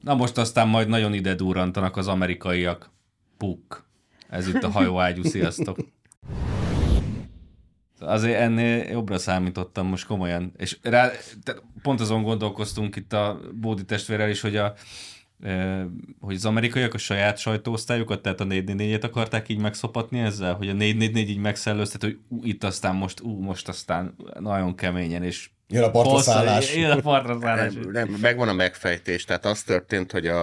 Na most aztán majd nagyon ide durrantanak az amerikaiak. Puk. Ez itt a hajóágyú, sziasztok. Azért ennél jobbra számítottam most komolyan. És pont azon gondolkoztunk itt a Bódi testvérrel is, hogy hogy az amerikaiak a saját sajtóosztályukat, tehát a 444-et akarták így megszopatni ezzel, hogy a 444 így megszellőztet, hogy itt aztán most aztán nagyon keményen, és jön a partraszállás. Nem, megvan a megfejtés, tehát az történt, hogy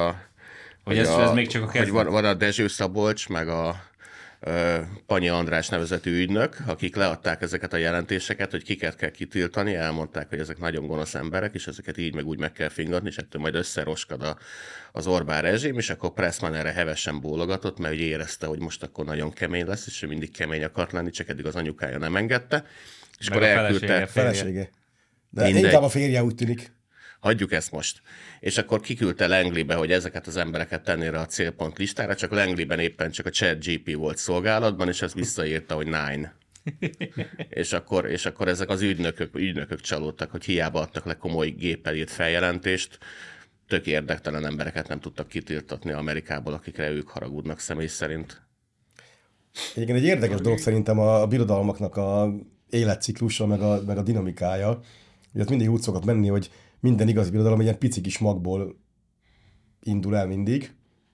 ez még csak a kezdet. Hogy van a Dezső Szabolcs, meg a Panyi András nevezetű ügynök, akik leadták ezeket a jelentéseket, hogy kiket kell kitiltani, elmondták, hogy ezek nagyon gonosz emberek, és ezeket így meg úgy meg kell fingatni, és ettől majd összeroskad az Orbán rezsim, és akkor Pressman erre hevesen bólogatott, mert ugye érezte, hogy most akkor nagyon kemény lesz, és ő mindig kemény akart lenni, csak eddig az anyukája nem engedte. És meg akkor a elküldte. Felesége. De inkább a férje úgy tűnik. Hagyjuk ezt most. És akkor kiküldte Langleybe, hogy ezeket az embereket tenni rá a célpont listára, csak Langleyben éppen csak a ChatGPT volt szolgálatban, és ez visszaírta, hogy 9. és akkor ezek az ügynökök csalódtak, hogy hiába adtak le komoly géppel írt feljelentést, tök érdektelen embereket nem tudtak kitiltatni Amerikából, akikre ők haragudnak személy szerint. Egyébként egy érdekes dolog szerintem a birodalmaknak a életciklusa, meg a dinamikája. Ugye ez mindig úgy szokott menni, hogy minden igazi birodalom egy ilyen pici kis magból indul el mindig.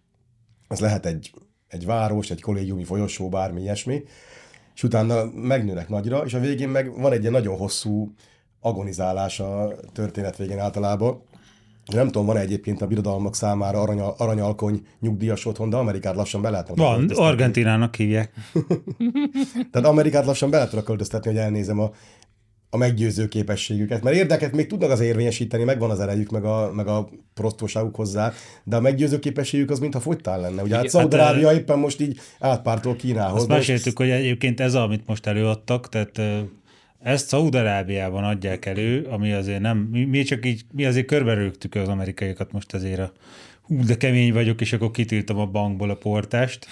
Ez lehet egy város, egy kollégiumi folyosó, bármi ilyesmi, és utána megnőnek nagyra, és a végén meg van egy ilyen nagyon hosszú agonizálás a történet végén általában. Nem tudom, van egyébként a birodalmak számára aranyalkony nyugdíjas otthon, de Amerikát lassan be lehetne van, Argentinának hívják. Tehát Amerikát lassan be lehetne költöztetni, hogy elnézem a meggyőző képességüket, mert érdeket még tudnak az érvényesíteni, megvan az erejük, meg a prostóságuk hozzá, de a meggyőző képességük az mintha fogytál lenne. Ugye hát Szaúd-Arábia éppen most így átpártol Kínához. Azt meséltük, hogy egyébként ez, amit most előadtak, tehát ezt Szaúd-Arábiában adják elő, ami azért nem, mi azért körberögtük az amerikaiakat most azért de kemény vagyok, és akkor kitiltom a bankból a portást.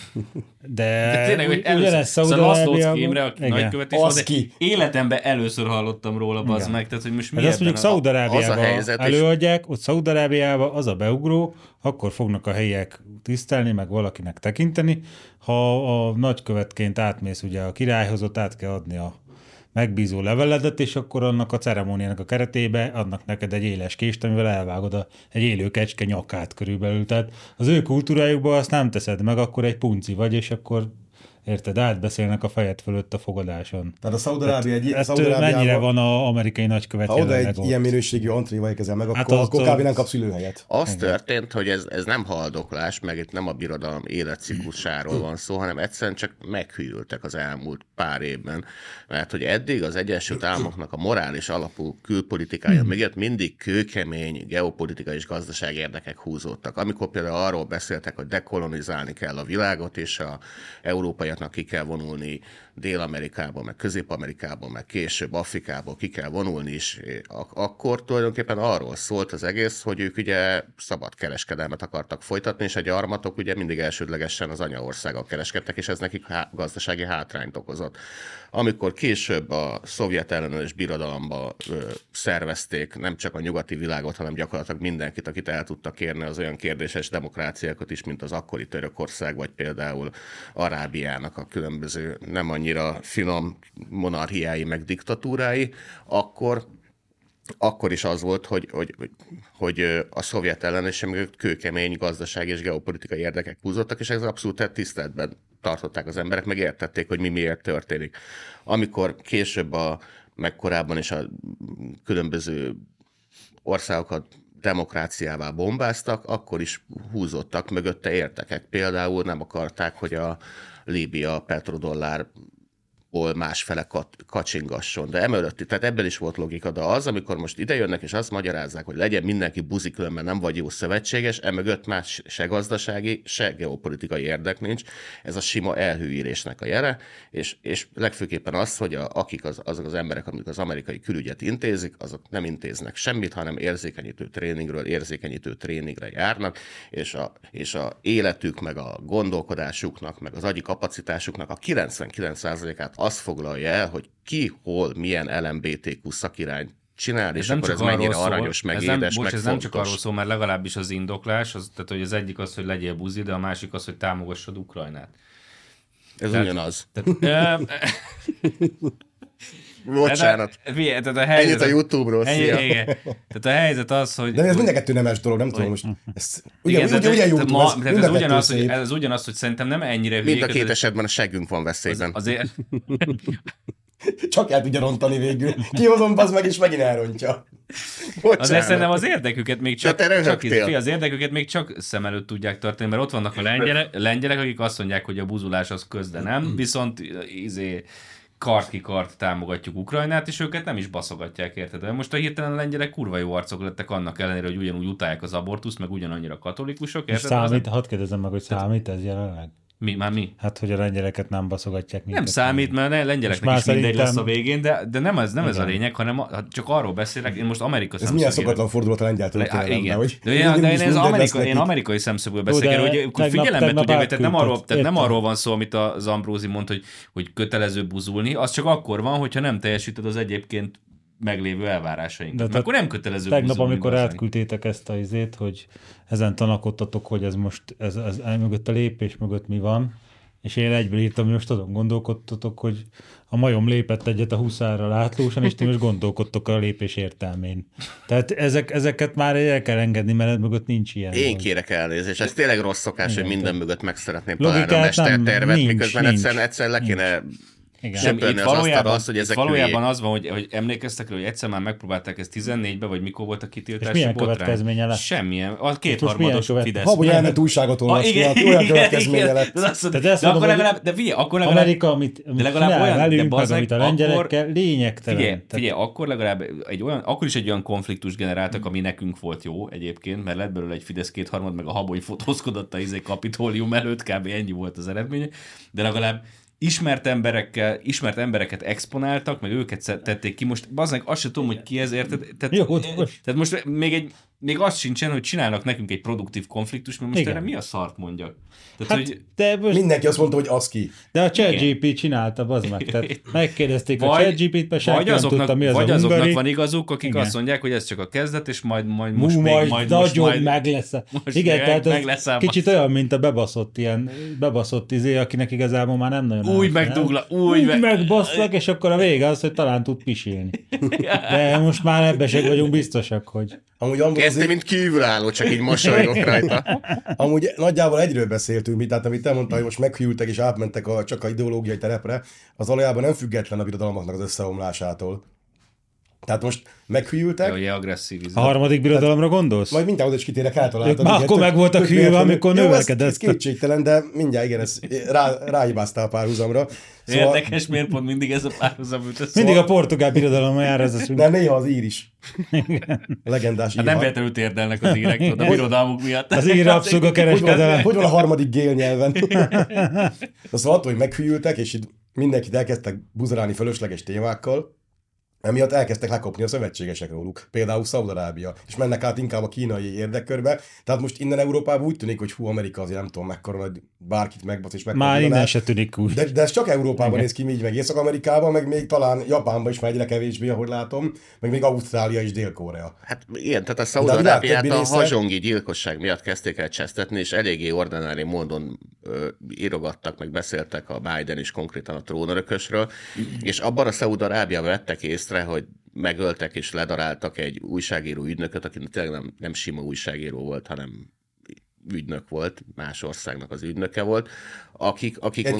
De tényleg, hogy ugyanez Szaúd-Arábiában. Aki nagykövetés van, de ki. életemben először hallottam róla, bazd meg. Tehát, hogy most mi ezt mondjuk Szaúd-Arábiában előadják, ott Szaúd-Arábiában az a beugró, akkor fognak a helyiek tisztelni, meg valakinek tekinteni. Ha a nagykövetként átmész ugye a királyhoz, ott át kell adni a megbízó leveledet, és akkor annak a ceremóniának a keretébe adnak neked egy éles kést, amivel elvágod egy élő kecske nyakát körülbelül. Tehát az ő kultúrájukban azt nem teszed meg, akkor egy punci vagy, és akkor érted, átbeszélnek a fejed fölött a fogadáson. Tehát a Szaúd-Arábia mennyire van az amerikai nagykövet ha oda egy ilyen minőségű antréval érkezel meg, akkor kb. Nem kapsz ülőhelyet. Az történt, hogy ez nem haldoklás, meg itt nem a birodalom életciklusáról van szó, hanem egyszerűen csak meghűltek az elmúlt pár évben. Mert hogy eddig az Egyesült Államoknak a morális alapú külpolitikája mögött mindig kőkemény geopolitikai és gazdasági érdekek húzódtak. Amikor például arról beszéltek, hogy dekolonizálni kell a világot, és a európai ki kell vonulni Dél-Amerikába, meg Közép-Amerikába, meg később Afrikába ki kell vonulni is, akkor tulajdonképpen arról szólt az egész, hogy ők ugye szabad kereskedelmet akartak folytatni, és a gyarmatok ugye mindig elsődlegesen az anyaországgal kereskedtek, és ez nekik gazdasági hátrányt okozott. Amikor később a szovjet ellenes birodalomba szervezték nem csak a nyugati világot, hanem gyakorlatilag mindenkit, akit el tudtak érni az olyan kérdéses demokráciákat is, mint az akkori Törökország, vagy például Arábiának a különböző nem annyira finom monarchiái meg diktatúrái, akkor is az volt, hogy a szovjet ellenesség mögött kőkemény gazdasági és geopolitikai érdekek húzottak, és ez abszolút tiszteletben tartották az emberek, meg értették, hogy mi miért történik. Amikor később, meg korábban is a különböző országokat demokráciává bombáztak, akkor is húzottak mögötte értekek. Például nem akarták, hogy a Líbia petrodollárból másfele kacsingasson. De emellett, tehát ebben is volt logika, de az, amikor most idejönnek és azt magyarázzák, hogy legyen mindenki buzi, különben nem vagy jó szövetséges, emögött más se gazdasági, se geopolitikai érdek nincs. Ez a sima elhűírésnek a jele, és legfőképpen az, hogy azok az emberek, amik az amerikai külügyet intézik, azok nem intéznek semmit, hanem érzékenyítő tréningre járnak, és a életük, meg a gondolkodásuknak, meg az agyi kapacitásuknak a 99%-át azt foglalja el, hogy ki, hol, milyen LMBTQ szakirányt csinál, és akkor ez mennyire aranyos, meg édes, meg ez nem csak arról szól, mert legalábbis az indoklás, tehát hogy az egyik az, hogy legyél buzi, de a másik az, hogy támogassad Ukrajnát. Ez ugyanaz. Bocsánat. Ennyit a YouTube-ról, szia. Tehát a helyzet az, hogy... De ez mind a kettő nemes dolog, nem tudom most. Ez ugyanaz, hogy szerintem nem ennyire hülyék. Mind a két esetben a seggünk van veszélyben. Azért... Csak el tudja rontani végül. Kihozom, az meg, és megint elrontja. Bocsánat. Azért szerintem az érdeküket még csak szem előtt tudják tartani, mert ott vannak a lengyelek, akik azt mondják, hogy a buzulás az köz, de nem, viszont kart támogatjuk Ukrajnát, és őket nem is baszogatják, érted? De most a hirtelen a lengyelek kurva jó arcok lettek annak ellenére, hogy ugyanúgy utálják az abortuszt, meg ugyanannyira katolikusok, érted? Hadd kérdezem meg, hogy számít ez jelenleg? Mi? Hát, hogy a lengyeleket nem baszogatják. Nem számít, mert a lengyeleknek is mindegy lesz a végén, de nem ez a lényeg, hanem csak arról beszélek, én most Amerika szemszögéből. Ez milyen szokatlan fordulat a lengyel történelemben, hogy... De én amerikai szemszögből beszélek, hogy figyelembe tudja, tehát nem arról van szó, amit az Ambrózi mond, hogy kötelező buzulni, az csak akkor van, hogyha nem teljesíted az egyébként meglévő elvárásainkat. Akkor nem kötelező buzulni. Tegnap, amikor átküldtétek ezt a izét, hogy ezen tanakodtatok, hogy ez most, ez mögött a lépés mögött mi van, és én egyből írtam, hogy most azon gondolkodtatok, hogy a majom lépett egyet a huszárral átlósan, és ti most gondolkodtok a lépés értelmén. Tehát ezeket már el kell engedni, mert mögött nincs ilyen. Én kérek elnézést. Ez tényleg rossz szokás, hogy minden mögött meg szeretném találni a mestertervet, miközben egyszer le kéne... Valójában az van, hogy emlékeztek rá, hogy egyszer már megpróbálták ezt 14-ben, vagy mikor volt a kitiltási botrány. És milyen következménye lett? Semmilyen. A kétharmados Fidesz. Ha, hogy elment újságot olvasni, olyan következménye lett. De akkor legalább... Amerika, amit csinál velünk, meg amit a lengyelekkel, lényegtelen. Figyelj, akkor legalább akkor is egy olyan konfliktus generáltak, ami nekünk volt jó egyébként, mert lett belőle egy Fidesz kétharmad, meg a Habony fotózkodott a Kapitólium előtt, kb. Ennyi volt az eredmény, de legalább ismert embereket exponáltak, meg őket tették ki. Most bazdmeg azt sem tudom, hogy ki ez, érted? Tehát most még azt sincsen, hogy csinálnak nekünk egy produktív konfliktus, mert most erre mi a szart mondjak? Tehát, hát, de most... Mindenki azt mondta, hogy az ki. De a ChatGPT csinálta, bazd meg. Tehát megkérdezték a ChatGPT-t, mert senki nem tudta, mi az a azoknak van igazuk, akik azt mondják, hogy ez csak a kezdet, és majd meg lesz. Igen, tehát ez kicsit olyan, mint a bebaszott akinek igazából már nem nagyon úgy megbaszlak, és akkor a vége az, hogy talán tud pisilni. De most már ebben sem vagyunk biztosak, hogy... Kezdte, mint kívülálló, csak így mosolygok rajta. Amúgy nagyjából egyről beszéltünk, tehát amit te mondtál, hogy most meghűltek és átmentek csak a ideológiai terepre, az valójában nem független a birodalmaknak az összeomlásától. Tehát most meghűltek. Jó, agresszív. A harmadik birodalomra gondolsz? Majd mindjárt oda is kitérek általában. Már akkor meg voltak hűlve, amikor növekedett. Ez kétségtelen, de mindjárt igen, ráhibáztál párhuzamra. Szóval... Érdekes, miért pont mindig ez a párhuzam ütött. Mindig a portugál birodalommal jár ez a szünt. De néha az ír is. Legendás ír. Nem véletlenül térdelnek az írek a birodalmuk miatt. Az ír rabszolgakereskedelem. Hogy van a harmadik gél nyelven? Szóval attól, hogy meghűltek, és itt mindenkit elkezdtek buzerálni fölösleges témákkal, emiatt elkezdtek lekopni a szövetségesek róluk, például Szaúd-Arábia, és mennek át inkább a kínai érdekkörbe. Tehát most innen Európában úgy tűnik, hogy Amerika azért nem tudom mekkora, hogy bárkit megbasz és megbasz. Már innen se tűnik úgy. De ez csak Európában néz ki, így meg Észak-Amerikában, meg még talán Japánban is már egyre kevésbé, ahogy látom, meg még Ausztrália és Dél-Korea. Hát igen, tehát a Szaúd-Arábiát a hazsongi gyilkosság miatt kezdték el csesztetni, és eléggé ordinári módon írogattak, meg beszéltek a Biden is konkrétan a trónörökösről, és abban a Szaúd-Arábiában vettek észre, hogy megöltek és ledaráltak egy újságíró ügynököt, aki tényleg nem sima újságíró volt, hanem ügynök volt, más országnak az ügynöke volt, akik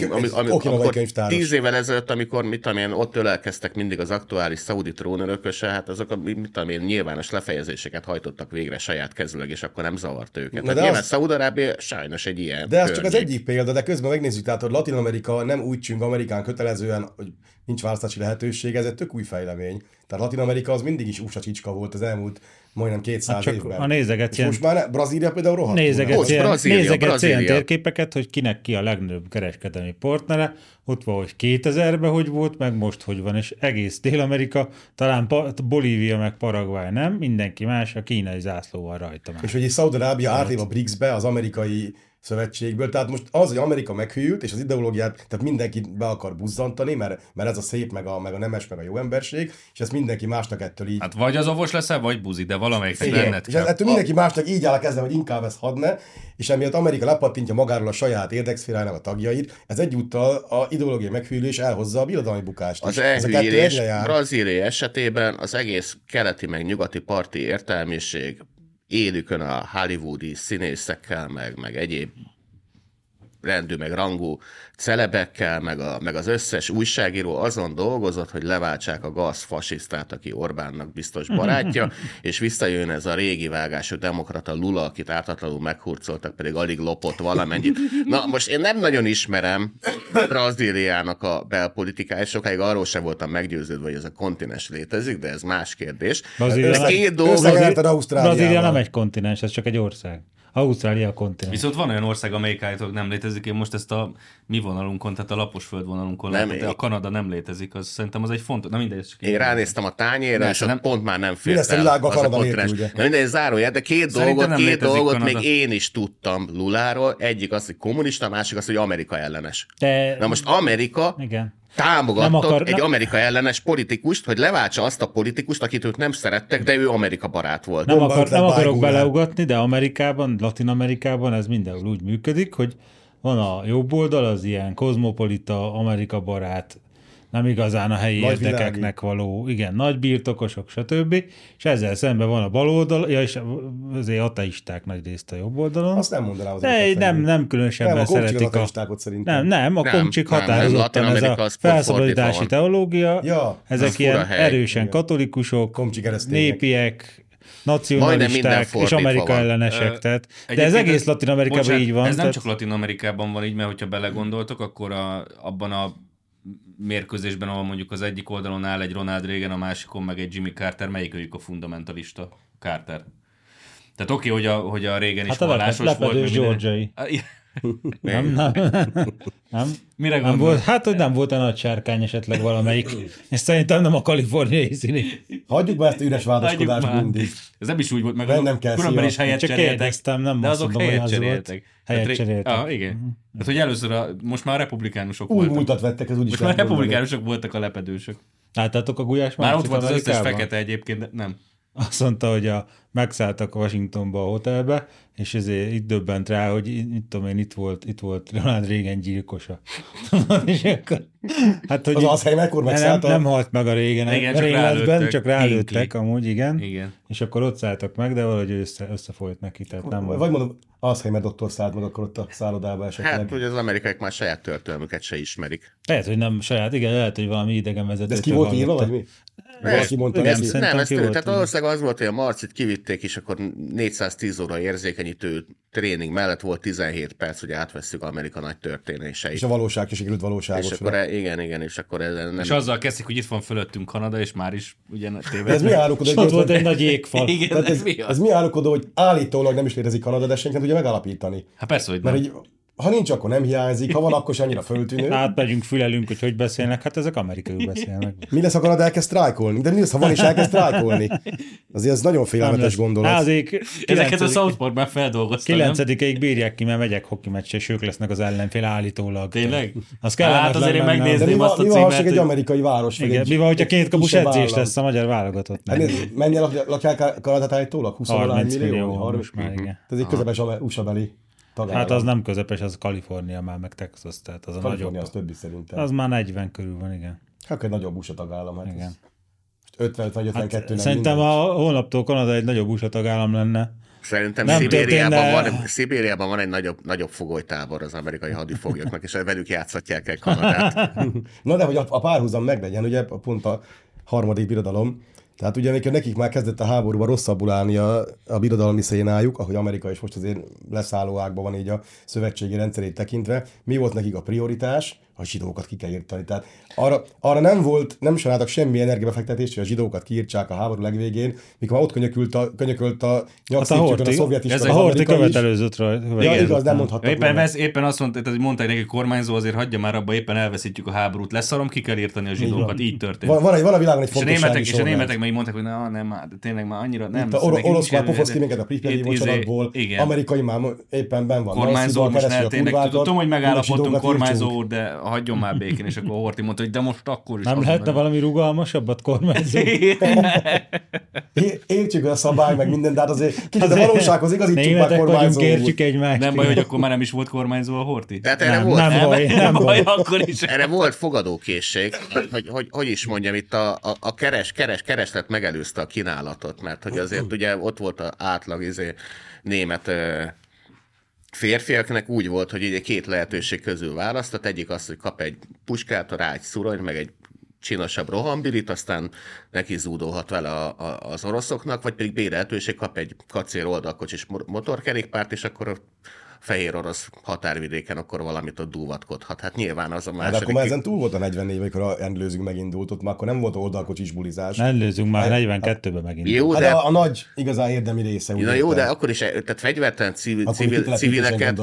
10 évvel ezelőtt, amikor ott ölelkeztek mindig az aktuális szaudi trónörököse, hát azok nyilvános lefejezéseket hajtottak végre saját kezüleg, és akkor nem zavart őket. Hát nyilván Szaúd-Arábia sajnos egy ilyen de ez csak az egyik példa, de közben megnézzük, tehát, hogy Latin-Amerika nem úgy csüng Amerikán kötelezően, hogy nincs választási lehetőség, ez egy tök új fejlemény. Tehát Latin-Amerika az mindig is USA csicska volt az elmúlt majdnem 200 évben. A nézegetsz most már Brazília például rohadt. Nézegetsz ilyen térképeket, hogy kinek ki a legnagyobb kereskedelmi partnere, ott van, hogy 2000-ben hogy volt, meg most hogy van, és egész Dél-Amerika, talán Bolívia meg Paraguay nem, mindenki más a kínai zászlóval rajta már. És hogy Szaúd-Arábia átlép a BRICS-be, az amerikai szövetségből. Tehát most az, hogy Amerika meghűlt, és az ideológiát, tehát mindenkit be akar buzzantani, mert ez a szép, meg a nemes, meg a jó emberség, és ezt mindenki másnak ettől így... Hát vagy az ovos leszel, vagy buzi, de valamelyik lenned és ettől mindenki másnak így áll a kezem, hogy inkább ezt hadd ne, és emiatt Amerika lepattintja magáról a saját érdekszférájának a tagjait, ez egyúttal a ideológiai meghűlés elhozza a birodalmi bukást. Az elhűlés Brazília esetében az egész keleti meg nyugati parti értelmiség élükön a hollywoodi színészekkel, meg egyéb rendű, meg rangú celebekkel, meg az összes újságíró azon dolgozott, hogy leváltsák a gazfasisztát, aki Orbánnak biztos barátja, és visszajön ez a régi vágású demokrata Lula, akit ártatlanul meghurcoltak, pedig alig lopott valamennyit. Na, most én nem nagyon ismerem Brazíliának a belpolitikáját, sokáig arról sem voltam meggyőződve, hogy ez a kontinens létezik, de ez más kérdés. Brazília nem egy kontinens, ez csak egy ország. Ausztrália a kontinens. Viszont van olyan ország, amelyik állítólag nem létezik. Én most ezt a mi vonalunkon, tehát a lapos földvonalunkon látom, de a Kanada nem létezik. Az, szerintem az egy fontos. Na mindegy. Én ránéztem a tányérra, és ott pont már nem fért el az a kontinens. Na mindegy, zárójel, de két dolgot még én is tudtam Luláról. Egyik az, hogy kommunista, másik az, hogy Amerika ellenes. Na most Amerika... Igen. Támogattak egy Amerika ellenes politikust, hogy leváltsa azt a politikust, akit ők nem szerettek, de ő Amerika barát volt. Nem akarok beleugatni, de Amerikában, Latin-Amerikában ez mindenhol úgy működik, hogy van a jobb oldal, az ilyen kozmopolita, Amerika barát, nem igazán a helyi érdekeknek való, igen, nagy birtokosok, stb. És ezzel szemben van a bal oldal, és azért ateisták nagy részt a jobb oldalon. Azt nem mondanám az nem különösebben szeretik a komcsik határozottan ez a felszabadítási teológia, ezek ilyen erősen katolikusok, népiek, nacionalisták és Amerika ellenesek. Tehát, de ez egész Latin-Amerikában így van. Ez nem csak Latin-Amerikában van így, mert hogyha belegondoltok, akkor abban a mérkőzésben, ahol mondjuk az egyik oldalon áll egy Ronald Reagan, a másikon meg egy Jimmy Carter, melyikőjük a fundamentalista? Carter. Tehát oké, hogy a Reagan is vallásos volt. Lepedős Georgiai. Nem. Mire gondolsz? Hát, hogy nem volt a nagy sárkány esetleg valamelyik. És szerintem nem a kaliforniai színi. Hagyjuk be ezt a üres vádaskodást mindig. Ez nem is úgy volt, meg nem kell különben is helyet cseréltek. De azok helyet cseréltek. Helyet cseréltek. Igen. Tehát, hogy először most már a republikánusok voltak. Új múltat vettek, ez úgyis. Most már republikánusok voltak a lepedősök. Láttátok a Gulyás Már ott volt az összes fekete egyébként, de nem. Azt mondta, hogy megszálltak Washingtonba a hotelbe, és ezért itt döbbent rá, hogy itt volt Ronald Reagan gyilkosa. És akkor, hát, hogy az Alzheimer-kor megszállta? Nem halt meg a Reagan, csak rálőttek amúgy, igen. És akkor ott szálltak meg, de valahogy összefolyt neki. Tehát nem vagy mondom, Alzheimer doktor szállt meg akkor ott a szállodába esetleg. Hát, hogy az amerikaiak már saját történelmüket se ismerik. Lehet, hogy nem saját, igen, lehet, hogy valami idegen vezető. De ez ki volt írva, vagy mi? Valaki mondta tehát valószínűleg az volt, hogy a Marcit kivitték, és akkor 410 óra érzékenyítő tréning mellett volt 17 perc, hogy átvesszük Amerika nagy történéseit. És a valóság is sikerült valóságos. És akkor igen, és akkor ez nem... És azzal kezdik, hogy itt van fölöttünk Kanada, és már is ugye téved. Ez mi árulkodó? És ott volt egy nagy jégfal. Igen, ez mi árulkodó, hogy állítólag nem is létezik Kanada, de senki nem tudja megállapítani. Hát persze, hogy nem. Mert ha nincs, akkor nem hiányzik, ha van, akkor sem annyira föltűnő. Átmegyünk, fülelünk, hogy beszélnek, hát ezek amerikai beszélnek. Mi lesz, ha Kanada elkezd sztrájkolni? De mi lesz, ha van is elkezd sztrájkolni? Azért ez nagyon félelmetes gondolat. Ezeket a South Parkban feldolgoztam. 9-ig bírják ki, mert megyek hoki meccsre, és ők lesznek az ellenfél állítólag. Tényleg? Az hát azért én megnézném azt a címet. Mi van, ha egy amerikai város? Mi van, hogyha 2 kapus edzés lesz a magyar válogatott? Mennyien lakják Kanadát állítólag? 20 millió? 30 már, igen. Ez egy közepes USA-beli tagállam. Hát az nem közepes, az Kalifornia már, meg Texas, tehát az a nagyobb. Az többi szerintem. Az már 40 körül van, igen. Hát egy nagyobb USA tagállam. Hát igen. 50 vagy 52 nem szerintem a holnaptól Kanada egy nagyobb USA tagállam lenne. Szerintem Szibériában van egy nagyobb fogolytábor az amerikai hadifoglyoknak, és velük játszhatják el Kanadát. Na de hogy a párhuzam meglegyen, ugye pont a harmadik birodalom, tehát ugye nekik már kezdett a háborúban rosszabbul állni a birodalmi szénájuk, ahogy Amerika is most azért leszálló ágban van így a szövetségi rendszerét tekintve. Mi volt nekik a prioritás? a zsidókat ki kell írtani. Tehát arra nem csináltak semmi energiabefektetést, hogy a zsidókat kiírtsák a háború legvégén, mikor már ott könyökölt a nyakszíncsükön a szovjetista. A Horthy követelőzött rajta. Ja, igaz, nem mondhattak. Éppen azt mondta, hogy mondták neki kormányzó, azért hagyja már abba, éppen elveszítjük a háborút, leszarom, ki kell írtani a zsidókat, így történt. Van a világon egy fontossági és a németek meg így mondták, hogy nem, tényleg már annyira nem. Orosz már pofoz ki minket a Pripyati mocsarakból, amerikai már éppen benn van. Kormányzó, most ne, tényleg tudom, hogy megállapodtunk kormányzó úr, de hagyjon már békén, és akkor Horthy mondta, hogy de most akkor is. Nem lehetne valami rugalmasabbat kormányzó? Értsük a szabály, meg minden, de hát azért kicsit a valósághoz igazítsuk már kormányzó úr. Nem baj, hogy akkor már nem is volt kormányzó a Horthy? Tehát erre volt, nem baj, akkor is. Erre volt fogadókészség, hogy is mondjam, itt a kereslet megelőzte a kínálatot, mert hogy azért ugye ott volt az átlag német férfiaknak úgy volt, hogy ugye két lehetőség közül választott, egyik az, hogy kap egy puskát, rá egy szuronyt, meg egy csinosabb rohambirit, aztán neki zúdolhat vele az oroszoknak, vagy pedig B lehetőség, kap egy kacér oldalkocsis motorkerékpárt, és akkor fehér orosz határvidéken akkor valamit ott dúvatkodhat. Hát nyilván az a második... Hát akkor már ezen túl volt a 44, amikor a Endlőzünk megindult, ott már akkor nem volt oldalkocsis bulizás. Endlőzünk már 42-ben megindult. Jó, de... Hát a nagy igazán érdemi része. Na jó, de akkor is, tehát fegyvertelen civileket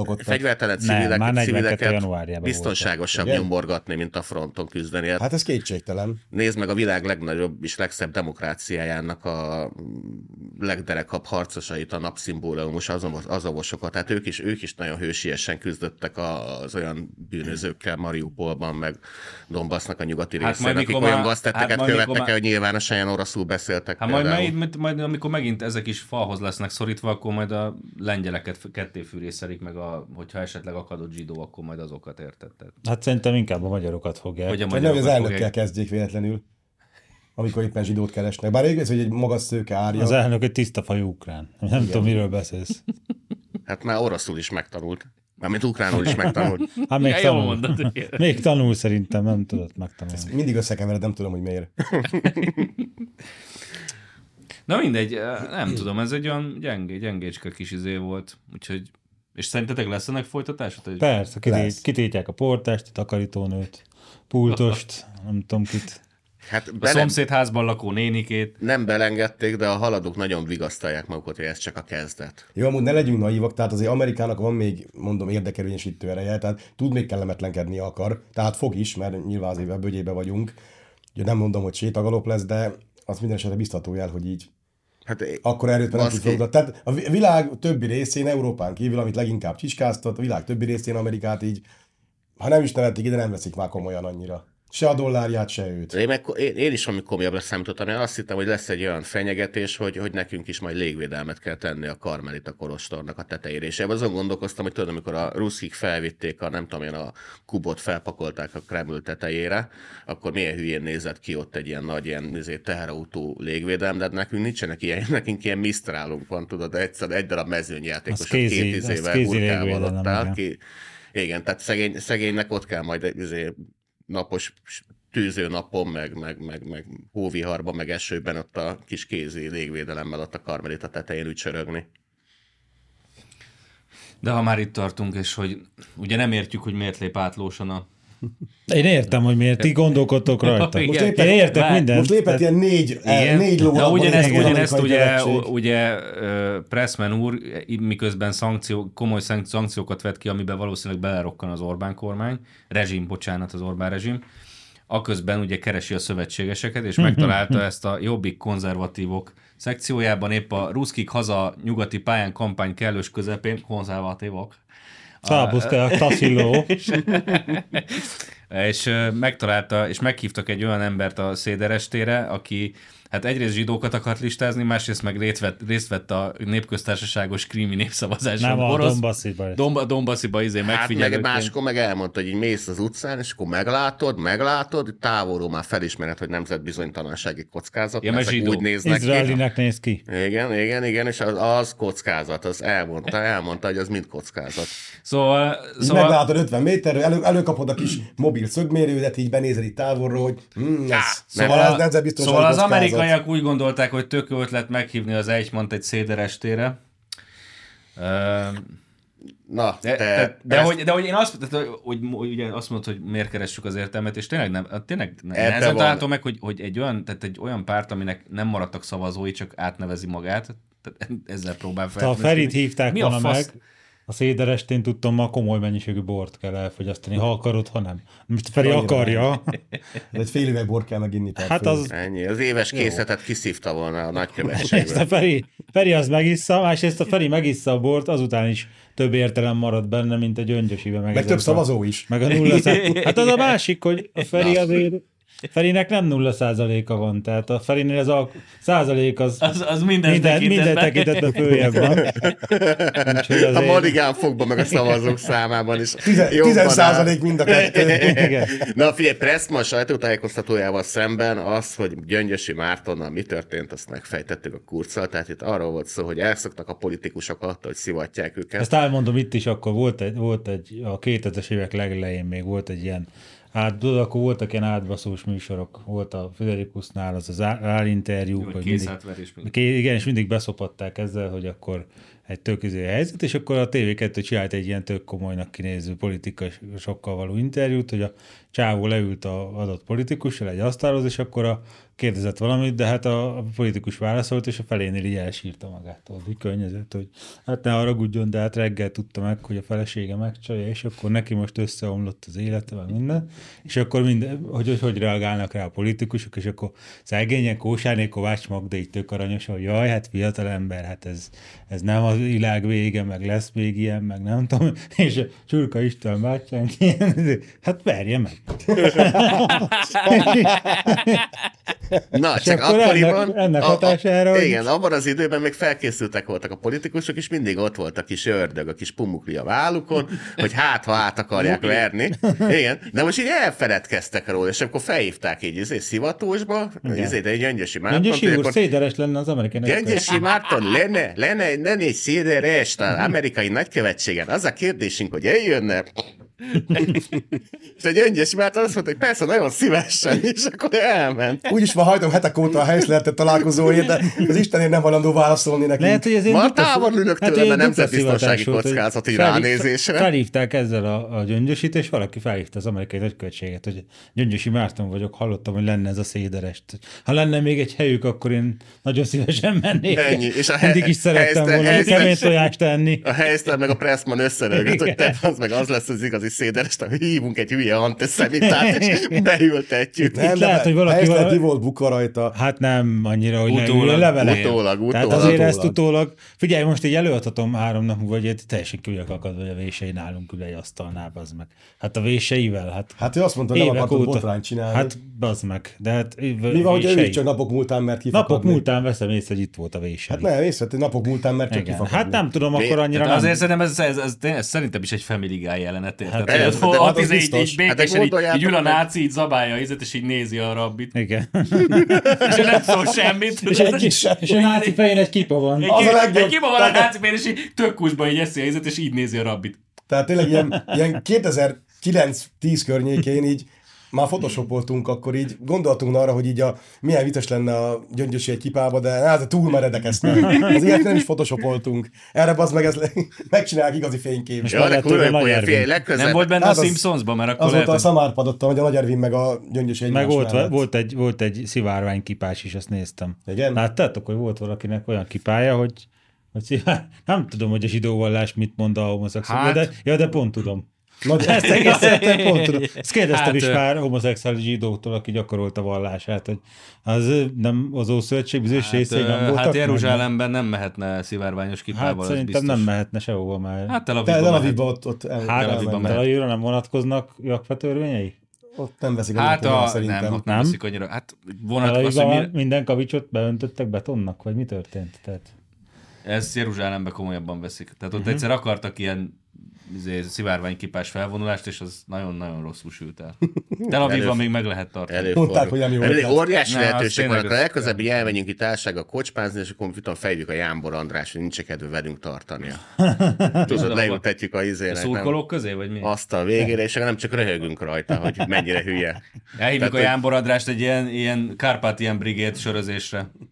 biztonságosabb nyomorgatni, mint a fronton küzdeni. Hát ez kétségtelen. Nézd meg a világ legnagyobb és legszebb demokráciájának a legderekabb harcosait, a napszimbólumos azovosokat. Tehát ők is nagyon hősiesen küzdöttek az olyan bűnözőkkel Mariupolban, meg Donbassnak a nyugati részén, akik olyan gaztetteket követtek el, hogy nyilvánosan ilyen oroszul beszéltek. Hát majd amikor megint ezek is falhoz lesznek szorítva, akkor majd a lengyeleket kettéfűrészelik, meg hogyha esetleg akadott zsidó, akkor majd azokat értettek. Hát szerintem inkább a magyarokat fogják. Hogy nem, az elnökkel kezdjék véletlenül, amikor éppen zsidót keresnek. Bár igaz, hogy egy magas szőke árja. Az elnök egy tiszta fajú ukrán. Nem tudom, miről beszélsz. Hát már oroszul is megtanult. Mármint ukránul is megtanult. Hát még tanul szerintem, nem tudott megtanulni. Ezt mindig összekevered, nem tudom, hogy miért. Na mindegy, nem tudom, ez egy olyan gyengécske kis volt. Úgyhogy, és szerintetek lesz ennek folytatása? Persze, kitétják a portást, a takarítónőt, pultost, nem tudom kit. Hát a szomszédházban lakó nénikét. Nem belengedték, de a haladók nagyon vigasztalják magukat, hogy ez csak a kezdet. Jó, amúgy ne legyünk naívak, tehát azért Amerikának van még, mondom, érdekervényesítő ereje, tehát tud még kellemetlenkedni akar, tehát fog is, mert nyilván azért a bögyébe vagyunk. Ugye nem mondom, hogy sétagalop lesz, de az minden esetre biztató jel, hogy így hát akkor erőt nem tud fogadni. Tehát a világ többi részén, Európán kívül, amit leginkább csicskáztat, a világ többi részén Amerikát így, ha nem is nevetik ide, nem veszik már komolyan annyira. Se a dollárját, se őt. Én is valami komolyabbra számítottam. Én azt hittem, hogy lesz egy olyan fenyegetés, hogy nekünk is majd légvédelmet kell tenni a Karmelita kolostornak a tetejére. És ebben azon gondolkoztam, hogy tudom, amikor a ruszkik felvitték a kubot felpakolták a Kreml tetejére, akkor milyen hülyén nézett ki ott egy ilyen nagy ilyen teherautó légvédelem, de nekünk nincsenek ilyen, nekünk ilyen Mistrálunk van, tudod, egy darab mezőnyjátékos, 2 éve burkával ott áll. Igen, tehát szegénynek ott kell majd napos tűzőnapon, meg hóviharban, meg esőben ott a kis kézi légvédelemmel ott a Karmelita tetején ücsörögni. De ha már itt tartunk, és hogy ugye nem értjük, hogy miért lép átlósan a... Én értem, hogy miért ti gondolkodtok rajta. Most én értek mindent. Most lépett ilyen négy ló. De ugyanezt ugye Pressman úr miközben komoly szankciókat vett ki, amiben valószínűleg belerokkan az Orbán kormány, az Orbán rezsim, aközben ugye keresi a szövetségeseket, és megtalálta ezt a jobbik konzervatívok szekciójában, épp a ruszkik haza nyugati pályán kampány kellős közepén konzervatívok. Szábuszka, Tassilo. És megtalálta, és meghívtak egy olyan embert a széderestére, aki hát egyrészt zsidókat akart listázni, másrészt meg részt vett a népköztársaságos krími népszavazáson. Nem, a Donbassziba. Donbassziba megfigyelőként. Hát meg máskor meg elmondta, hogy így mész az utcán, és akkor meglátod, távolról már felismered, hogy nemzetbizonytalansági kockázat, ja, mert úgy néznek ki. Izraelinek néz ki. Igen, és az kockázat, az elmondta, hogy az mind kockázat. Szóval... Meglátod 50 méterről, előkapod a kis mobil szögmérődet, így benézel itt távolról, hogy Szóval az amerikaiak úgy gondolták, hogy tök ötlet meghívni az Eichmann-t egy széderestére. Na, de hogy én azt, hogy ugye azt mondod, hogy miért keressük az értelmet, és tényleg nem nehezen találtam meg, hogy egy olyan párt, aminek nem maradtak szavazói, csak átnevezi magát, tehát ezzel próbál feltűnni. A Ferit hívták volna meg, a Széderest én tudtam, ma komoly mennyiségű bort kell elfogyasztani, ha akarod, ha nem. Most Feri akarja. Egy fél üveg bort kell meginni. Hát az... Ennyi, az éves készletet kiszívta volna a nagykövetségből. Feri az megissza, másrészt a Feri megissza a bort, azután is több értelem marad benne, mint a Gyöngyösibe. Meg több szavazó is. Meg a 0%. Hát az a másik, hogy a Feri azért... Ferinek nem 0%-a van, tehát a Ferinél ez a százalék az minden tekintetben följebb van. Azért... A Madigán fogban meg a szavazók számában is 10% mind a kettő. Na figyelj, Pressman sajtótájékoztatójával szemben az, hogy Gyöngyösi Mártonnal mi történt, azt megfejtettük a kurccal, tehát itt arról volt szó, hogy elszoktak a politikusok attól, hogy szivatják őket. Ezt elmondom itt is, akkor volt egy a 2000-es évek legelején még volt egy ilyen akkor voltak ilyen átbaszós műsorok, volt a Friderikusznál az árinterjú, hogy igen, és mindig beszopatták ezzel, hogy akkor egy tök helyzet, és akkor a TV2 csinált egy ilyen tök komolynak kinéző politikusokkal való interjút, hogy a csávó leült az adott politikussal egy asztalhoz, és akkor kérdezett valamit, de hát a politikus válaszolt, és a felénél így elsírta magától, hogy könnyezett, hogy hát ne haragudjon, de hát reggel tudta meg, hogy a felesége megcsalja, és akkor neki most összeomlott az élete, vagy minden, és akkor hogy reagálnak rá a politikusok, és akkor szegényen Kósáné Kovács Magda így tök aranyos, hogy jaj, hát fiatal ember, hát ez nem a világ vége, meg lesz még ilyen, meg nem tudom, és a Csurka István bátyánk ilyen, hát verje meg. Na, csak akkoriban... Ennek hatására... Igen, abban az időben még felkészültek voltak a politikusok, és mindig ott volt a kis ördög, a kis pumukli a vállukon, hogy ha át akarják verni. Igen, de most így elfeledkeztek róla, és akkor felhívták így szivatósba, de egy Gyöngyösi Márton. Gyöngyösi úr széderes lenne az amerikai nagykövetségen. Gyöngyösi Márton lenne egy széderes az amerikai nagykövetségen. Az a kérdésünk, hogy eljönne. És egy Gyöngyösi Márton azt mondta, hogy persze, nagyon szívesen, és akkor elment. Úgyis már hajtom hetek óta a helyszínletet találkozóért, de az Istenért nem hajlandó válaszolni neki. Lehet, hogy ezért ma távol ülök tőle, mert nemzetbiztonsági kockázati ránézésre. Felhívták ezzel a Gyöngyösit, és valaki felhívta az amerikai nagykövetséget, hogy Gyöngyösi Márton vagyok, hallottam, hogy lenne ez a széderest. Ha lenne még egy helyük, akkor én nagyon szívesen mennék. Ennyi. És mindig is szerettem volna kemény tojást tenni. A helyszínen meg a Pressman összerőgött, hogy te az meg az lesz az igazi széderest, hogy hívunk egy hülye antiszemitát, és beültetjük. Nem, lehet, hogy valaki volt bukva rajta. Hát nem annyira, hogy utólag. Tehát azért ezt utólag. Figyelj, most így előadhatom 3 nap múlva, hogy teljesen küljek akadva, hogy a vései nálunk ül egy asztalnál, bazd meg. Hát a véseivel, hát ő azt mondta, hogy nem akartott botrányt csinálni. Hát bazd meg. De hát mi van, hogy ő is csak napok múltán, mert kifakadni. Napok múltán veszem észre, hogy itt volt a vései. Hát nem, észre, napok múltán, mert csak kifakadni. Hát nem tudom, akkor annyira nem. Azért szerintem ez szerintem is egy Family Guy jelenet. Így ül a náci, így zabálja a izet, és így nézi a rabbit. Igen. És nem szól semmit. És a náci fején egy kipa van. Az a legjobb. Egy kipa van a náci fején, és így tök kusba így eszi a izet, és így nézi a rabbit. Tehát tényleg ilyen 2009-10 környékén így már photoshopoltunk, akkor így gondoltunk arra, hogy így milyen vicces lenne a Gyöngyösi egy kipába, de hát túl meredek ezt nem. Az ilyet nem is photoshopoltunk. Erre bazd meg, megcsinálják igazi fénykép. Ja, nem volt benne a Simpsonsban, mert akkor az volt a szamárpadottan, hogy a Nagy Ervin meg a Gyöngyösi egymás meg volt egy szivárvány kipás is, azt néztem. Igen? Láttátok, hogy volt valakinek olyan kipája, hogy nem tudom, hogy a zsidóvallás mit mond a homoszexuális, de pont tudom. Ezt egészen pont tudom. Ezt kérdeztem is már homoszexuális zsidóktól, aki gyakorolta vallását, hogy az nem az Ószövetség bizonyos részei nem voltak. Hát Jeruzsálemben nem mehetne szivárványos kipával, hát szerintem nem mehetne sehova már. Hát Tel Avivban ott Tel Avivra nem vonatkoznak Jakve törvényei? Ott nem veszik annyira szerintem. Nem veszik annyira. Hát vonatkozik. Minden kavicsot beöntöttek betonnak, vagy mi történt? Tehát... Ez Jeruzsálemben komolyabban veszik. Tehát ott egyszer akartak ilyen szivárványkipás felvonulást, és az nagyon-nagyon rosszul sült el. Tel Avivban még meg lehet tartani. Mondták, hogy nem jó. Óriási lehetőség van, akkor legközelebbi elmenjünk itt álsággal kocsmázni, és akkor vitam fejjük a Jámbor András, hogy nincs kedve velünk tartania. Tudod, leültetjük a izének. A szurkolók közé, vagy mi? Azt a végére, és nem csak röhögünk rajta, hogy mennyire hülye. Elhívjuk a Jámbor Andrást egy ilyen Kárpátián brigéd sörözésre.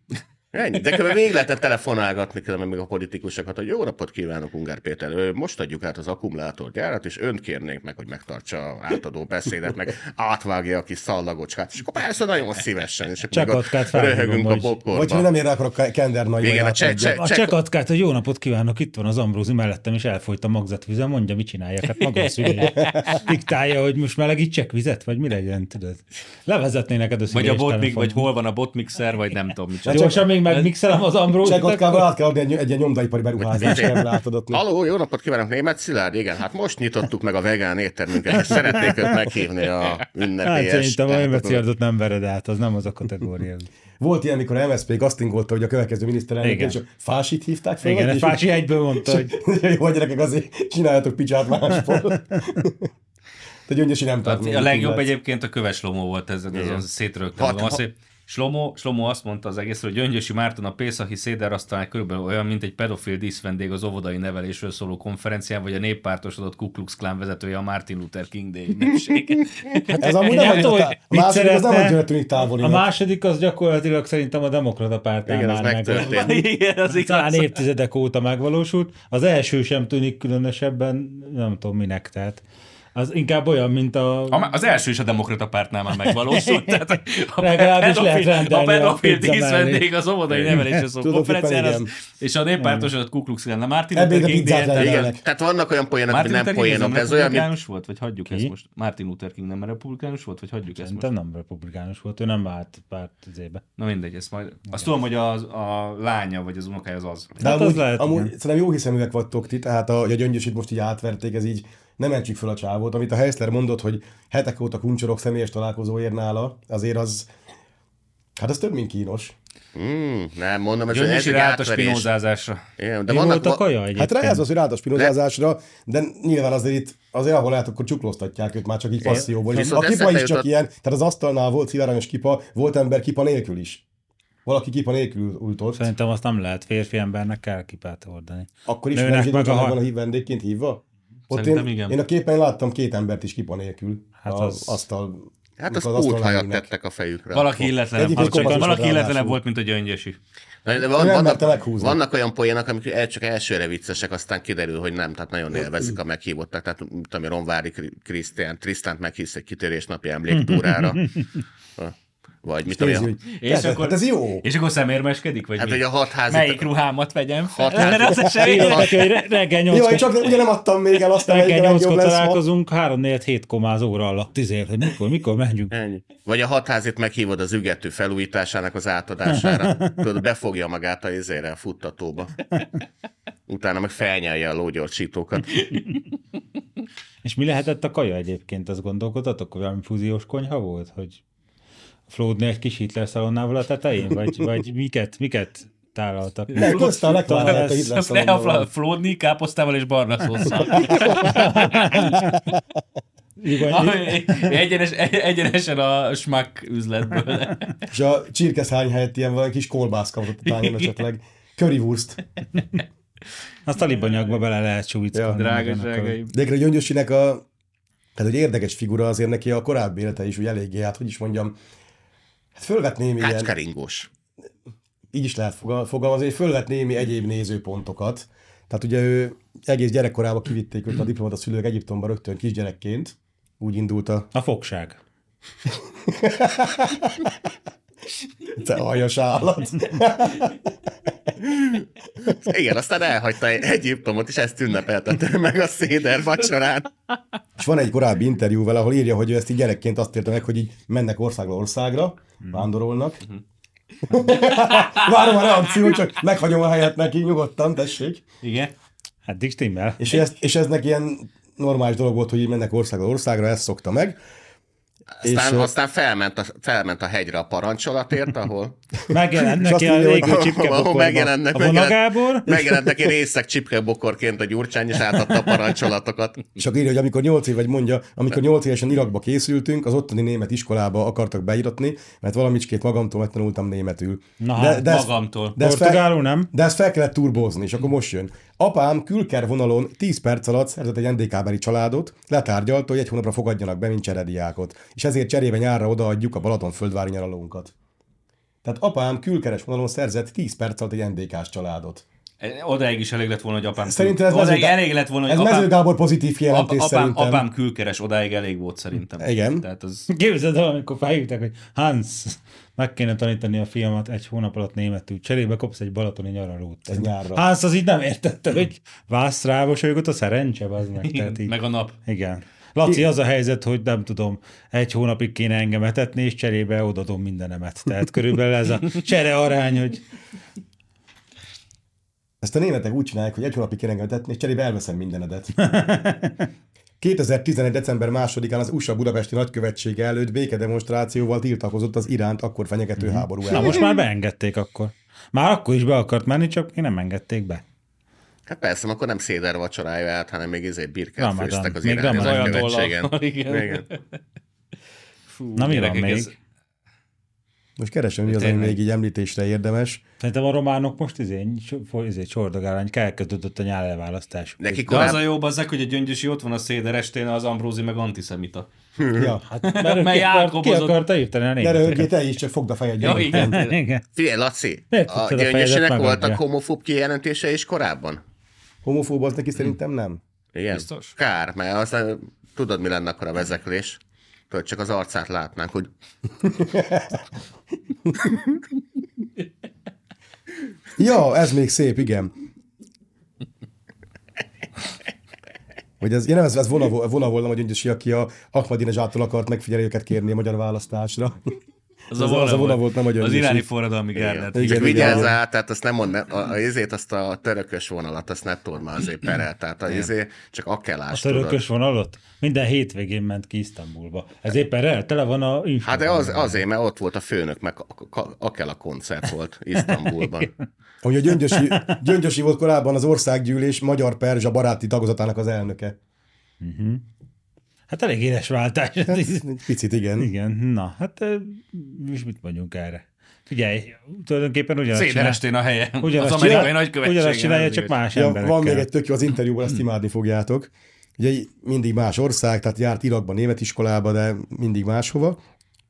Ennyi. De közben végig lehetett telefonálgatni még a politikusokat, hogy jó napot kívánok, Ungár Péter, most adjuk át az akkumulátorgyárat, és önt kérnénk meg, hogy megtartsa átadó beszédet, meg átvágja a kis szallagocskát, és akkor persze nagyon szívesen, és akkor röhögünk a bokorba. Vagy hogy nem ér rá, akkor a kendernai a csekatkát, hogy jó napot kívánok, itt van az Ambrózi mellettem, és elfolyt a magzatvízem, mondja, mit csináljak, hát maga szülés. Diktálja, hogy most melegítsek vizet, vagy mi legyen, tudod. Levezetné neked a szülés. Vagy hol van a botmixer, vagy nem tudom, mit csinálja. Gyorsan még megmixelem az Ambrózit. Csekotkával át kell adni egy ilyen nyomdaipari beruházásra átadatni. Halló, jó napot kívánok, Németh Szilárd, igen, hát most nyitottuk meg a vegán éttermünket, és szeretnék őt meghívni a ünnepélyes. Hát szerintem a Németh Szilárdot nem vered át, az nem az a kategória. Volt ilyen, amikor a MSZP gasztingolta, hogy a következő miniszterelnök, és a Fásit hívták fel. Igen, Fási egyből mondta, hogy... Jó, gyerekek, azért csináljatok picsát máshol. De Gyöngyösi nem tart. A legjobb egyébként a Köves Lomó volt ez szétrögtem. Slomo azt mondta az egészről, hogy Gyöngyösi Márton a Pészachi széderasztalán körülbelül olyan, mint egy pedofil díszvendég az óvodai nevelésről szóló konferencián, vagy a néppártosodott Ku Klux Klan vezetője a Martin Luther King Day ünnepségen. Ez amúgy nem a második, az nem annyira tűnik távolinak. A második az gyakorlatilag szerintem a Demokrata Pártnál már megtörtént. Talán évtizedek óta megvalósult. Az első sem tűnik különösebben, nem tudom minek, tehát. Az inkább olyan, mint az első is a Demokrata Pártnál már megvalósult. Tehát legalábbis lehet rendelni a pedofil díszvendég az óvodai nevelésre szóló konferencián, és a néppártosodott Ku Klux Klan, a Martin Luther King Day. Tehát vannak olyan poénok, hogy nem poénok. Ez olyan, republikánus volt, vagy hagyjuk ezt most? Martin Luther King nem republikánus volt, vagy hagyjuk ezt most? Szerintem nem republikánus volt, ő nem vált párt izébe. Na mindegy, ezt majd. Azt tudom, hogy a lánya, vagy az unokája az. De amúgy szerintem jó hiszeműek vagytok ti, tehát a Gyöngyösit most így átverték, ez így nem mentsük fel a csávót. Amit a Heisler mondott, hogy hetek óta kuncsorok személyes találkozóért nála, azért az, hát az több, mint kínos. Nem, mondom, ez egy rált a spinózázásra. De volt a kaja egyébként. Hát rá ez az, hogy rált a spinózázásra, de nyilván azért itt, ahol lehet, akkor csuklóztatják őt már csak így passzióból. A kipa is csak ilyen, tehát az asztalnál volt szivárványos kipa, volt ember kipa nélkül is. Valaki kipa nélkül ült ott. Szerintem azt nem lehet, férfi embernek kell kipát hordani. Akkor is van a vendégként hívva? Ott én a képen láttam 2 embert is kipa nélkül. Hát az asztal. Hát az póthajat tettek a fejükre. Valaki illetlenebb volt, mint a Gyöngyösi. De vannak olyan poénak, amik csak elsőre viccesek, aztán kiderül, hogy nem, tehát nagyon élvezik a meghívottak. Tehát tudom, Ronvári Trisztánt meghívsz egy kitörésnapi emléktúrára. Vagy mit tudom, és akkor, hát ez jó. És akkor szemérmeskedik? Vagy hát, hogy a hatházi... Melyik ruhámat vegyem fel? Reggel 8-kor... Jó, csak ugye nem adtam még el, aztán reggel 8-kor találkozunk, 3-4-7 komás óra alatt, 10 hogy mikor menjünk. Ennyi. Vagy a hatházit meghívod az ügető felújításának az átadására. Tudod, befogja magát a izére a futtatóba. Utána meg felnyelje a lógyorsítókat. És mi lehetett a kaja egyébként? Azt gondolkodatok, hogy valami fúziós konyha volt? Hogy Flódni egy kis Hitler szalonnával a tetején? Vagy miket tálaltak? Nem, köztán megtalálták a Hitler szalonnával. Flódni káposztával és barna szósszal. Egyenesen a smack üzletből. És a csirkeszány helyett ilyen valami kis kolbász kapott a tányon esetleg. Currywurst. Azt a libanyagba bele lehet súlycolni. Drágaim. De a Gyöngyösinek tehát egy érdekes figura, azért neki a korábbi élete is úgy eléggé, hát hogy is mondjam, hát fölvet némi ilyen... Kácskeringós. Így is lehet fogalmazni, hogy fölvet némi egyéb nézőpontokat. Tehát ugye ő egész gyerekkorában kivitték őt a diplomata szülők Egyiptomba rögtön kisgyerekként. Úgy indult a fogság. Te aljas állat. Igen, aztán elhagyta Egyiptomot, és ezt ünnepeltette meg a széder vacsorán. És van egy korábbi interjú vele, ahol írja, hogy ő ezt így gyerekként azt érte meg, hogy így mennek országról országra, vándorolnak. Várom a reakciót, csak meghagyom a helyet neki, nyugodtan, tessék. Igen. Hát stimmel. És ez neki ilyen normális dolog volt, hogy így mennek országról országra, ezt szokta meg. Aztán felment a hegyre a parancsolatért, ahol... Megjelent neki a végül csipkebokorban. A vonagábor. Megjelent neki részek csipkebokorként a Gyurcsány, és átadta a parancsolatokat. És akkor írja, hogy amikor 8 évesen Irakba készültünk, az ottani német iskolába akartak beiratni, mert valamicskét magamtól megtanultam németül. Magamtól. Portugálul nem? De ezt fel kellett turbózni, és akkor most jön. Apám Külker vonalon 10 perc alatt szerzett egy NDK-beli családot, letárgyalta, hogy 1 hónapra fogadjanak be, mint cserediákot. És ezért cserébe nyárra odaadjuk a Balatonföldvári nyaralónkat. Tehát apám külkeres vonalon szerzett 10 perc alatt egy NDK-s családot. Odáig is elég lett volna, hogy apám... Szerintem elég lett volna, hogy ez Mező Gábor pozitív kijelentés szerintem. Apám külkeres, odáig elég volt szerintem. Igen. Tehát az... Képzeld el, amikor felhívták, hogy Hans, meg kéne tanítani a fiamat 1 hónap alatt németül. Cserébe kapsz egy balatoni nyaralót. Ez nyárra. Hans az így nem értette, hogy vász rámosolygott a szerencse, az meg. Tehát így, meg a nap. Igen. Laci, az a helyzet, hogy nem tudom, 1 hónapig kéne engem etetni, és cserébe odadom mindenemet. Tehát körülbelül ez a csere arány, hogy... Ezt a németek úgy csinálják, hogy 1 hónapig kéne engem etetni, és cserébe elveszem mindenedet. 2011. december 2-án az USA budapesti nagykövetsége előtt békedemonstrációval tiltakozott az Iránt akkor fenyegető háború ellen. Na most már beengedték akkor. Már akkor is be akart menni, csak én nem engedték be. Hát persze, akkor nem széder vacsorája át, hanem még birkát főztek az még iráni nagykövetségen. Igen. Fú, na mi van még? Most keresem, mi az, ami még így említésre érdemes. Szerintem a románok most csordogállány, elkezdődött a nyelvválasztás. De az a jobb azzak, hogy a Gyöngyösi ott van a széder estén, az Ambrózi meg antiszemita. Ja. Hát, mert ki akarta írtani a németeket. Ne röhögjél, te is, csak fogd a fejed. Ja, igen. Figyelj, Laci, a Gyöngyösinek voltak homofób kijelentése is korábban? Homofób az neki szerintem nem. Igen? Biztos? Kár, mert aztán tudod, mi lenne akkor a vezeklés. Tudod, csak az arcát látnánk, hogy... Ja, ez még szép, igen. Hogy ez, nem, ez volna volna, hogy Gyöngyösi, aki a Ahmadinezsádtól akart megfigyelőket kérni a magyar választásra. Az a vona volt, nem a Gyöngyösi. Az iráni forradalmi gárdát. Csak vigyázzál, tehát azt nem mond, azt a törökös vonalat, azt ne tudod már azért perel, tehát csak akkelás. A törökös vonalat? Minden hétvégén ment ki Isztambulba. Ez éppen tele van a... Hát de azért, mert ott volt a főnök, meg Akela koncert volt Isztambulban. Hogy a Gyöngyösi volt korábban az országgyűlés magyar-perzsa baráti tagozatának az elnöke. Uh-huh. Hát elég éles váltás. Hát, picit igen. Igen, na, hát és mit mondjunk erre? Figyelj, tulajdonképpen ugyanazt Széderestén a helye. Az amerikai nagykövetségen. Ugyanazt csinálja, csak más emberekkel. Van még egy tök jó az interjúban, azt imádni fogjátok. Ugye mindig más ország, tehát járt Irakban német iskolába, de mindig máshova.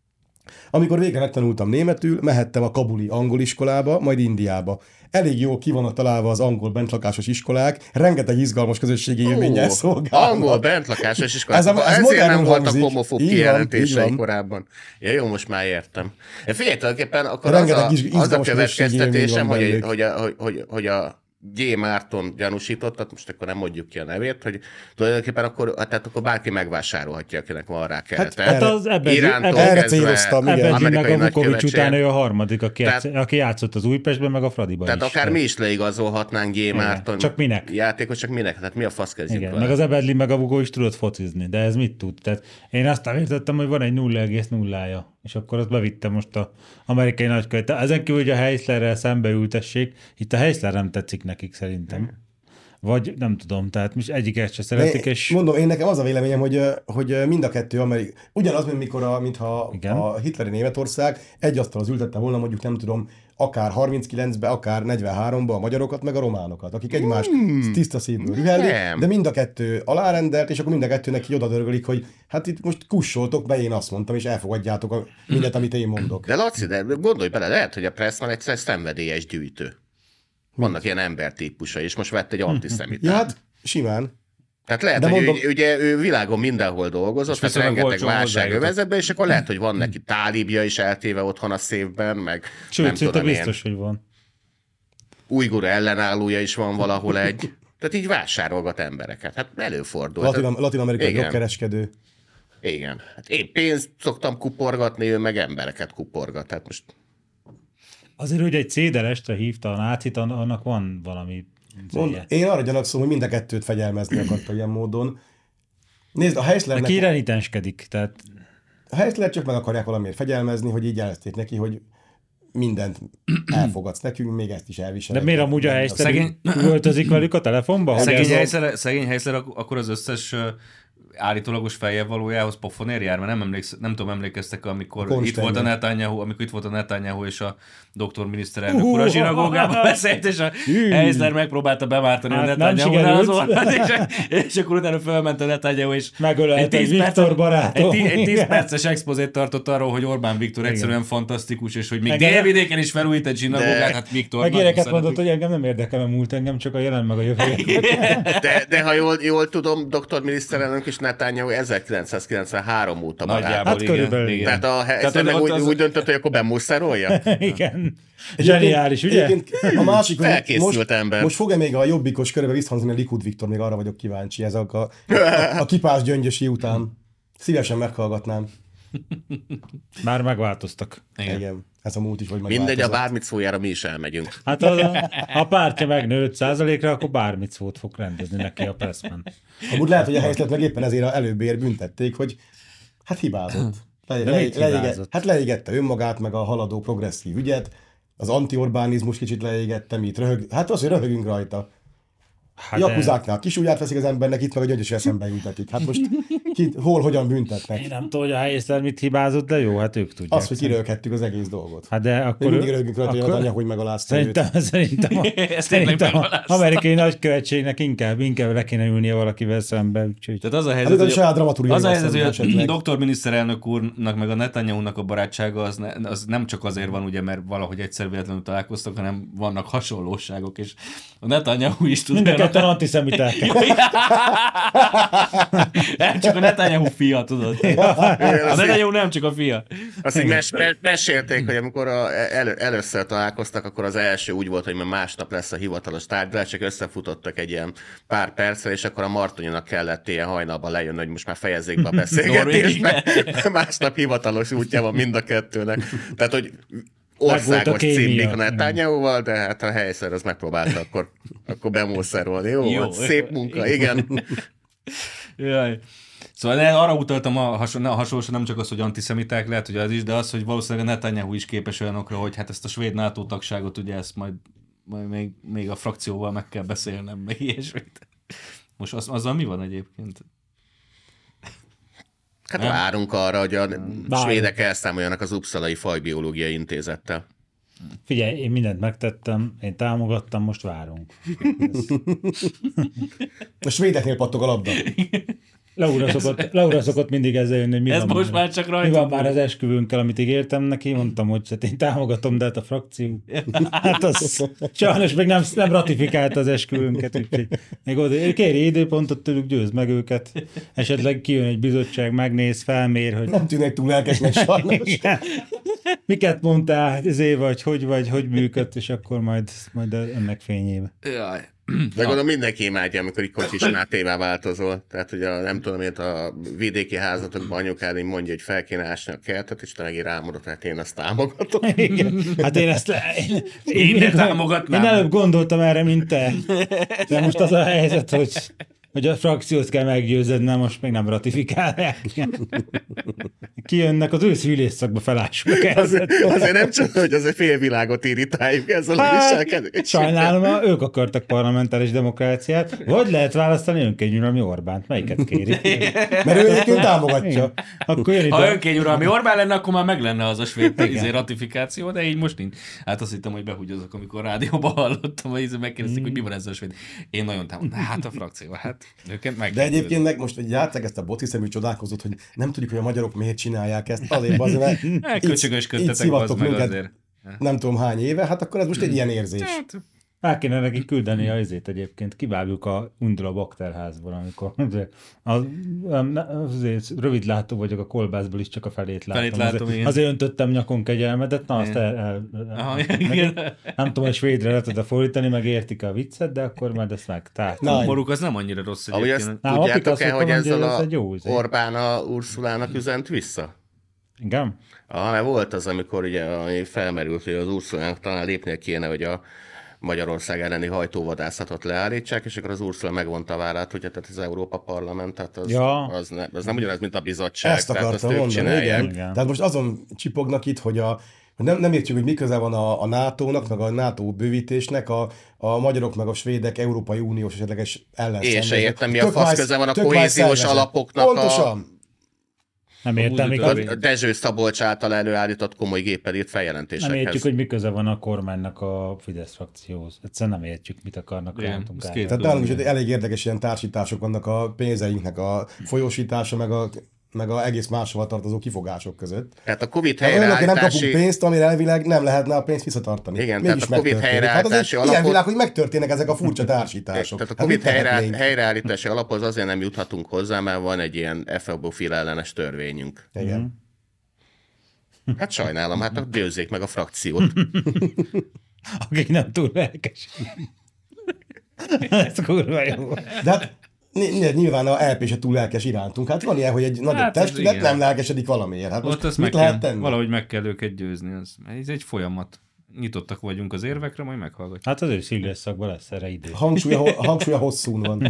Amikor végre megtanultam németül, mehettem a kabuli angol iskolába, majd Indiába. Elég jól ki vannak találva az angol bentlakásos iskolák, rengeteg izgalmas közösségi élménnyel szolgálnak. Angol bentlakásos iskolák. Ezért nem voltak homofób kijelentései korábban. Ja, jó, most már értem. Figyelj, tulajdonképpen akkor az a következtetésem, hogy a G. Márton gyanúsítottat, most akkor nem mondjuk ki a nevét, hogy tulajdonképpen akkor bárki megvásárolhatja, akinek van rá kelete. Hát az erre céloztam, igen. Ebben meg a Vukovics után ő a harmadik, aki játszott az Újpestben, meg a Fradiban tehát is. akár mi is leigazolhatnánk G. Márton csak minek? játékos, csak minek? Tehát mi a fasz kezdjük igen, vele? meg az Ebedli, meg a Vukovics tudott focizni, de ez mit tud? Tehát én azt nem értettem, hogy van egy 0,0-ja, és akkor azt bevittem most az amerikai nagykövet. Ezen kívül, hogy a Heislerrel szembeültessék, itt a Heisler nem tetszik nekik szerintem. Vagy nem tudom, tehát most egyiket se szeretik, és... Mondom, én nekem az a véleményem, hogy mind a kettő ugyanaz, mintha a hitleri Németország egy asztalhoz ültette volna, mondjuk nem tudom, akár 39-be, akár 43-ba a magyarokat, meg a románokat, akik egymást tiszta szívből rühellik, de mind a kettő alárendelt, és akkor mind a kettő neki odadörgölik, hogy hát itt most kussoltok be, én azt mondtam, és elfogadjátok mindent, amit én mondok. De Laci, de gondolj bele, lehet, hogy a Pressman egyszer szenvedélyes gyűjtő. Vannak ilyen embertípusa, és most vett egy antiszemitát. Ja, hát simán. Tehát lehet, de hogy mondom, ugye ő világon mindenhol dolgozott, tehát rengeteg válságövezetben, és akkor lehet, hogy van neki tálibja is eltéve otthon a széfben, meg sőt, nem tudom biztos, hogy van. Ujgur ellenállója is van valahol egy. Tehát így vásárolgat embereket. Hát előfordul. Latin-amerikai drogkereskedő. Igen. Hát én pénzt szoktam kuporgatni, ő meg embereket kuporgat. Hát most... Azért, hogy egy cédelestre hívta a nácit, annak van valami... Én arra gyanakszom, hogy mind a kettőt fegyelmezni akarta ilyen módon. Nézd, a Heislernek... De ki renitenskedik, tehát... A Heisler csak meg akarják valamiért fegyelmezni, hogy így jelezték neki, hogy mindent elfogadsz nekünk, még ezt is elviselek. De miért amúgy a Heisler üvöltözik velük a telefonba? Szegény Heisler akkor az összes állítólagos feljebb-valójához pofonér jár, mert nem tudom, emlékeztek, amikor itt volt a Netanyahu és a doktor miniszterelnök úr a zsinagógában beszélt, és a Eisner megpróbálta bemártani a Netanyahu-nál az orrát, és akkor utána fölment a Netanyahu, és megölelte Viktor barátom. Egy 10 perces expozét tartott arról, hogy Orbán Viktor egyszerűen fantasztikus, és hogy még délvidéken is felújít egy zsinagógát, hát Viktor. Meg ilyeneket mondott, hogy engem nem érdekel a múlt, engem csak a jelen meg a jövő. De ha jól tudom, doktor miniszterelnök és Netanyahu 1993 óta barát. Hát körülbelül. Tehát a Eisner meg úgy döntött, hogy akkor bemuszerolja? Igen. Zseniális, ugye? A másik, felkészült ember. Most fog-e még a jobbikos körbe visszhangzni a Likud Viktor, még arra vagyok kíváncsi, ez a kipás gyöngyösi után. Szívesen meghallgatnám. Már megváltoztak. Igen. Ez a múlt is, vagy megváltozott. Mindegy, a bármit szójára mi is elmegyünk. Hát ha pártja megnő 5%-ra, akkor bármit szót fog rendezni neki a Pressman. Amúgy lehet, hogy a helyzet meg éppen ezért előbbért büntették, hogy hát hibázott. Leégette önmagát, meg a haladó progresszív ügyet, az anti-Orbánizmus kicsit leégette, mit hát az, hogy röhögünk rajta. Hát Jakuzáknál kis ujját veszik az embernek, itt meg a gyöngyösi eszembe ültetik. Hát most hogyan büntetnek? Én nem tudom, hogy a Eisner mit hibázott, de jó, hát ők tudják. Azt, hogy kiröghettük az egész dolgot. Hát de akkor... Mindig röhögünk rajta, hogy a Netanyahu, hogy megalázta Szerintem amerikai nagykövetségnek inkább le kéne ülnie valakivel szembe. Úgyhogy... Tehát az a helyzet, hogy a doktor miniszterelnök úrnak meg a Netanyahu-nak a barátsága az nem csak azért van, ugye, mert valahogy egyszer véletlenül találkoztak, hanem vannak hasonlóságok, és a Netanyahu is tud ketten antiszemiták. Nem csak a Netanyahu fia, tudod. A Netanyahu nem csak a fia. Azt így mesélték, hogy amikor először találkoztak, akkor az első úgy volt, hogy már másnap lesz a hivatalos tárgyalás, csak összefutottak egy ilyen pár percre, és akkor a Martonyinak kellett ilyen hajnalban lejönni, hogy most már fejezzék be a beszélgetést, mert másnap hivatalos útja van mind a kettőnek. Tehát, hogy országos címlik a Netanyahuval, de hát a helyszer az megpróbálta akkor bemószerolni. Jó, szép munka, igen. Jaj. Szóval arra utaltam hasonlóan nem csak az, hogy antiszemiták, lehet, hogy az is, de az, hogy valószínűleg a Netanyahu is képes olyanokra, hogy hát ezt a svéd NATO tagságot, ugye ezt majd még a frakcióval meg kell beszélnem, meg ilyesmit. Most azzal mi van egyébként? Hát várunk arra, hogy a svédek elszámoljanak az Uppsalai Fajbiológiai Intézettel. Figyelj, én mindent megtettem, én támogattam, most várunk. A svédeknél pattog a labda. Laura szokott mindig ezzel jönni, hogy mi van már az esküvőnkkel, amit ígértem neki, mondtam, hogy hát én támogatom, de hát a frakció. Hát az sajnos még nem ratifikálta az esküvőnket, úgyhogy még oda kéri időpontot tőlük, győzd meg őket. Esetleg kijön egy bizottság, megnéz, felmér, hogy... Nem tűnik túl lelkesnek sajnos. Miket mondtál, hogy működt, és akkor majd ennek fényébe. Jaj. De gondolom mindenki imádja, amikor egy kocsisnál tévá változol. Tehát, hogy nem tudom, miért a vidéki házatokban anyukád mondja, hogy fel kéne ásni a kertet, és te meg rámodod, hát én ezt támogatom. Igen. Hát én ezt én támogatnám. Én előbb gondoltam erre, mint te. De most az a helyzet, hogy a frakciót kell meggyőződnem, most még nem ratifikálják. Kijönnek az őszi ülésszakba felássuk. Azért nem csak, hogy az a félvilágot irritáljuk ezzel a viselkedéssel. Sajnálom, ők akartak parlamentáris demokráciát, vagy lehet választani önkényuralmi Orbánt. Melyiket kéri? Mert ő egyébként támogatja. Ha önkényuralmi Orbán lenne, akkor már meg lenne az a svéd ratifikáció, de így most nincs. Hát azt hittem, hogy behúgyozok, amikor rádióban hallottam, hogy megkérdezték, hogy mi van ezzel a svéd. Én nagyon támogatom. Hát a frakció, hát de egyébként meg most játsszák ezt a botiszemű csodálkozott, hogy nem tudjuk, hogy a magyarok miért csinálják ezt. Azért, mert így szivattok minket nem tudom hány éve, hát akkor ez most egy ilyen érzés. El kéne neki küldeni azért egyébként. Kivágjuk a Undula bakterházból, amikor azért rövidlátó vagyok, a kolbászból is csak a felét látom. Azért öntöttem nyakon kegyelmedet, na azt nem tudom, hogy svédre le tud fordítani, meg értik a viccet, de akkor majd ezt megtártam. A humoruk az nem annyira rossz egyébként. Tudjátok-e, hogy ezzel a Orbán a Ursulának üzent vissza? Igen? Mert volt az, amikor ugye felmerült, hogy az Ursulának talán lépnie kéne, hogy a Magyarország elleni hajtóvadászatot leállítsák, és akkor az Ursula megvonta a vállát, hogy tehát az Európa Parlament, tehát az nem ugyanaz, mint a bizottság. Ezt akartam mondani, igen. Tehát most azon csipognak itt, hogy a Nem értjük, hogy mi köze van a NATO-nak, meg a NATO bővítésnek, a magyarok, meg a svédek Európai Uniós esetleges ellenszenvek. Én se értem, mi a fasz köze van a kohéziós alapoknak. Pontosan. Nem értem, a Dezső Szabolcs által előállított komoly géppel írt feljelentésekhez. Nem értjük, hogy mi köze van a kormánynak a Fidesz frakcióhoz. Egyszerűen nem értjük, mit akarnak rántunk állítani. Tehát nálunk is elég érdekes ilyen társítások vannak a pénzeinknek a folyósítása, meg a egész máshova tartozó kifogások között. Tehát a Covid helyreállítási... nem kapunk pénzt, amire elvileg nem lehetne a pénzt visszatartani. Igen, mégis tehát a Covid helyreállítási alapot... Ilyen világ, hogy megtörténnek ezek a furcsa társítások. Tehát a Covid helyreállítási alaphoz azért nem juthatunk hozzá, mert van egy ilyen FABOFIL ellenes törvényünk. Igen. Hát sajnálom, hát győzzék meg a frakciót. Akik nem túl lelkes. Ez kurva jó. De hát nyilván a LP se túl lelkes irántunk. Hát van ilyen, hogy egy nagyobb testület nem lelkesedik valamiért. Hát most mit lehet tenni? Valahogy meg kell őket győzni. Ez egy folyamat. Nyitottak vagyunk az érvekre, majd meghallgatjuk. Hát azért szilvesszakban lesz erre idő. Hangsúlya hosszún van.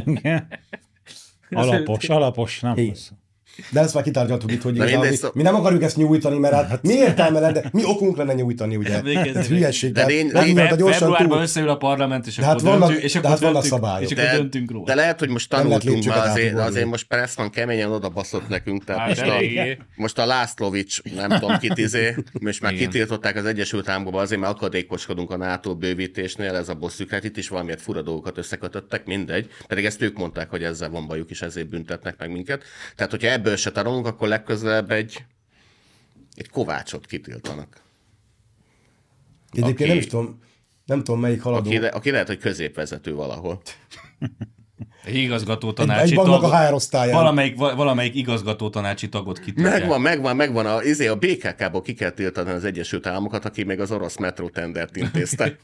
Alapos, nem hosszú. De ezt már kitárgyaltuk itt, hogy mi nem akarjuk ezt nyújtani, mert hát mi értelme lenne, mi okunk lenne nyújtani, ugye? Ez hülyeség. Februárban összeül a parlament, és akkor döntünk róla. De lehet, hogy most tanultunk, mert azért most Pressman keményen odabaszott nekünk, tehát most a Lászlóvics, nem tudom most már kitiltották az Egyesült Államokba azért, mert akadékoskodunk a NATO bővítésnél, ez a bosszük, hát itt is valamiért fura dolgokat összekötöttek, mindegy, pedig ezt ők mondták, hogy ezzel van bajuk, és ezért büntetnek meg minket. Tehát, hogyha ebből se tanulunk, akkor legközelebb egy Kovácsot kitiltanak. Egyébként nem tudom melyik haladó. Aki lehet, hogy középvezető valahol. Igazgató tanácsi tag. A HR osztályán. Valamelyik igazgató tanácsi tagot kitiltják. Megvan. A BKK-ból ki kell tiltani az Egyesült Államokat, aki még az orosz metró tendert intézte.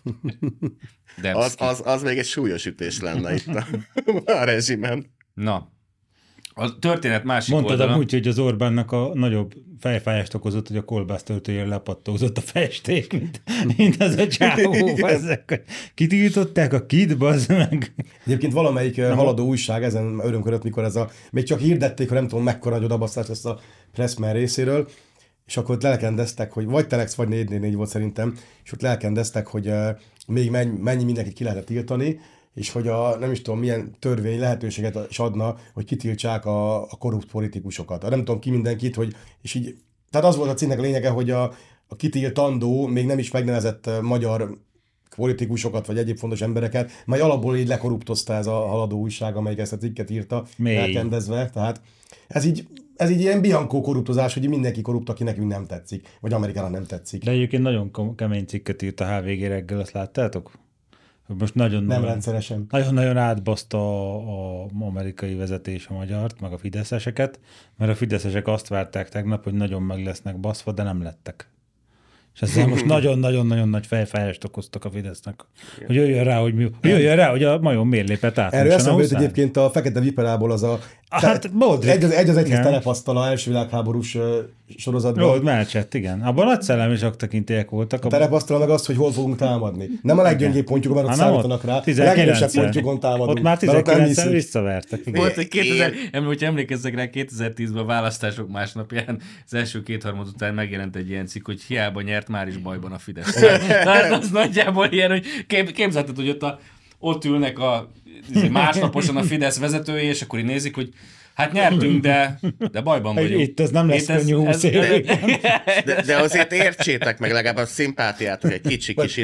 az még egy súlyos ütés lenne itt a rezsimen. Na. A történet másik oldala. Mondtad amúgy, hogy az Orbánnak a nagyobb fejfájást okozott, hogy a kolbásztöltőjén lepattózott a festék, mint az a csávó. Kitiltották a kit, bazd meg. Egyébként valamelyik haladó újság ezen örömkörött, mikor még csak hirdették, hogy nem tudom mekkora nagy odabasztást ezt a Pressman részéről, és akkor ott lelkendeztek, hogy vagy Telex, vagy 444 volt szerintem, és ott lelkendeztek, hogy még mennyi mindenkit ki lehetett tiltani, és hogy nem is tudom, milyen törvény lehetőséget is adna, hogy kitiltsák a korrupt politikusokat. Nem tudom ki mindenkit, és így, tehát az volt a címnek a lényege, hogy a kitiltandó, még nem is megnevezett magyar politikusokat, vagy egyéb fontos embereket, majd alapból így lekorruptozta ez a haladó újság, amelyik ezt a cikket írta, elkendezve. Tehát ez így ilyen Bianco korruptozás, hogy mindenki korrupt, aki nekünk nem tetszik, vagy Amerikának nem tetszik. De egyébként nagyon kemény cikket írt a HVG reggel, azt láttátok? Most nem rendszeresen. Nagyon átbaszta az amerikai vezetés a magyart, meg a fideszeseket, mert a fideszesek azt várták tegnap, hogy nagyon meg lesznek baszva, de nem lettek. És ezzel most nagyon-nagyon nagy fejfájást okoztak a Fidesznek. Hogy jöjjön rá, hogy a majom miért lépett át. Erről eszembe jut egyébként a Fekete Viperából az a egy az egyhez telepasztal első világháborús sorozatban. Road Melchett, igen. Abban nagy szellemi zsaktekintélyek voltak. A telepasztal meg azt, hogy hol fogunk támadni. Nem a leggyöngébb pontjukon, mert ott számítanak rá. A legerősebb pontjukon támadunk. Ott már 19-en visszavertek. Volt egy hogy emlékezzek rá, 2010-ben a választások másnapján az első kétharmad után megjelent egy ilyen cikk, hogy hiába nyert, már is bajban a Fidesz. Tehát az nagyjából ilyen, hogy képzelted, hogy ott ülnek másnaposan a Fidesz vezetői, és akkor így nézik, hogy hát nyertünk, de bajban vagyunk. Itt ez nem lesz könnyű 20 évig. De azért értsétek meg legalább a szimpátiát, hogy egy kicsi kis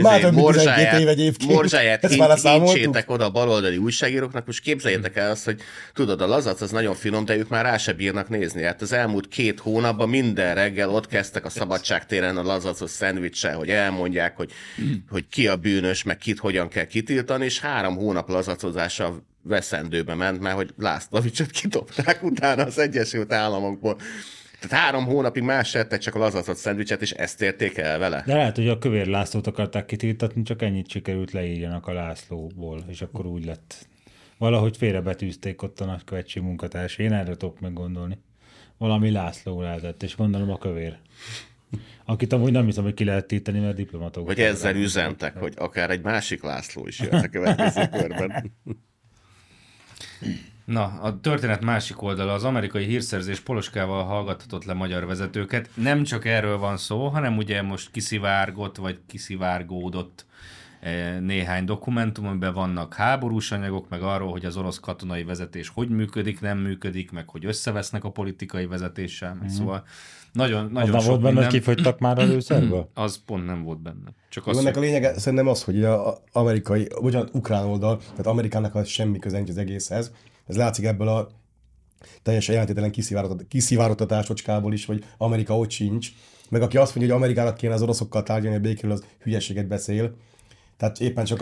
morzsáját kincsétek oda a baloldali újságíróknak. Most képzeljétek el azt, hogy tudod, a lazac az nagyon finom, de ők már rá se bírnak nézni. Hát az elmúlt 2 hónapban minden reggel ott kezdtek a Szabadságtéren a lazacos szendvicssel, hogy elmondják, hogy ki a bűnös, meg kit hogyan kell kitiltani, és 3 hónap lazacozással veszendőbe ment, mert hogy Lászlóvicsot kitopták utána az Egyesült Államokból. Tehát 3 hónapig más se ettek, csak a lazacolt szendvicset, és ezt érték el vele. De lehet, hogy a Kövér Lászlót akarták kitiltatni, csak ennyit sikerült leírjanak a Lászlóból, és akkor úgy lett. Valahogy félrebetűzték ott a nagykövetség munkatársai. Én erre tudok meg gondolni. Valami László lehetett, és gondolom a Kövér. Akit amúgy nem hiszem, hogy ki lehet tiltani, mert diplomatok. Hogy ezzel üzentek, hogy akár egy másik László is jött a következő körben. Na, a történet másik oldala, az amerikai hírszerzés poloskával hallgathatott le magyar vezetőket. Nem csak erről van szó, hanem ugye most kiszivárgott, vagy kiszivárgódott néhány dokumentum, amiben vannak háborús anyagok, meg arról, hogy az orosz katonai vezetés hogy működik, nem működik, meg hogy összevesznek a politikai vezetéssel, meg szóval nagyon az sok volt benne, hogy kifogytak már az őszerből? Az pont nem volt benne. Csak az, ennek a lényege szerintem az, hogy az amerikai, vagy ukrán oldal, tehát Amerikának az semmi köze nincs az egészhez. Ez látszik ebből a teljesen jelentételen kiszivárogtatásocskából is, hogy Amerika ott sincs. Meg aki azt mondja, hogy Amerikának kéne az oroszokkal tárgyalni a békéről, az hülyeséget beszél. Tehát éppen csak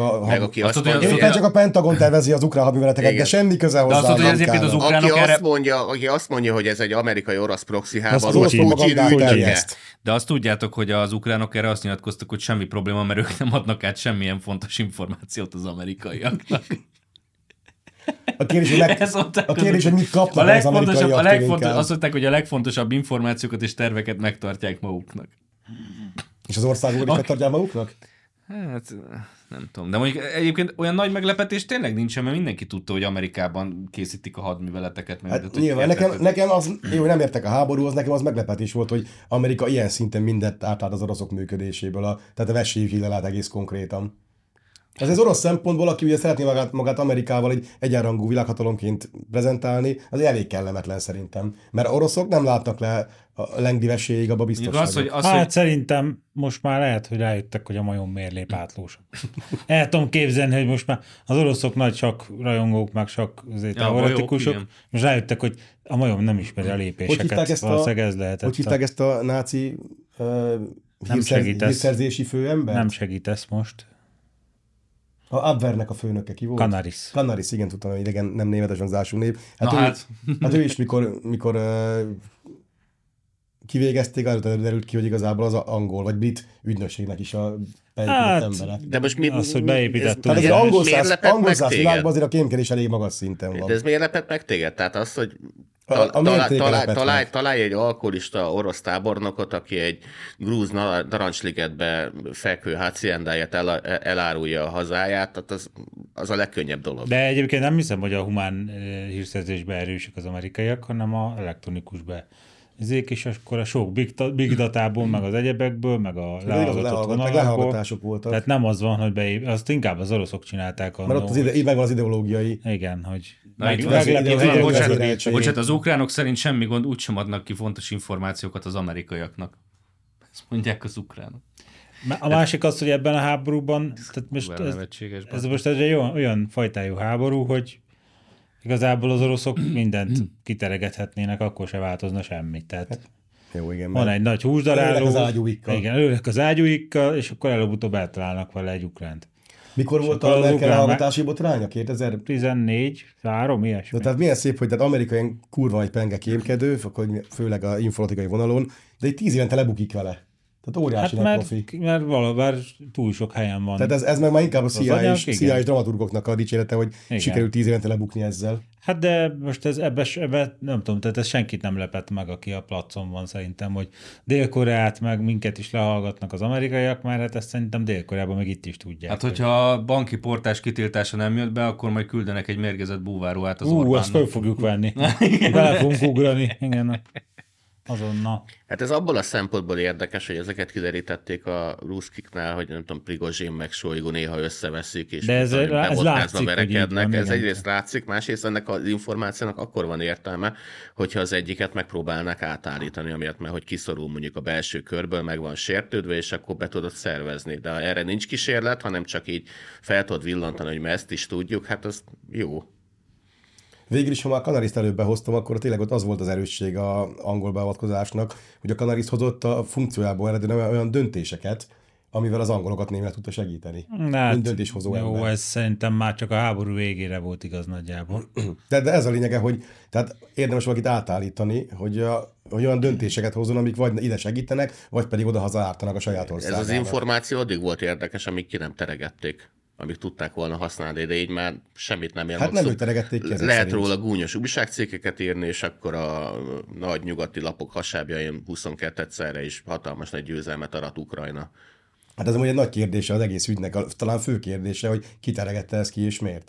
a Pentagon tervezi az ukrán hadműveleteket, de semmi köze hozzá. De azt mondja, hogy ezért az ukránok aki azt mondja, hogy ez egy amerikai-orosz proxy háború, de azt tudjátok, hogy az ukránok erre azt nyilatkoztak, hogy semmi probléma, mert ők nem adnak át semmilyen fontos információt az amerikaiaknak. A kérdés, hogy mit kapnak az amerikaiak. Azt mondták, hogy a legfontosabb információkat és terveket megtartják maguknak. És az országok is megtartják maguknak? Hát nem tudom, de mondjuk egyébként olyan nagy meglepetés tényleg nincsen, mert mindenki tudta, hogy Amerikában készítik a hadműveleteket. Hát nyilván, nekem az, jó, nem értek a háborúhoz, nekem az meglepetés volt, hogy Amerika ilyen szinten mindent átlát az oroszok működéséből, tehát a vesélyhíle lát egész konkrétan. Ez az orosz szempontból, aki ugye szeretné magát Amerikával egy egyenrangú világhatalomként prezentálni, az elég kellemetlen szerintem. Mert oroszok nem látnak le a lengdi vesélyig abba biztonságot. Hát szerintem most már lehet, hogy rájöttek, hogy a majom miért lép átlósabb. El tudom képzelni, hogy most már az oroszok nagy csak rajongók, meg csak teoretikusok, most rájöttek, hogy a majom nem ismeri a lépéseket. Hogy hívták ezt a náci hírszerzési főember? Nem segítesz most. A Abwehrnek a főnöke ki volt? Canaris, igen, tudtam, hogy idegen, nem németes hangzású név. Hát ő is, mikor kivégezték, arra derült ki, hogy igazából az angol vagy brit ügynökségnek is a beépített emberek. De most mi az, hogy beépített tehát az angol száz világban azért a kémkedés elég magas szinten van. De ez miért lepett meg téged? Tehát az, hogy találj egy alkoholista orosz tábornokot, aki egy grúz narancsligetbe fekvő haciendáját elárulja a hazáját, tehát az a legkönnyebb dolog. De egyébként nem hiszem, hogy a humán hírszerzésbe erősek az amerikaiak, hanem a elektronikusbe. Ezek is akkor a sok big datából, meg az egyebekből, meg a lehallgatások voltak. Tehát nem az van, hogy azt inkább az oroszok csinálták. Mert ott megvan az ideológiai. Igen, hogy bocsánat, az ukránok szerint semmi gond, úgysem adnak ki fontos információkat az amerikaiaknak. Ezt mondják az ukránok. A másik az, hogy ebben a háborúban, tehát most ez egy olyan fajtájú háború, hogy igazából az oroszok mindent kiteregethetnének, akkor se változna semmit. Tehát jó, igen, van egy nagy húsdaráló. Az ágyúikkal. Igen, az ágyúikkal, és akkor előbb-utóbb eltalálnak vele egy ukránt. Mikor volt a Merkel hallgatási botránya? 2014, 3, ilyesmi. Tehát milyen szép, hogy tehát Amerika ilyen kurva egy penge kémkedő, főleg a informatikai vonalon, de egy 10 évente lebukik vele. Tehát óriási hát profi. Mert valóban túl sok helyen van. Tehát ez meg már inkább a CIA-s dramaturgoknak a dicsérete, hogy igen, sikerült 10 évente lebukni ezzel. Hát de most ez ebbe nem tudom, tehát ez senkit nem lepett meg, aki a placon van szerintem, hogy Dél-Koreát meg minket is lehallgatnak az amerikaiak, mert hát ezt szerintem Dél-Koreában meg itt is tudják. Hát hogyha a banki portás kitiltása nem jött be, akkor majd küldenek egy mérgezett búváruhát az Orbánnak. Azt föl fogjuk venni. Bele fogunk ugrani. Igen. Azonnal. Hát ez abból a szempontból érdekes, hogy ezeket kiderítették a ruszkiknál, hogy nem tudom, Prigozsin meg Sojgu néha összeveszik, és ez látszik, verekednek. Ez egyrészt látszik, másrészt ennek az információnak akkor van értelme, hogyha az egyiket megpróbálnak átállítani, amiatt mert hogy kiszorul mondjuk a belső körből, meg van sértődve, és akkor be tudod szervezni. De erre nincs kísérlet, hanem csak így fel tudod villantani, hogy mi ezt is tudjuk, hát az jó. Végül is, ha már a Canariszt előbb behoztam, akkor tényleg ott az volt az erősség az angol beavatkozásnak, hogy a Canariszt hozott a funkciójából eredően olyan döntéseket, amivel az angolokat némileg tudta segíteni. Hát, döntéshozó jó, ember. Ez szerintem már csak a háború végére volt igaz nagyjából. De ez a lényege, hogy tehát érdemes valakit átállítani, hogy olyan döntéseket hozzon, amik vagy ide segítenek, vagy pedig oda-haza ártanak a saját országának. Ez az információ addig volt érdekes, amíg ki nem teregették, amíg tudták volna használni, de így már semmit nem jelent. Hát nem teregették ki. Lehet róla gúnyos újságcikkeket írni, és akkor a nagy nyugati lapok hasábjain 22-szerre is hatalmas nagy győzelmet arat Ukrajna. Hát ez amúgy egy nagy kérdése az egész ügynek, talán fő kérdése, hogy ki teregette ezt ki és miért.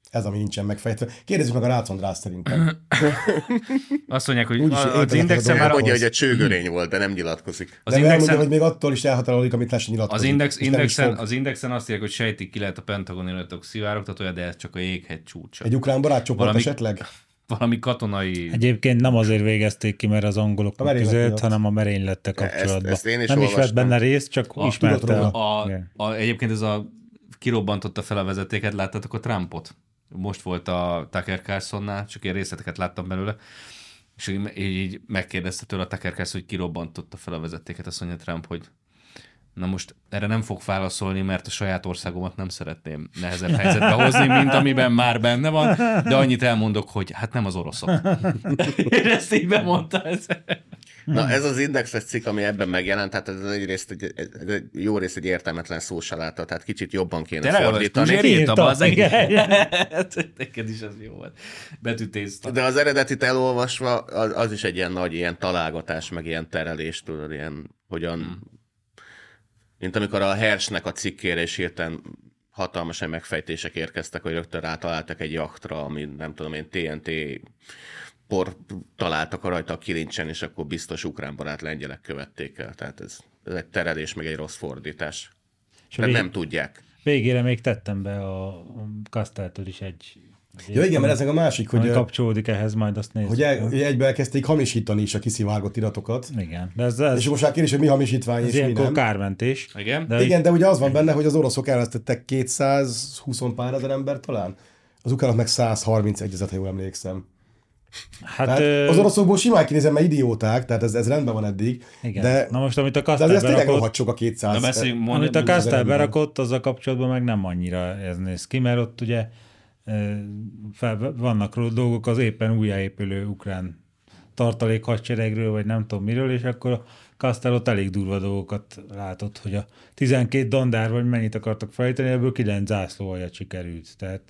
Ez, ami nincsen megfejtve. Kérdezzük meg a Rácz András szerintem. Azt mondják, hogy az Indexen már... Mondja, hogy a csőgörény volt, de nem nyilatkozik. Az Indexen... elmondja, hogy még attól is elhatárolódik, amit le sem nyilatkozik. Az Indexen azt írják, hogy sejtik ki lehet a Pentagon iratok szivárogtatója, de ez csak a jéghegy csúcsa. Egy ukrán barátcsoport esetleg? Valami katonai... Egyébként nem azért végezték ki, mert az angolok között, hanem a merénylettel kapcsolatban. Ezt én is nem olvastam. is vett benne részt, csak ismerte. Egyébként ez kirobbantotta fel a vezetéket, láttátok a Trumpot? Most volt a Tucker Carlsonnál, csak ilyen részleteket láttam belőle, és így megkérdezte tőle a Tucker Carlson, hogy kirobbantotta fel a vezetéket, azt mondja Trump, hogy na most erre nem fog válaszolni, mert a saját országomat nem szeretném nehezebb helyzetbe hozni, mint amiben már benne van, de annyit elmondok, hogy hát nem az oroszok. Én ezt így bemondta. Na ez az Indexes cikk, ami ebben megjelent, tehát ez egyrészt egy jó rész egy értelmetlen szósaláta, tehát kicsit jobban kéne fordítani. Te írtam az neked is ez jó volt. Betűtészta. De az eredetit elolvasva, az is egy ilyen nagy ilyen találgatás, meg ilyen terelés, tudod, ilyen hogyan... Mint amikor a Hershnek a cikkére is hirtelen hatalmas megfejtések érkeztek, hogy rögtön rátaláltak egy jachtra, ami nem tudom én TNT por találtak rajta a kilincsen, és akkor biztos ukrán barát lengyelek követték el. Tehát ez egy terelés, meg egy rossz fordítás. Mert nem tudják. Végére még tettem be a Kasteltől is egy... Ja igen, mert ez a másik, hogy... kapcsolódik ehhez, majd azt nézzük. Hogy egybe elkezdték hamisítani is a kiszivárgott iratokat. Igen. De és most már kérdés, hogy mi hamisítvány és mi nem. Kármentés. Igen, de ugye az van benne, hogy az oroszok elvesztettek 220 pár ezer ember talán. Az ukránok meg 131 ezer, ha jól emlékszem. Hát, az oroszokból simán kinézem, mert idióták, tehát ez rendben van eddig. Igen. De, na most, amit a Kastel berakott... De ez tényleg rohadt sok a 200. Amit a Kastel berakott, azzal kapcsolatban meg nem annyira ez néz ki, mert ott ugye vannak dolgok az éppen újjáépülő ukrán tartalék hadseregről, vagy nem tudom miről, és akkor a Kastel ott elég durva dolgokat látott, hogy a 12 dandár, vagy mennyit akartak fejteni, ebből 9 zászlóaljat sikerült. Tehát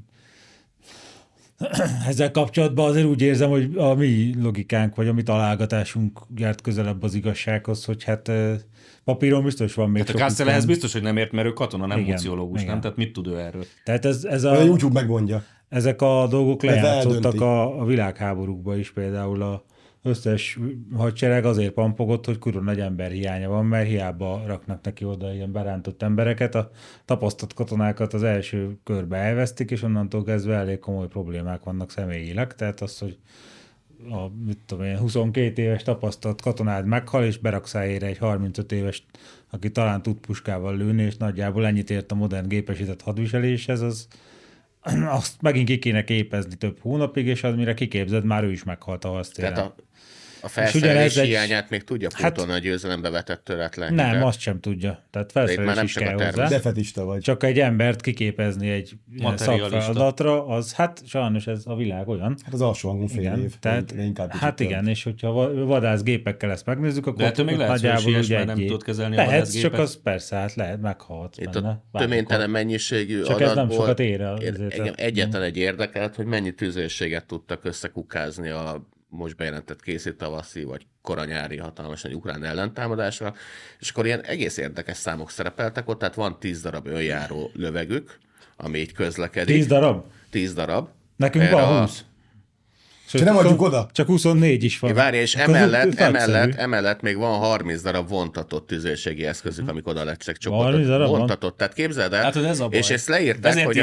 ezzel kapcsolatban azért úgy érzem, hogy a mi logikánk, vagy a mi találgatásunk járt közelebb az igazsághoz, hogy hát papíron biztos van még. Tehát a Kastel ehhez biztos, hogy nem ért, mert ő katona, nem muciológus, nem? Tehát mit tud ő erről? Tehát ez a YouTube megmondja. Ezek a dolgok lejátszottak a világháborúkba is, például a összes hadsereg azért pampogott, hogy kurva nagy ember hiánya van, mert hiába raknak neki oda ilyen berántott embereket, a tapasztalt katonákat az első körbe elvesztik, és onnantól kezdve elég komoly problémák vannak személyileg, tehát az, hogy a 22 éves tapasztalt katonád meghal, és beraksz helyére egy 35 éves, aki talán tud puskával lőni, és nagyjából ennyit ért a modern gépesített hadviseléshez, azt megint ki kéne képezni több hónapig, és az mire kiképzed, már ő is meghalt a harctéren. Tehát a felszerelés hiányát még tudja pótolni a győzelembe vetett töretlen. Nem, azt sem tudja. Tehát felszerelés is kell hozzá. Defetista vagy. Csak egy embert kiképezni egy szakfeladatra, az hát sajnos ez a világ olyan. Hát az alsó hangon fél év. Tehát, hát igen, és hogyha vadászgépekkel ezt megnézzük, akkor de ettől még lehet, hogy mert nem tudod kezelni a vadászgépet. Csak az persze, hát lehet, meghalhatsz itt benne. A töménytelen mennyiségű csak ez nem sokat ér. Egyetlen egy érdekelt, hogy mennyi tüzérséget tudtak összekukázni a most bejelentett készít tavaszi, vagy koranyári hatalmas egy ukrán ellentámadásra, és akkor ilyen egész érdekes számok szerepeltek ott, tehát van 10 darab önjáró lövegük, ami így közlekedik. 10 darab? 10 darab. Nekünk van 20. Csak nem adjuk oda? Csak 24 is van. Várj, és emellett még van 30 darab vontatott tüzérségi eszközük, amik oda lettek csoportot. Vontatott, tehát képzeld el, hát és ezt leírták, hogy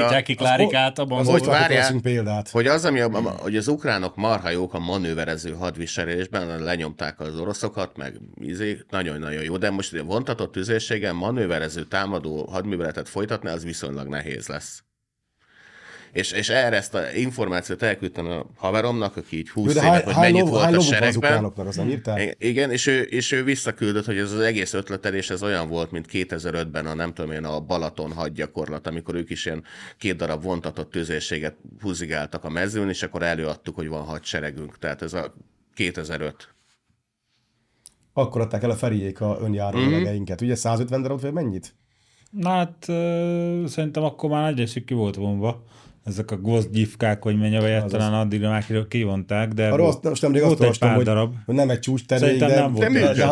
hogy az, hogy az ukránok marha jók a manőverező hadviselésben, lenyomták az oroszokat, meg nagyon-nagyon jó, de most vontatott tüzérségen manőverező támadó hadműveletet folytatni, az viszonylag nehéz lesz. És erre ezt az információt elküldtem a haveromnak, aki így 20 évet, hogy mennyit volt a seregben. Igen, és ő visszaküldött, hogy ez az egész ötletelés ez olyan volt, mint 2005-ben nem tudom én, a Balaton hadgyakorlat, amikor ők is ilyen 2 darab vontatott tüzérséget húzigáltak a mezőn, és akkor előadtuk, hogy van hadseregünk. Tehát ez a 2005. Akkor adták el a Feriék a önjáró lövegeinket. Ugye 150 darab, vagy mennyit? Na hát szerintem akkor már nagy részük ki volt vonva. Ezek a gvozdgyifkák, hogy menj a talán addigra már kivonták, de arra most nemrég azt olvastam, hogy nem egy csúcs termék,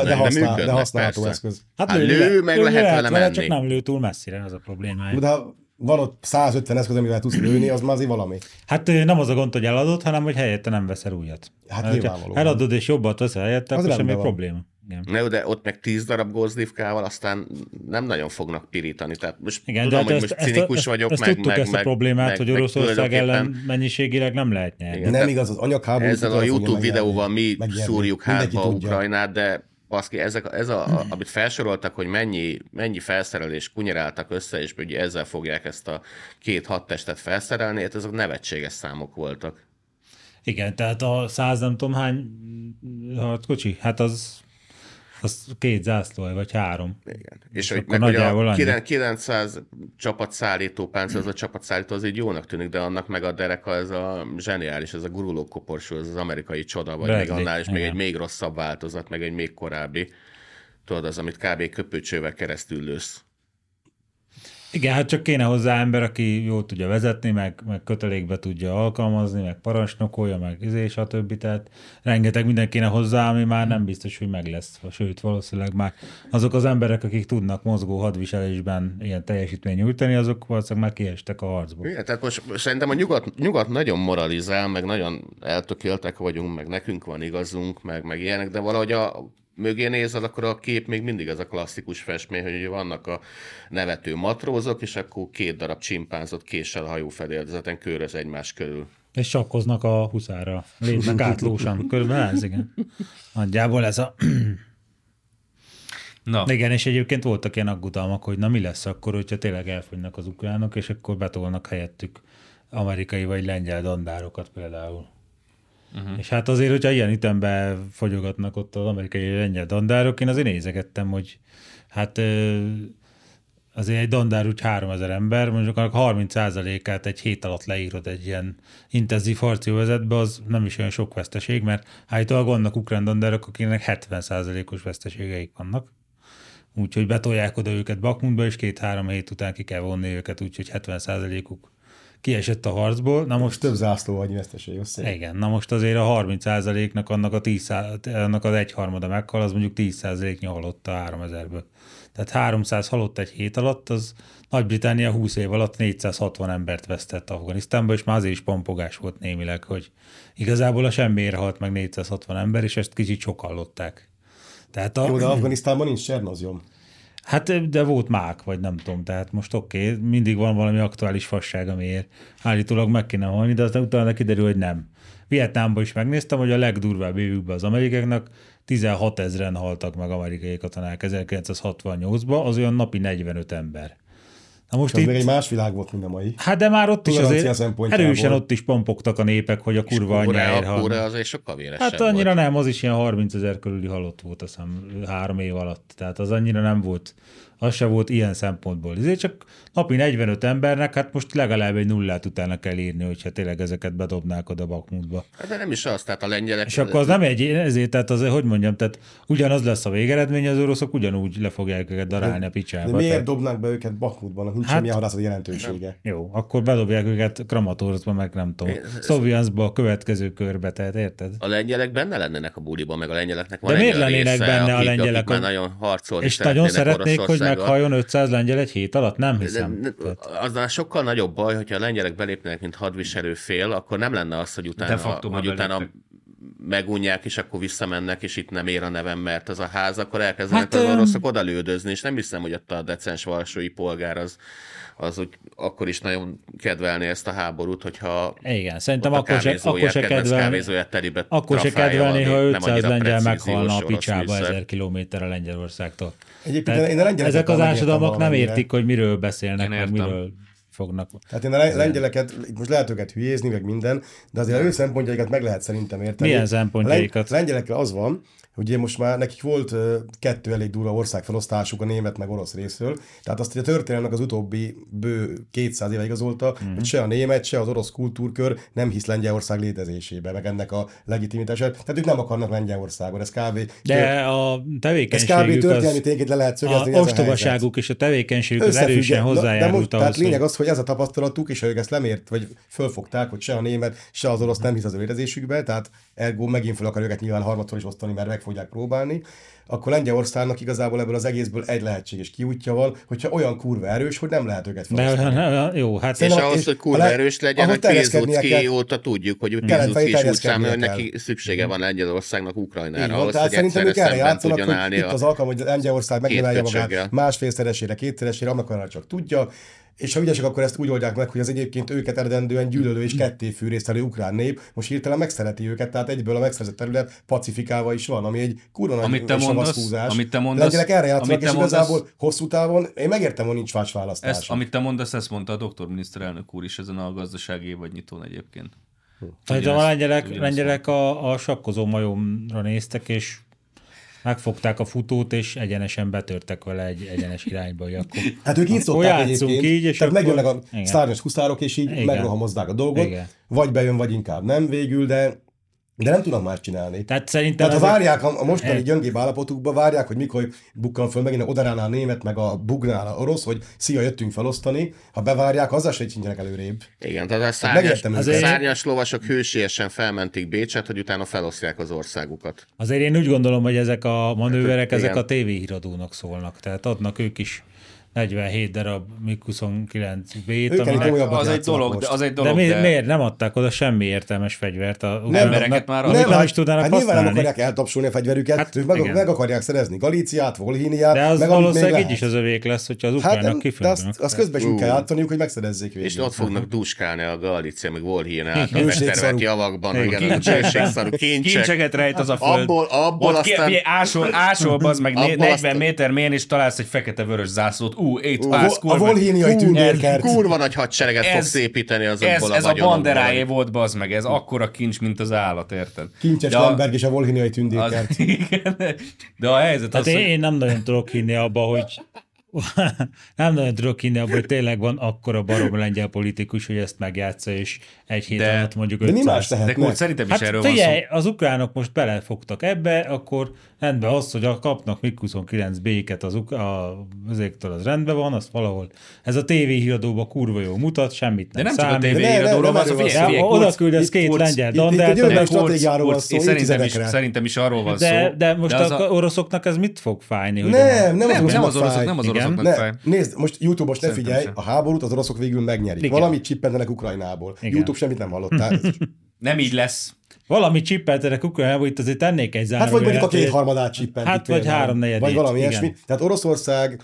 de használható eszköz. Hát lő, meg lehet vele menni. Csak nem lő túl messzire, az a problémája. De van ott 150 eszköz, amivel tudsz lőni, az már azért valami. Hát nem az a gond, hogy eladod, hanem hogy helyette nem veszel újat. Hát nyilvánvalóan. Eladod és jobbat veszel helyette, akkor semmi probléma. Igen. De ott meg 10 darab gózdivkával aztán nem nagyon fognak pirítani. Tehát most igen, tudom, de hogy most cinikus vagyok. Ezt tudtuk ezt a problémát, hogy Oroszország ellen mennyiségileg nem lehet nyerni. Nem igaz, az anyagháború. Ezzel a YouTube videóval mi szúrjuk hátba Ukrajnát, de baszki, amit felsoroltak, hogy mennyi felszerelés kunyeráltak össze, és ugye ezzel fogják ezt a 2 hadtestet felszerelni, hát ezek nevetséges számok voltak. Igen, tehát a 100 nem tudom hány harckocsi, hát az 2 zászló, vagy 3. Igen. És hogy meg hogy a 900 csapatszállító páncél, az a csapatszállító az így jónak tűnik, de annak meg a dereka, ez a zseniális, ez a guruló koporsó, ez az amerikai csoda, vagy még annál is még egy még rosszabb változat, meg egy még korábbi. Tudod, az, amit kb. Köpőcsővel keresztül lősz. Igen, hát csak kéne hozzá ember, aki jól tudja vezetni, meg kötelékbe tudja alkalmazni, meg parancsnokolja, meg stb. Tehát rengeteg minden kéne hozzá, ami már nem biztos, hogy meg lesz. Sőt, valószínűleg már azok az emberek, akik tudnak mozgó hadviselésben ilyen teljesítmény nyújtani, azok valószínűleg már kiestek a harcból. Igen, tehát most szerintem a nyugat nagyon moralizál, meg nagyon eltökéltek vagyunk, meg nekünk van igazunk, meg ilyenek, de valahogy mögé nézed, akkor a kép még mindig ez a klasszikus festmény, hogy vannak a nevető matrózok, és akkor 2 darab csimpánzot késsel a hajófedélzeten köröz egymás körül. És sakkoznak a huszára. Lépnek átlósan. Körülbelül ez, igen. Nagyjából ez a... Na. Igen, és egyébként voltak ilyen aggodalmak, hogy na mi lesz akkor, hogyha tényleg elfogynak az ukránok, és akkor betolnak helyettük amerikai vagy lengyel dandárokat például. Uh-huh. És hát azért, hogyha ilyen ütemben fogyogatnak ott az amerikai lengyel dandárok, én azért nézegettem, hogy hát azért egy dandár úgy 3000 ember, mondjuk annak 30%-át egy hét alatt leírod egy ilyen intenzív harci övezetbe, az nem is olyan sok veszteség, mert állítólag vannak ukrán dandárok, akiknek 70%-os veszteségeik vannak. Úgyhogy betolják oda őket Bakmutba, és 2-3 hét után ki kell vonni őket, úgyhogy 70%-uk kiesett a harcból. Na most több zászló vagy veszteség össze. Igen, na most azért a 30%-nak annak annak az egyharmada meghal, az mondjuk 10%-nyi halott a 3000-ből. Tehát 300 halott egy hét alatt, az Nagy-Britannia 20 év alatt 460 embert vesztett Afganisztánba, és már azért is pompogás volt némileg, hogy igazából a semmiért halt meg 460 ember, és ezt kicsit sok hallották. Tehát jó, de Afganisztánban nincs Csernozium. Hát, de volt mák, vagy nem tudom, tehát most oké, mindig van valami aktuális fasság, amiért állítólag meg kéne halni, de aztán utána kiderül, hogy nem. Vietnámban is megnéztem, hogy a legdurvább évükben az amerikaiaknak 16 000 haltak meg amerikai katonák 1968-ban, az olyan napi 45 ember. Na most itt... még egy más világ volt, mint a mai. Hát de már ott is azért erősen ott is pompogtak a népek, hogy a kurva anyjáért halnak. A azért sokkal véresebb hát annyira volt. Nem, az is ilyen 30 000 körüli halott volt, azt hiszem 3 év alatt. Tehát az annyira nem volt, az se volt ilyen szempontból. Ezért csak napi 45 embernek, hát most legalább egy nullát utána kell írni, hogyha tényleg ezeket bedobnák oda Bakmutba. Hát de nem is az, tehát a lengyelek... És akkor az nem ezért, tehát azért, hogy mondjam, tehát ugyanaz lesz a végeredmény, az oroszok ugyanúgy le fogják őket darálni a picsába. De miért dobnák be őket Bakmutban? Nincs semmilyen hadászati jelentősége. Nem. Jó, akkor bedobják őket Kramatorszba, meg nem tudom, Szovjanszba a következő körbe, tehát érted? A lengyelek benne lennének a buliban, meg a lengyelek van. De miért lennének benne a lengyelek? Nagyon harcolni. És nagyon szeretnék, hogy meghalljon 500 lengyel egy hét alatt? Nem hiszem. Aznál sokkal nagyobb baj, hogyha a lengyelek belépnének, mint hadviselő fél, akkor nem lenne az, hogy utána megunják, és akkor visszamennek, és itt nem ér a nevem, mert az a ház, akkor elkezdenek az oroszok odalődözni, és nem hiszem, hogy ott a decens varsói polgár az úgy akkor is nagyon kedvelni ezt a háborút, hogyha igen, szerintem akkor se kedvelni, ha 500 lengyel meghalna a picsába 1000 kilométerre Lengyelországtól. Ezek az ársadalmak nem értik, hogy miről beszélnek, meg miről fognak. Tehát én a lengyeleket, most lehet őket hülyézni, meg minden, de azért az ő szempontjaikat meg lehet szerintem érteni. Milyen szempontjaikat? A lengyelekkel az van, hogy ugye most már nekik volt 2 elég durva országfelosztásuk a német meg orosz részről, tehát azt, hogy a történelemnek az utóbbi bő 200 éve igazolta, hogy se a német, se az orosz kultúrkör nem hisz Lengyelország létezésébe, meg ennek a legitimitását. Tehát ők nem akarnak Lengyelországon, ez kb. De a tevékenységük ez kb. Történelmi tényként le lehet szögezni. A ostobaságuk és a tevékenységük az erősen hozzájárult ahhoz. Tehát lényeg az, hogy ez a tapasztalatuk, és ők ezt lemért, vagy fölfogták, hogy se a német, se az orosz nem hisz az ő létezésükbe, tehát ergo megint fel akar őket nyilván harmadszor is osztani, mert meg fogják próbálni, akkor Lengyelországnak igazából ebből az egészből egy lehetséges kiútja van, hogyha olyan kurva erős, hogy nem lehet őket felosztani. Jó, hát és ahhoz, hogy kurva erős legyen, a Pilsudski óta tudjuk, hogy Pilsudski is úgy számol, hogy neki szüksége van Lengyelországnak Ukrajnára, ahhoz, hogy egyszerre szemben tudjon állni. Itt az alkalom, hogy Lengyelország megnövelje magát másfélszeresére, kétszeresére, amikor csak tudja, és ha ügyesek, akkor ezt úgy oldják meg, hogy az egyébként őket eredendően gyűlölő és kettéfűrésztelő ukrán nép most hirtelen megszereti őket, tehát egyből a megszerzett terület pacifikálva is van, ami egy kurva nagy savaszkúzás. Amit te mondasz, lengyelek erre játszanak, és igazából hosszú távon én megértem, hogy nincs más választás. Amit te mondasz, ezt mondta a doktor miniszterelnök úr is ezen a gazdasági évadnyitón egyébként. A lengyelek a sakkozó majomra néztek, és megfogták a futót, és egyenesen betörtek vele egy egyenes irányba, hogy akkor... Hát ők így szokták egyébként, így, és tehát megjönnek a szárnyas huszárok, és így megrohamozzák a dolgot, vagy bejön, vagy inkább nem végül, de nem tudnak már csinálni. Tehát ha várják a mostani gyöngébb állapotukba, várják, hogy mikor bukkan föl megint odaránál a német, meg a bugnál a orosz, hogy szia, jöttünk felosztani, ha bevárják, azzal se sincsenek előrébb. Igen, tehát a szárnyas lovasok hősiesen felmentik Bécset, hogy utána felosztják az országukat. Azért én úgy gondolom, hogy ezek a manőverek, ezek a tévéhíradónak szólnak, tehát adnak ők is 47 darab MiG-29B-t. Az egy dolog, de miért nem adták oda semmi értelmes fegyvert? Embereket már nem is tudnának használni. Nyilván nem akarják eltapsolni a fegyverüket, ők meg akarják szerezni Galíciát, Volhíniát. De az valószínűleg így is az övék lesz, hogyha az ukránok kifognak. Azt közben is úgy kell játszaniuk, hogy megszerezzék végül. És ott fognak duskálni a Galícia, meg Volhíniát a megtervelt javakban. Kincseket rejt az a föld. Abból aztán... Ásol, bazd meg 40 méter mélyen, és találsz egy fekete-vörös zászlót. A volhíniai tündérkert. Kurva nagy hadsereget fogsz építeni azokból a ez a banderáé volt, bazd meg, ez akkora kincs, mint az állat, érted? Kincses Lemberg és a volhíniai tündérkert. De a helyzet az, én nem nagyon tudok hinni abba, hogy hogy tényleg van akkora barom lengyel politikus, hogy ezt megjátsza, és egy hét alatt mondjuk 500. De mi más tehetnek? Szerintem is erről van szó. Az ukránok most belefogtak ebbe, akkor rendben az, hogy kapnak MiG-29B-ket azéktől, az rendben van, azt valahol ez a tévéhíradóban kurva jól mutat, semmit nem számít. De nem csak a tévéhíradóról van szó, oda küldesz két lengyel dandát. Szerintem is arról van szó. De most az oroszoknak ez mit fog fájni? Nem az oroszoknak fáj. Nézd, most YouTube-os ne figyelj, a háborút az oroszok végül megnyerik. Valamit csippentenek Ukrajnából. YouTube semmit nem hallottál. Nem így lesz. Valami csippeltenek Ukrajnából, itt azért tennék egy zárójelet. Hát vagy mondjuk a kétharmadát csippentik. Hát vagy háromnegyedét. Vagy valami ilyesmi. Tehát Oroszország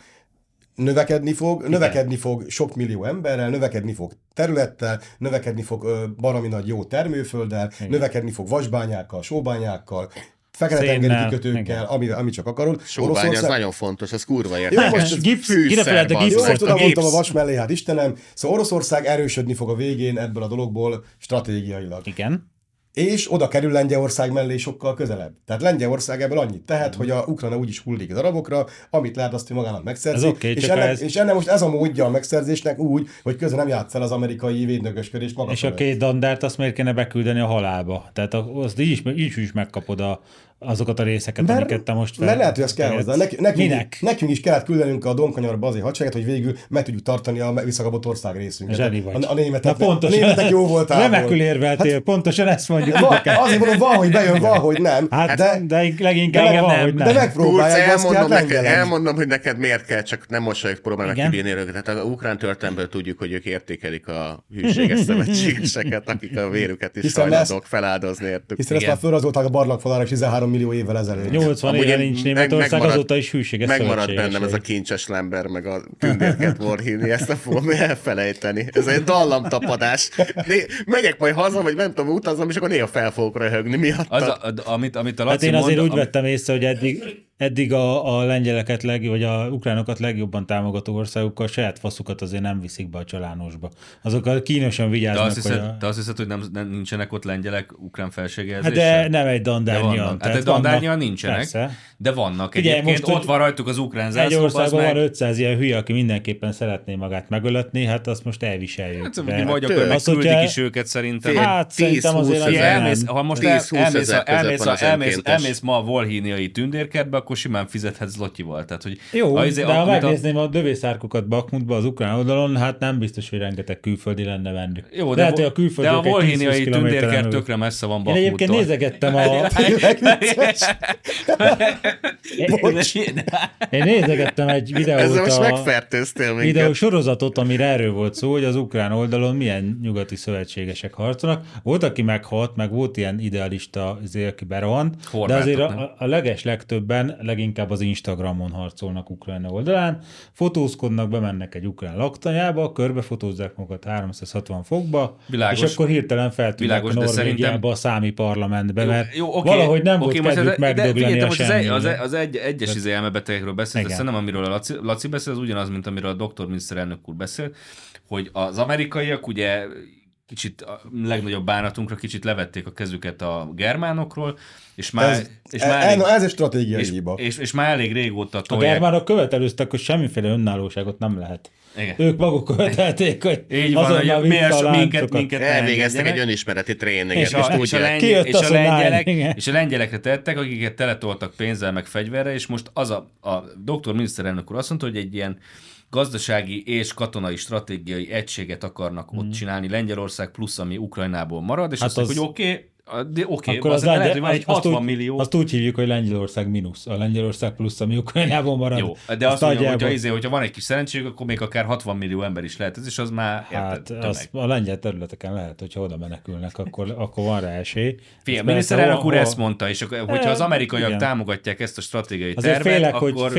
növekedni fog sok millió emberrel, növekedni fog területtel, növekedni fog baromi nagy jó termőfölddel, növekedni fog vasbányákkal, sóbányákkal, Fekete-tengeri kikötőkkel, ami csak akarod. Sóbány, az nagyon fontos, az kurva értelmes. Jó, most gipszfűszer, most oda mondtam a vas mellé, hát Istenem. Szóval Oroszország erősödni fog a végén ebből a dologból stratégiailag. Igen. És oda kerül Lengyelország mellé sokkal közelebb. Tehát Lengyelország ebből annyit tehet, hogy a Ukrajna úgyis hullik darabokra, amit lehet, azt magának megszerzi. Okay, és ennek most ez a módja a megszerzésnek úgy, hogy közben nem játsz el az amerikai védnökösködést maga. És a két dandárt azt miért kéne beküldeni a halálba? Tehát azt így is megkapod azokat a részeket, amiket te most mert lehet, hogy ezt kell hozzá. Nekünk is kellett küldenünk a Donkanyarba azért hadsereget, hogy végül meg tudjuk tartani a visszakapott ország részünket. A németek jó voltából. Remekül érveltél, pontosan ezt mondjuk. Azért mondom, van, hogy bejön, van, hogy nem. De leginkább van, hogy nem. De megpróbálják azt, elmondom, hogy neked miért kell, csak nem mosolyog próbálnak kibírni őket. Tehát a ukrán történelmből tudjuk, hogy ők értékelik a hűséges szövetségeseket, akik a vérüket is hajlandók feláldozni értük. Hiszen ezt már felrajzolták a barlangfalára 13 millió évvel ezelőtt. 80 éve nincs Németország, azóta is hűséges megmaradt szövetséges. bennem ez a kincses Lember, meg a tündérket Vorhini, ezt nem fogom elfelejteni. Ez egy dallamtapadás. Megyek majd haza, vagy nem tudom, utazom, és akkor néha fel fogok röhögni miatta. Amit a Laci hát én azért úgy vettem észre, hogy eddig a lengyeleket vagy a ukránokat legjobban támogató országokkal saját faszukat azért nem viszik be a csalánosba. Azokkal kínosan vigyáznak. Te azt hiszed, hogy nincsenek ott lengyelek ukrán felségjelzéssel? Hát de nem egy dandárnyian. Hát egy dandárnyian nincsenek, persze. De vannak. Egyébként ott van rajtuk az ukrán zászló. Egy országban van 500 ilyen hülye, aki mindenképpen szeretné magát megöletni, hát azt most elviseljük. Hát vagy akkor megküldik is őket szerintem. Hát szerintem azért ha most elmész ma a volhíniai tündérkertbe, akkor simán fizethetsz zlotyival. Tehát, hogy jó, de ha megnézném a lövészárkokat Bakmutba az ukrán oldalon, hát nem biztos, hogy rengeteg külföldi lenne bennük. Jó, de a volhéniai tündérkert tökre messze van Bakmuttól. Én egyébként nézegettem Én nézegettem egy videó sorozatot, amire erről volt szó, hogy az ukrán oldalon milyen nyugati szövetségesek harcolnak. Volt, aki meghalt, meg volt ilyen idealista, aki berohant, de azért a legtöbben leginkább az Instagramon harcolnak Ukrajna oldalán, fotózkodnak, bemennek egy ukrán laktanyába, körbefotózzák magukat 360 fokba, világos, és akkor hirtelen feltűnnek a Norvégiába, a számi parlamentbe, mert valahogy nem volt kedvük megdögleni a semmiről. Az egyes elmebetegekről beszélt, de szerintem amiről a Laci beszél, az ugyanaz, mint amiről a doktor miniszterelnök úr beszél, hogy az amerikaiak ugye kicsit a legnagyobb bánatunkra kicsit levették a kezüket a germánokról, és már ez egy stratégiai hiba. És már elég régóta tolják. A germánok követelőztek, hogy semmiféle önállóságot nem lehet. Igen. Ők maguk követelték, hogy így van, hogy miért minket elvégeztek egy önismereti tréninget, és a lengyelekre tettek, akiket teletoltak pénzzel meg fegyverre, és most az a doktor miniszterelnök úr azt mondta, hogy egy ilyen gazdasági és katonai stratégiai egységet akarnak ott csinálni, Lengyelország plusz, ami Ukrajnából marad, és azt mondjuk, hogy oké, akkor az lehet, hogy egy 60 millió. Azt úgy hívjuk, hogy Lengyelország mínusz, a Lengyelország plusz, ami Ukrajnából marad. Jó, de azt mondja, hogyha van egy kis szerencség, akkor még akár 60 millió ember is lehet, és az már a lengyel területeken lehet, hogyha oda menekülnek, akkor van rá esély. A miniszterelnök úr ezt mondta, és hogyha az amerikaiak támogatják ezt a stratégiai tervet, akkor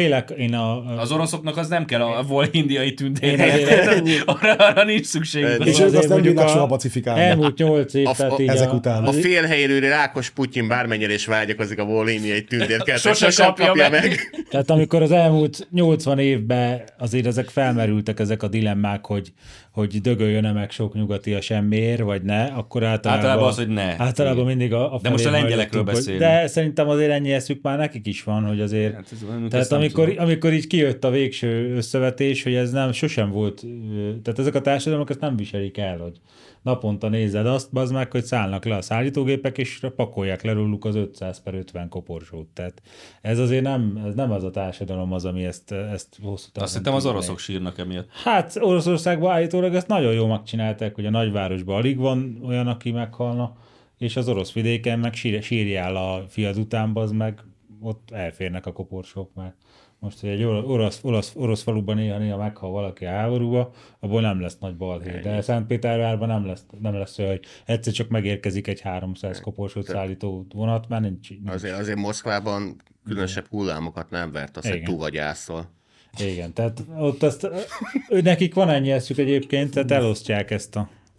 az oroszoknak az nem kell a volhindiai tündérre, arra nincs szükség. És ők azt nem bírnak soha pacifikálni. Elmúlt 8 év, ezek után. A félhelyről Rákos Putyin bármennyire is vágyakozik a volhéniai tündérkert, sose kapja meg. Tehát amikor az elmúlt 80 évben azért ezek felmerültek, ezek a dilemmák, hogy dögöljön-e meg sok nyugati a semmiért, vagy ne, akkor általában az, hogy ne. Általában mindig a de most a lengyelekről beszélünk. De szerintem azért ennyi eszük már nekik is van, hogy azért... Hát tehát amikor így kijött a végső összevetés, hogy ez nem sosem volt... Tehát ezek a társadalmak ezt nem viselik el, hogy naponta nézed azt, bazd meg, hogy szállnak le a szállítógépek, és pakolják le róluk az 500/50 koporsót. Tehát ez azért nem az a társadalom az, ami ezt hosszú távon... Azt hittem az oroszok sírnak emiatt. Hát Oroszországban állítólag ezt nagyon jól megcsinálták, hogy a nagyvárosban alig van olyan, aki meghalna, és az orosz vidéken meg sírjál a fiad után, bazd meg, ott elférnek a koporsók már. Most, hogy egy orosz faluban néha meghal valaki a háborúba, abból nem lesz nagy balhé. De Szentpétervárban nem lesz olyan, hogy egyszer csak megérkezik egy 300 koporsót szállító vonat, már nincs. Azért Moszkvában különösebb hullámokat nem vert, azt, hogy túlvagyászol. Igen, tehát ott nekik van ennyi eszük egyébként, tehát elosztják ezt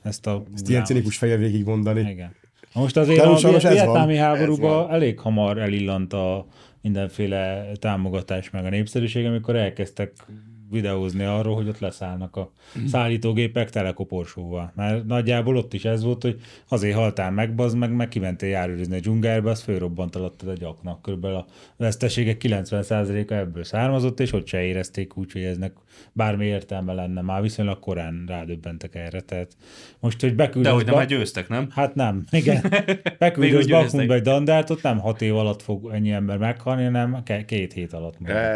ilyen cinikus fejjel végig mondani. Igen. Most azért a vietnámi háborúban elég hamar elillant a mindenféle támogatás meg a népszerűség, amikor elkezdtek videózni arról, hogy ott leszállnak a szállítógépek telekoporsóval. Mert nagyjából ott is ez volt, hogy azért haltál meg, bazd meg kimentél járőrizni a dzsungelbe, az fölrobbant alattad a gyaknak. Körülbelül a veszteségek 90%-a ebből származott, és ott se érezték úgy, hogy eznek bármi értelme lenne. Már viszonylag korán rádöbbentek erre. Tehát most, hogy beküldöz... De hogy nem győztek, nem? Hát nem, igen. Beküldöz Bakmutba egy dandárt, ott nem 6 év alatt fog ennyi ember meghalni, hanem 2 hét alatt.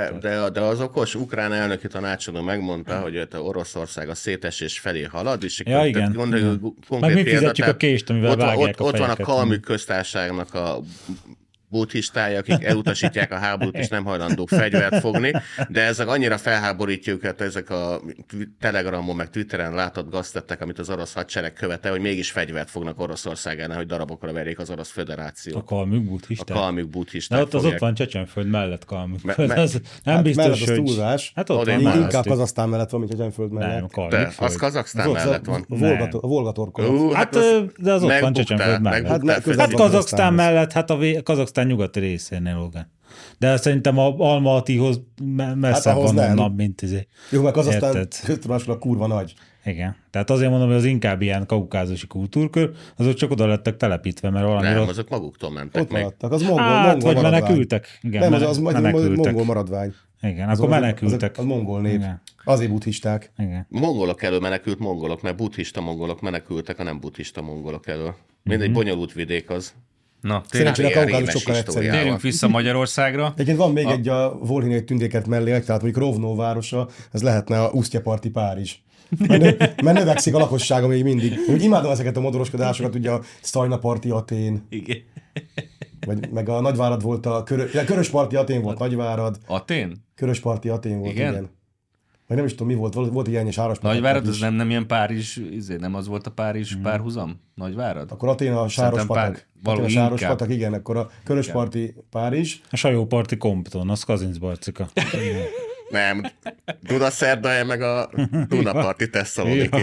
De az okos ukrán elnöki tanácsadó megmondta, hogy Oroszország a szétesés felé halad, és igen. Meg mi fizetjük a kést, amivel vágják a ott van a Kalmük köztársaságnak a buddhistája, akik elutasítják a háborút, és nem hajlandók fegyvert fogni, de ezek annyira felháborítja őket, ezek a Telegramon, meg Twitteren látott gaztettek, amit az orosz hadsereg követel, hogy mégis fegyvert fognak Oroszország ellen, hogy darabokra verjék az orosz föderáció. A Kalmük buddhisták? A Kalmük buddhisták. De ott van Csecsenföld mellett Kalmük. Nem biztos, hogy... túlzás. Hát ott van. Inkább Kazahsztán mellett van, mint Csecsenföld mellett. De az Kazaksztán mellett van. A Volga-torkolat. Hát de az ott van Csecsenföld mellett. Hát Kazaksztán mellett, hát a Kazaksztán nyugati részénél, Logan. De szerintem a Almatyhoz messze hát van onnan, mint izé. Jó, mert Kazahsztán köztudomásról kurva nagy. Igen. Tehát azért mondom, hogy az inkább ilyen kaukázusi kultúrkör, azok csak oda lettek telepítve, mert valami... Nem, azok maguktól mentek ott meg. Az mongol vagy menekültek. Igen, nem, az mongol maradvány. Igen, akkor menekültek. Az mongol nép. Igen. Azért buddhisták. Igen. Mongolok elől menekült mongolok, mert buddhista mongolok menekültek, a nem buddhista mongolok elől. Mindegy bonyolult vidék az. Na, szerencsére a kaukázus sokkal egyszerűbb. Térjünk vissza Magyarországra. Egyébként van még egy a Volhyniai tündéket mellé, tehát mondjuk Rovno városa, ez lehetne a Usztyaparti Párizs. Mert növekszik a lakossága még mindig. Úgy imádom ezeket a modoroskodásokat, ugye a Sztajnaparti Atén. Igen. Meg a Nagyvárad volt Körösparti Atén volt Nagyvárad. Atén? Körösparti Atén volt, igen. Meg nem is tudom mi volt ilyen és Árospatak. Nagyvárad, az nem ilyen Párizs, nem az volt a Párizs párhuzam? Nagyvárad? Akkor Atén a Sárospatak. A Sárospatak, igen, akkor a Körösparti Párizs. A Sajóparti Compton, az Kazincbarcika. Nem, Dunaszerdahelye meg a Dunaparti Tesszaloniki.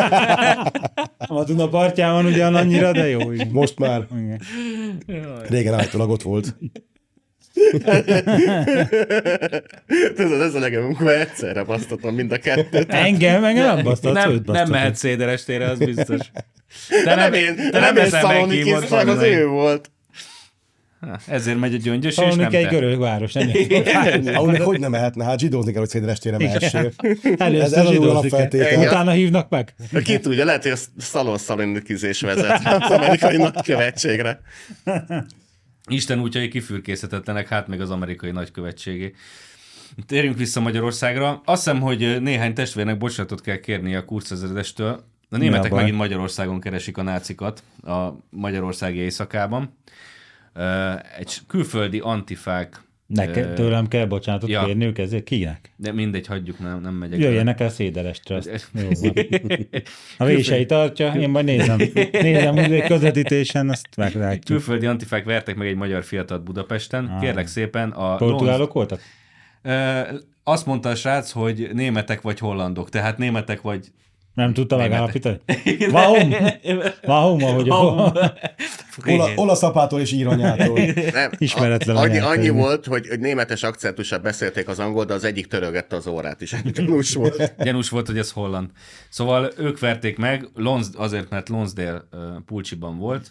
A Dunapartján van ugyan annyira, de jó. Most már. Régen állítólag ott volt. Ez a legjobb, amikor egyszerre basztatom mind a kettőt. Engem nem basztott, nem mehet Széderestére, az biztos. De nem én Szalonikis, meg az ő volt. Ezért megy a Gyöngyös, és nem Szalonik egy görög város, nem ahol hogy nem mehetne? Hát zsidózni kell, hogy Széderestére mehessél. Először zsidózni kell. Utána hívnak meg. Ki tudja, lehet, hogy a szalonikizés vezet az amerikai nagykövetségre. Isten útjai kifürkészhetetlenek, hát meg az amerikai nagykövetségé. Térjünk vissza Magyarországra. Azt hiszem, hogy néhány testvérnek bocsánatot kell kérni a Kurzezredestől. A németek megint Magyarországon keresik a nácikat a magyarországi éjszakában. Egy külföldi antifák... Tőlem kell bocsánatot kérniük ezért? Kinek? De mindegy, hagyjuk, nem megyek. Jöjjenek el Széderestre. Jó van. A vései tartja, én majd nézem úgy közvetítésen, azt meglátjuk. Külföldi antifák vertek meg egy magyar fiatalt Budapesten. Kérlek szépen a... Portugálok voltak? Azt mondta a srác, hogy németek vagy hollandok. Tehát németek vagy... Nem tudta megállapítani? Vahum, ahogy olasz apától és íranyától. Ismeretlen annyi volt, hogy németes akcentussal beszélték az angol, de az egyik törölgette az órát is. Gyanús volt, hogy ez holland. Szóval ők verték meg, azért, mert Lonsdale Pulcsiban volt.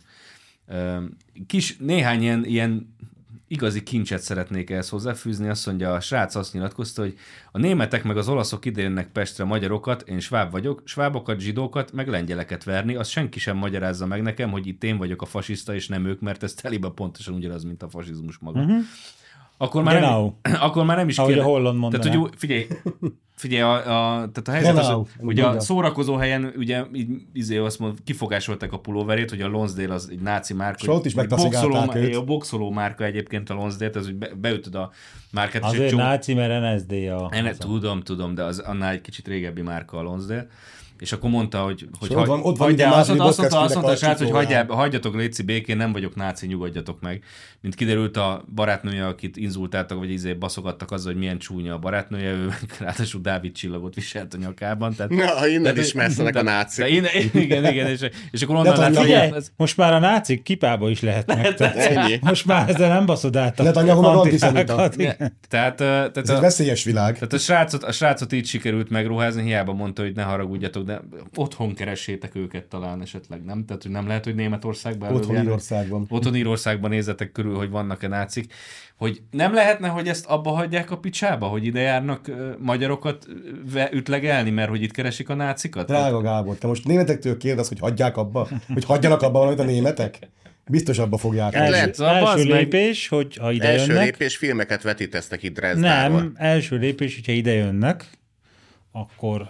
Néhány ilyen igazi kincset szeretnék ehhez hozzáfűzni, azt mondja, a srác azt nyilatkozta, hogy a németek meg az olaszok idejönnek Pestre magyarokat, én sváb vagyok, svábokat, zsidókat, meg lengyeleket verni, azt senki sem magyarázza meg nekem, hogy itt én vagyok a fasiszta, és nem ők, mert ez telibe pontosan ugyanaz, mint a fasizmus maga. Akkor már nem is ahogy a holland mondaná. Tehát, hogy figyelj, tehát a helyzet az, hogy a szórakozó helyen ugye azt mondja, kifogásolták a pulóverét, hogy a Lonsdale az egy náci márka. És ott is megtaszigálták őt. A boxoló márka egyébként a Lonsdale, ez hogy beütöd a márkát. Azért náci, mert NSD Tudom, de az annál egy kicsit régebbi márka a Lonsdale. És akkor mondta, hogy ott van azt mondta a srác, hogy hagyjatok létszi békén, nem vagyok náci, nyugodjatok meg. Mint kiderült, a barátnője, akit inzultáltak, vagy baszogattak azzal, hogy milyen csúnya a barátnője, ő ráadásul Dávid csillagot viselt a nyakában. Tehát, innen is messzenek a nácik. Igen, és akkor onnan most már a nácik kipába is lehetnek. Most már ezzel nem baszod át a antiszemitákat. Tehát ez egy veszélyes világ. Tehát a srácot így sikerült megruházni, hiába mondta, hogy ne haragudjatok, de otthon keressétek őket talán esetleg, nem? Tehát, hogy nem lehet, hogy Németországban Otthon Írországban nézzetek körül, hogy vannak-e nácik. Hogy nem lehetne, hogy ezt abba hagyják a picsába, hogy ide járnak magyarokat ütlegelni, mert hogy itt keresik a nácikat? Drága Gábor, te most németektől kérdez, hogy hagyják abba? Hogy hagyjanak abba valamit a németek? Biztos abba fogják. Első lépés, hogy ha ide jönnek. Első lépés, filmeket vetíteztek itt Dresdáról. Nem, első lépés, hogyha ide jönnek, akkor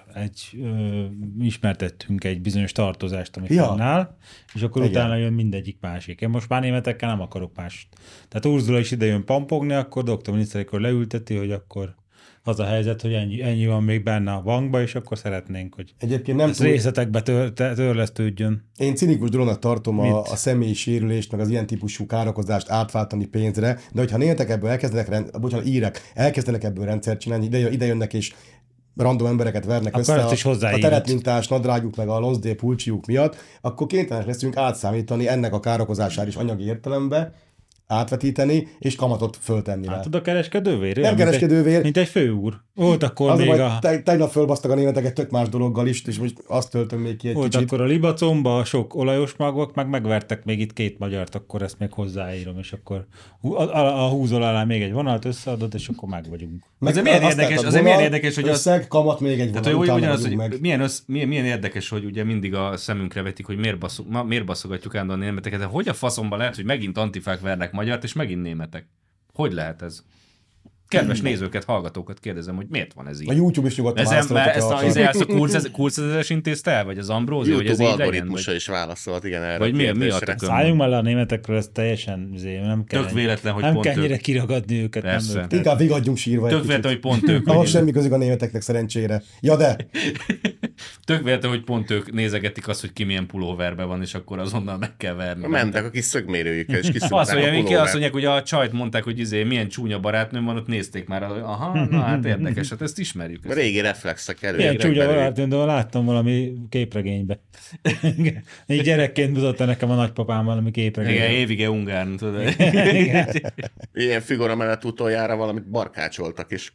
ismertettünk egy bizonyos tartozást, amit annál, és akkor utána jön mindegyik másik. Én most már németekkel nem akarok mást. Tehát Ursula is ide jön pampogni, akkor doktor miniszter leülteti, hogy akkor az a helyzet, hogy ennyi van még benne a bankba, és akkor szeretnénk, hogy egyébként nem részletekbe törlesztődjön. Én cinikus dolognak tartom a személyi sérülést, meg az ilyen típusú károkozást átváltani pénzre, de hogyha németek ebből elkezdenek ebből rendszert csinálni, ide jönnek és random embereket vernek össze a teretmintás, nadrágjuk meg a Lonsdale Pulcsiuk miatt, akkor kénytelenek leszünk átszámítani ennek a károkozására is anyagi értelembe, átvetíteni, és kamatot föltenni rá. Hát a kereskedővér? Nem kereskedővér. Mint egy főúr. Volt akkor az még tegnap fölbasztak a németeket tök más dologgal is, és most azt töltöm még ki egy volt kicsit. akkor a Libacomba a sok olajos magok, meg megvertek még itt 2 magyart, akkor ezt még hozzáírom, és akkor a húzol alá még egy vonalat összeadott, és akkor meg vagyunk. Azért milyen érdekes, hogy összeg, kamat még egy vonal, utána ugyanaz, hogy meg. Milyen érdekes, hogy ugye mindig a szemünkre vetik, hogy miért baszogatjuk állandóan a németeket, de hogy a faszomban lehet, hogy megint antifák vernek magyart, és megint németek? Hogy lehet ez? Kedves nézőket, hallgatókat kérdezem, hogy miért van ez így? A YouTube is nyugodtan ezt a Kurzezes intézte el, vagy az Ambrózi, hogy ez így legyen? Algoritmusa is válaszolt, igen, erre. Vagy mi a tököm? Szálljunk már le a németekről, ez teljesen nem kell. Tök véletlen, hogy nem pont kell ennyire ők. kiragadni őket. Persze. Nem Inkább vigadjunk sírva Tök véletlen, hogy pont ők. Ahhoz semmi közük a németeknek szerencsére. Ja de! Tök véletlen, hogy pont ők nézegetik azt, hogy ki milyen pulóverben van, és akkor azonnal meg kell verni. Mentek a kis szögmérőjükkel, és kiszúrták azt a pulóvert. mondják, hogy a csajt mondták, hogy milyen csúnya barátnőm van, ott nézték már, aha, na hát érdekes, hát ezt ismerjük. A régi reflexek elő. Ilyen csúnya barátnőm, láttam valami képregénybe. Így gyerekként mutatta nekem a nagypapám valami képregénybe. Igen, évige ungárn, tudod. Ilyen figura mellett utoljára valamit barkácsoltak is.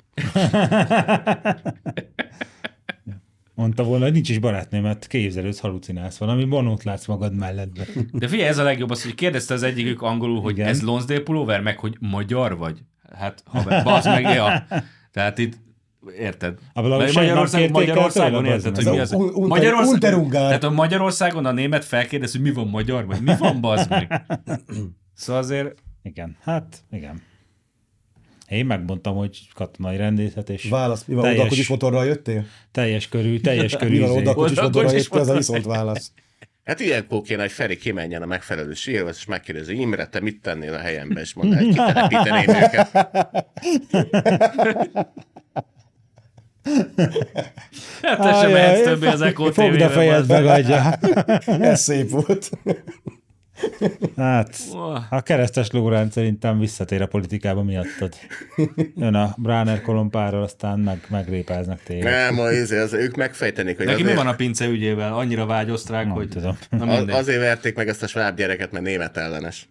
Mondta volna, hogy nincs is barátnőm, mert képzelődsz, halucinálsz valami, bonót látsz magad mellettbe. De figyelj, ez a legjobb az, hogy kérdezte az egyikük angolul, hogy igen. Ez Lonsdale pulóver, meg hogy magyar vagy? Hát, bazd meg, ja. Tehát itt érted? Magyarországon érted, hogy mi az? Magyarországon, tehát a Magyarországon a német felkérdez, hogy mi van magyar, vagy mi van, bazd meg? Szóval azért... Igen, hát igen. Én megmondtam, hogy katonai rendészet, és válasz, mi van, odakocsis motorral jöttél? Teljes körű. Mi van, odakocsis motorral jöttél, ez a viszont válasz. Hát ilyenkor kéne, hogy Feri kimenjen a megfelelő sírhoz, és megkérdezi, Imre, te mit tennél a helyemben, és mondd, hogy kitelepíteném őket. Hát te sem mehetsz többé az Eko TV-ben. Fogd a fejed, megadja. Ez szép volt. Hát, a Keresztes Lóránc szerintem visszatér a politikába miattad. Jön a Bráner kolompárral, aztán megrépáznak téged. Nem, ők megfejtenék, hogy neki mi van a pince ügyével? Annyira vágyosztrák, hogy... Tudom. Azért verték meg ezt a sváb gyereket, mert német ellenes.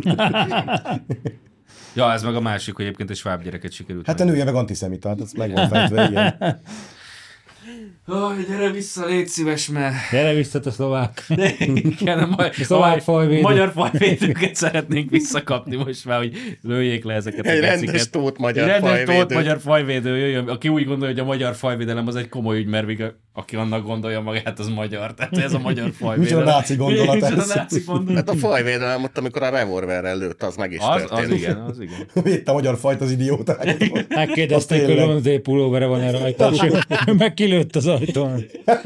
Ja, ez meg a másik, hogy egyébként egy sváb gyereket sikerült. Hát a nője meg antiszemita, hát ez meg van fejtve, igen. Gyere vissza, légy szíves, mert... Gyere vissza a szlovák. Igen, magyar fajvédőket szeretnénk visszakapni most már, hogy lőjék le ezeket a geciket. Rendes tót magyar fajvédő jöjjön, aki úgy gondolja, hogy a magyar fajvédelem az egy komoly ügy, mert aki annak gondolja magát, az magyar. Tehát ez a magyar fajvédelem. Micsoda náci gondolat ez. Hát a fajvédelem ott, amikor a revolverrel lőtt, az meg is történt. Az igen. Védte a magyar fajt az idióták. Megkérdezték, hogy Lonsdale pulóvere van-e rajta, és meg kilőtt az ajtón.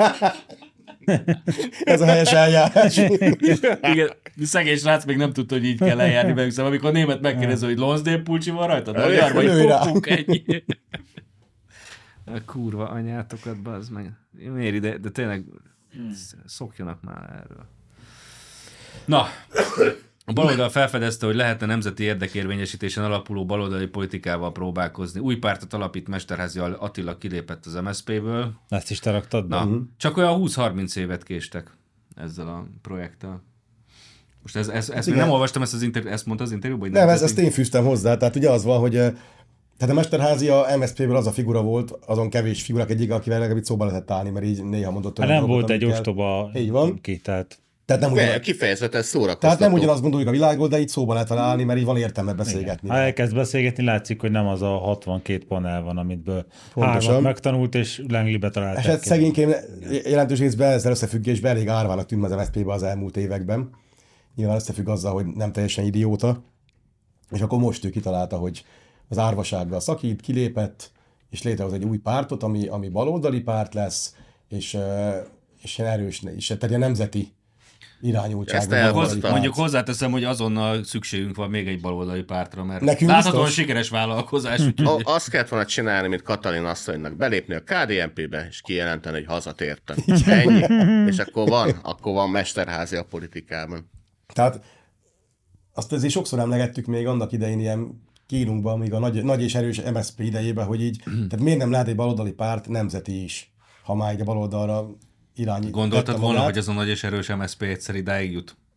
Ez a helyes eljárás. Igen, szegény srác még nem tudta, hogy így kell eljárni velük, szóval amikor német megkérdező, hogy Lonsdale pulcsi van rajtad, magyar vagy popunk ennyi. A kurva anyátokat, bazd meg. Miért ide, de tényleg szokjanak már erről. Na, a baloldal felfedezte, hogy lehetne nemzeti érdekérvényesítésen alapuló baloldali politikával próbálkozni. Új pártot alapít Mesterházy Attila kilépett az MSZP-ből. Ezt is te raktad be? Na, csak olyan 20-30 évet késtek ezzel a projekttel. Most ezt még nem olvastam, ezt mondta az interjúban? Nem, ezt én fűztem hozzá. Tehát ugye az van, hogy tehát a Mesterházy a MSZP-ből az a figura volt, azon kevés figurák egyik, akivel legalább szóba lehetett állni, mert így néha mondott olyan nem volt egy ostoba ki, tehát nem kifejezetten szórakoztató. Tehát nem ugyanazt gondoljuk a világból, de itt szóba lehet állni, mert így van értelme beszélgetni. Ha elkezd beszélgetni, látszik, hogy nem az a 62 panel van, amitből hármat megtanult, és Langley-be találták. És hát szegényként jelentős részben ezzel összefüggésben elég árvának tűnt az MSZP-be az elmúlt években. Nyilván összefügg azzal, hogy nem teljesen idióta. És akkor most ő kitalálta, hogy az árvasággal szakít, kilépett, és létrehoz egy új pártot, ami baloldali párt lesz, és ilyen erős, és tehát ilyen nemzeti irányultságú. Mondjuk hozzáteszem, hogy azonnal szükségünk van még egy baloldali pártra, mert nekünk láthatóan sikeres vállalkozás. Azt kellett volna csinálni, mint Katalin asszonynak, belépni a KDNP-be, és kijelenteni, hogy hazatértem. Ennyi. És akkor van Mesterházy a politikában. Tehát azt azért sokszor emlegettük még annak idején ilyen kínunkban, még a nagy és erős MSZP idejében, hogy így, tehát miért nem lehet egy baloldali párt nemzeti is, ha már egy baloldalra irányít. Gondoltad volna, hogy ez a nagy és erős MSZP egyszer idáig jut?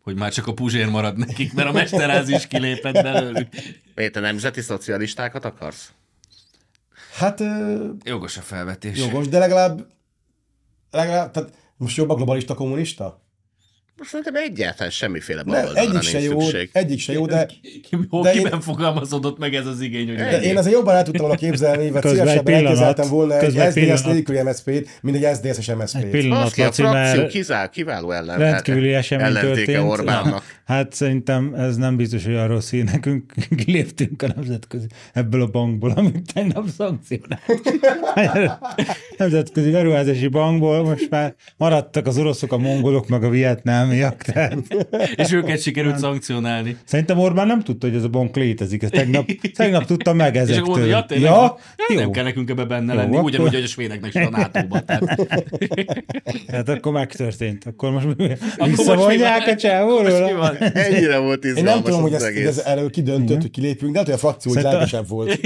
hogy már csak a Puzsér marad nekik, mert a Mesterházi is kilépett belőlük. Te nemzeti szocialistákat akarsz? Hát... Jogos a felvetés. Jogos, de legalább tehát most jobb a globalista kommunista? Most szerintem egyáltalán semmiféle baloldalra nincs szükség. Egyik se jó, de... Kiben fogalmazódott meg ez az igény? Hogy én azért jobban el tudtam volna képzelni, vagy szívesebben elképzeltem volna egy SZDSZ nélküli MSZP-t, mint egy SZDSZ-es MSZP-t. Egy pillanat, Laci, mert kiváló rendkívüli esemény történt. Orbánnak. Hát szerintem ez nem biztos, hogy arról szín, nekünk kiléptünk a nemzetközi ebből a bankból, amit tegnap szankcionált. Nemzetközi beruházási bankból most már maradtak az oroszok, a mongolok, meg a vietnámiak. És őket sikerült szankcionálni. Szerintem Orbán nem tudta, hogy ez a bank létezik. Ez tegnap tudta meg ezektől. És akkor nem kell nekünk ebbe benne lenni, jó, ugyanúgy, hogy a svédeknek is a NATO-ban. Hát akkor megtörtént. Akkor most visszavonják a csávóról? Ennyire volt izgalmas. Én nem tudom, hogy ez erről kidöntött, hogy kilépünk, de hát, hogy a frakció úgy lelkesebb volt.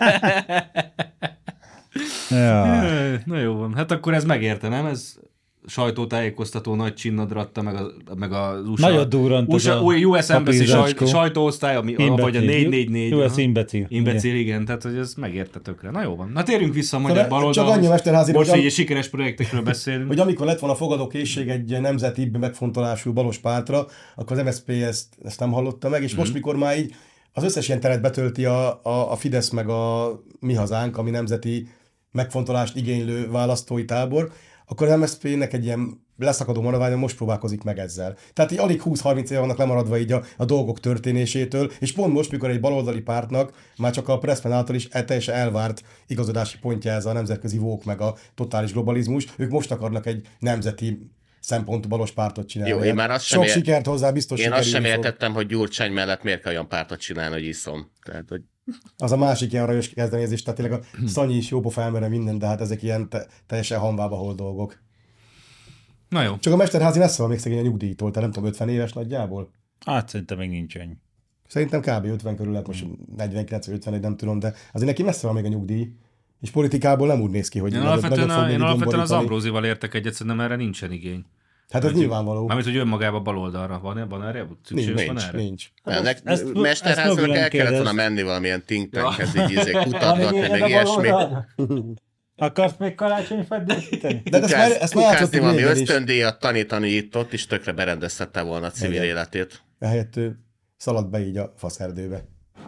Na jó van. Hát akkor ez megérte, nem? Ez sajtótájékoztató nagy csinnadratta, meg az USA US Embassy sajtóosztály, vagy a 444. US imbecil. Imbecil, igen, tehát hogy ez megérte tökre. Na jó van. Na térjünk vissza a magyar baloldalhoz. Csak annyi, Mesterházi, most így sikeres projektekről beszélünk. Hogy amikor lett volna fogadókészség egy nemzetibb megfontolású balos pártra, akkor az MSZP ezt nem hallotta meg, és most mikor már így az összes ilyen teret betölti a Fidesz meg a Mi Hazánk, ami nemzeti megfontolást igénylő választói tábor, akkor az MSZP-nek egy ilyen leszakadó maradványon most próbálkozik meg ezzel. Tehát így alig 20-30 éve vannak lemaradva így a dolgok történésétől, és pont most, mikor egy baloldali pártnak már csak a Pressman által is teljesen elvárt igazodási pontja ez a nemzetközi vók meg a totális globalizmus, ők most akarnak egy nemzeti szempontú balos pártot csinálni. Jó, én már azt sok sikert hozzá biztos. Én azt sem értettem, hogy Gyurcsány mellett miért kell olyan pártot csinálni, hogy iszom. Tehát, hogy... Az a másik ilyen rajos kezdeményezés, tehát tényleg a Szanyi is jópofa embere minden, de hát ezek ilyen teljesen hanvába hol dolgok. Na jó. Csak a Mesterházi messze van még szegény a nyugdíjtól, te nem tudom, 50 éves nagyjából? Hát szerintem még nincs ennyi. Szerintem kb. 50 körül lehet, most 49-51, nem tudom, de azért neki messze van még a nyugdíj. És politikából nem úgy néz ki, hogy én alapvetően az Ambrózival értek egyet, szerintem erre nincsen igény. Hát ez nyilvánvaló. Mármint, hogy önmagában baloldalra. Van erre? Nincs. Mesterháznak el kellett volna menni valamilyen think tankhez, így kutatgatni, meg ilyesmi. Akarsz még karácsonyfát díszíteni? Kukázni valami ösztöndíjat, tanítani itt-ott, és tökre berendeztette volna a civil életét. Ehelyett ő szaladt be így a faszerdőbe.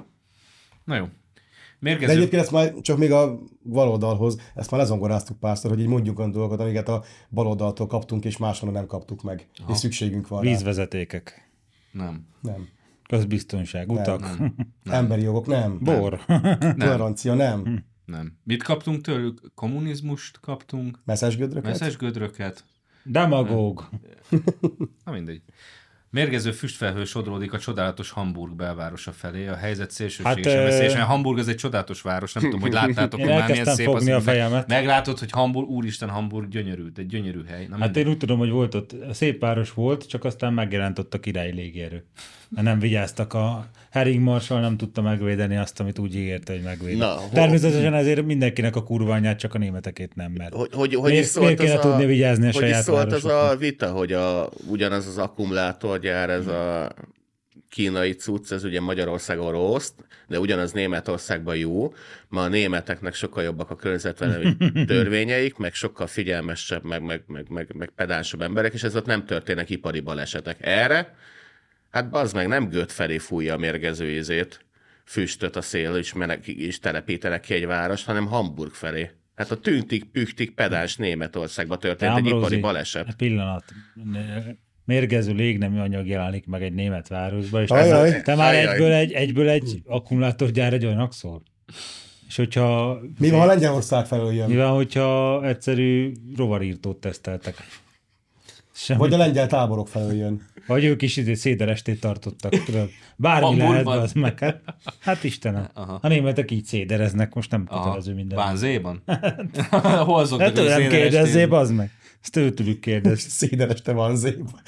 Na jó. De egyébként ezt már csak még a baloldalhoz, ezt már lezongoráztuk párszor, hogy így mondjuk olyan dolgokat, amiket a baloldaltól kaptunk, és máshonnan nem kaptuk meg. És szükségünk van rá. Vízvezetékek. Nem. Közbiztonság, utak. Nem. Emberi jogok, nem. Bor. Tolerancia, nem. Nem. Mit kaptunk tőlük? Kommunizmust kaptunk. Messzesgödröket. Demagóg. Na mindegy. Mérgező füstfelhő sodródik a csodálatos Hamburg belvárosa felé. A helyzet szélsőségesen veszélyesen. Hamburg az egy csodálatos város, nem tudom, hogy láttátok, hogy már milyen szép az. A fejemet. Meglátod, hogy Úristen, Hamburg gyönyörű, egy gyönyörű hely. Hát én úgy tudom, hogy volt ott, szép város volt, csak aztán megjelent ott a királyi légierő. Mert nem vigyáztak, a Herring Marshall nem tudta megvédeni azt, amit úgy ígérte, hogy megvédi. Természetesen ezért mindenkinek a kurványát, csak a németekét nem, mert miért kéne tudni vigyázni a saját városoknak? Hogy is szólt az a vita, hogy ugyanaz az akkumulátorgyár, ez a kínai cucc, ez ugye Magyarországon rossz, de ugyanaz Németországban jó, ma a németeknek sokkal jobbak a környezetvédelmi törvényeik, meg sokkal figyelmesebb, meg pedánsabb emberek, és ez ott nem történnek ipari balesetek. Erre hát bazd meg, nem Göt felé fújja a mérgező ízét, füstöt a szél, és telepítenek ki egy várost, hanem Hamburg felé. Hát a tűntik-pühtik pedáns Németországba történt egy ipari baleset. Pillanat. Mérgező légnemű anyag jelenik meg egy német városba, és te már egyből egy akkumulátorgyár egy olyanak szól. És hogyha... Mi van, ha Lengyelország felől jön? Mi van, hogyha egyszerű rovarírtót teszteltek? Vagy a lengyel táborok felől jön. Vagy ők is széderestét tartottak. Tudod. Bármi lehet, az meg. Hát Istenem. A németek így szédereznek, most nem kötelező minden. Bánzéban? Hol szoktak a széderestét? Nem kérdezzél, az meg. Ezt őtülük kérdez. Szédereste van zéban.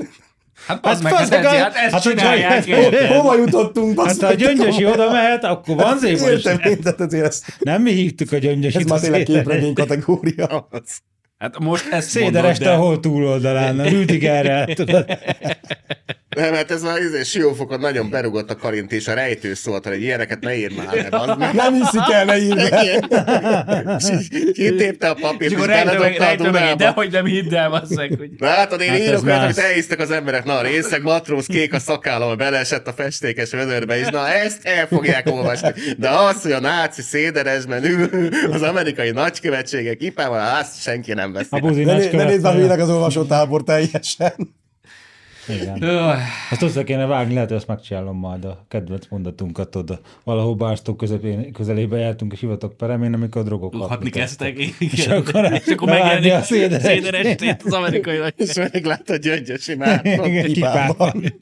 Hát az meg, ezt csinálják. Hova jutottunk? Hát ha a Gyöngyösi oda mehet, akkor van zéban is. Nem mi hívtuk a Gyöngyösit. Ez már tényleg képregény kategória. Hát most ezt Szédereste a hol túloldalán, a Rüdigerrel, tudod. Nem, hát ez a Siófokon nagyon berugott a Karint, és a rejtő szólt, hogy ilyeneket ne írd már le, az meg. Nem hiszik el, ne írd le. Kitépte a papírt, és beledobta a Dunába. De hogy nem hidd el, basszeg, hogy... Látod, én írok olyat, amit elhisztek az emberek. Na, a részeg, matróz, kék a szakállam, beleesett a festékes vödörbe is. Na, ezt el fogják olvasni. De az, hogy a náci széderesben ül az amerikai nagykövetségek ipával, azt senki nem veszi. Ne nézd már hülyének az olvasótábor teljesen. Igen. Azt össze kéne vágni, lehet, hogy azt megcsinálom majd a kedvenc mondatunkat oda. Valahol Bárstok közelébe jártunk a sivatag peremén, amikor a drogok hatni kezdtek. És akkor megjelenik a széderestét az amerikai nagy. És meglátta a Gyöngyösi Márton. Ipában.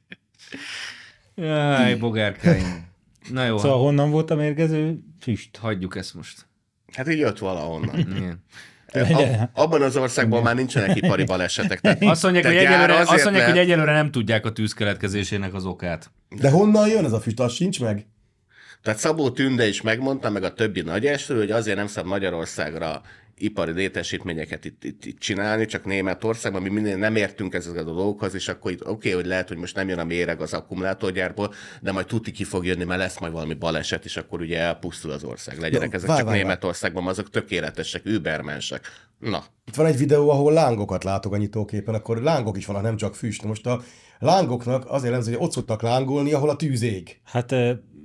Jaj, bogárkáim. Na jó. Szóval honnan volt a mérgező füst? Hagyjuk ezt most. Hát így jött valahonnan. Igen. Abban az országban már nincsenek ipari balesetek. Azt mondják, hogy egyelőre nem tudják a tűz keletkezésének az okát. De honnan jön ez a füst? Az sincs meg? Tehát Szabó Tünde is megmondta, meg a többi nagyesről, hogy azért nem szabad Magyarországra ipari létesítményeket itt csinálni, csak Németországban, mi minél nem értünk ezeket a dolgokhoz, és akkor itt oké, hogy lehet, hogy most nem jön a méreg az akkumulátorgyárból, de majd tuti ki fog jönni, mert lesz majd valami baleset, és akkor ugye elpusztul az ország. Legyenek ezek csak Németországban, azok tökéletesek, übermensek. Na. Itt van egy videó, ahol lángokat látok a nyitóképen, akkor lángok is vannak, nem csak füst. Most a lángoknak azért nem, hogy ott szoktak lángolni, ahol a tűz ég. Hát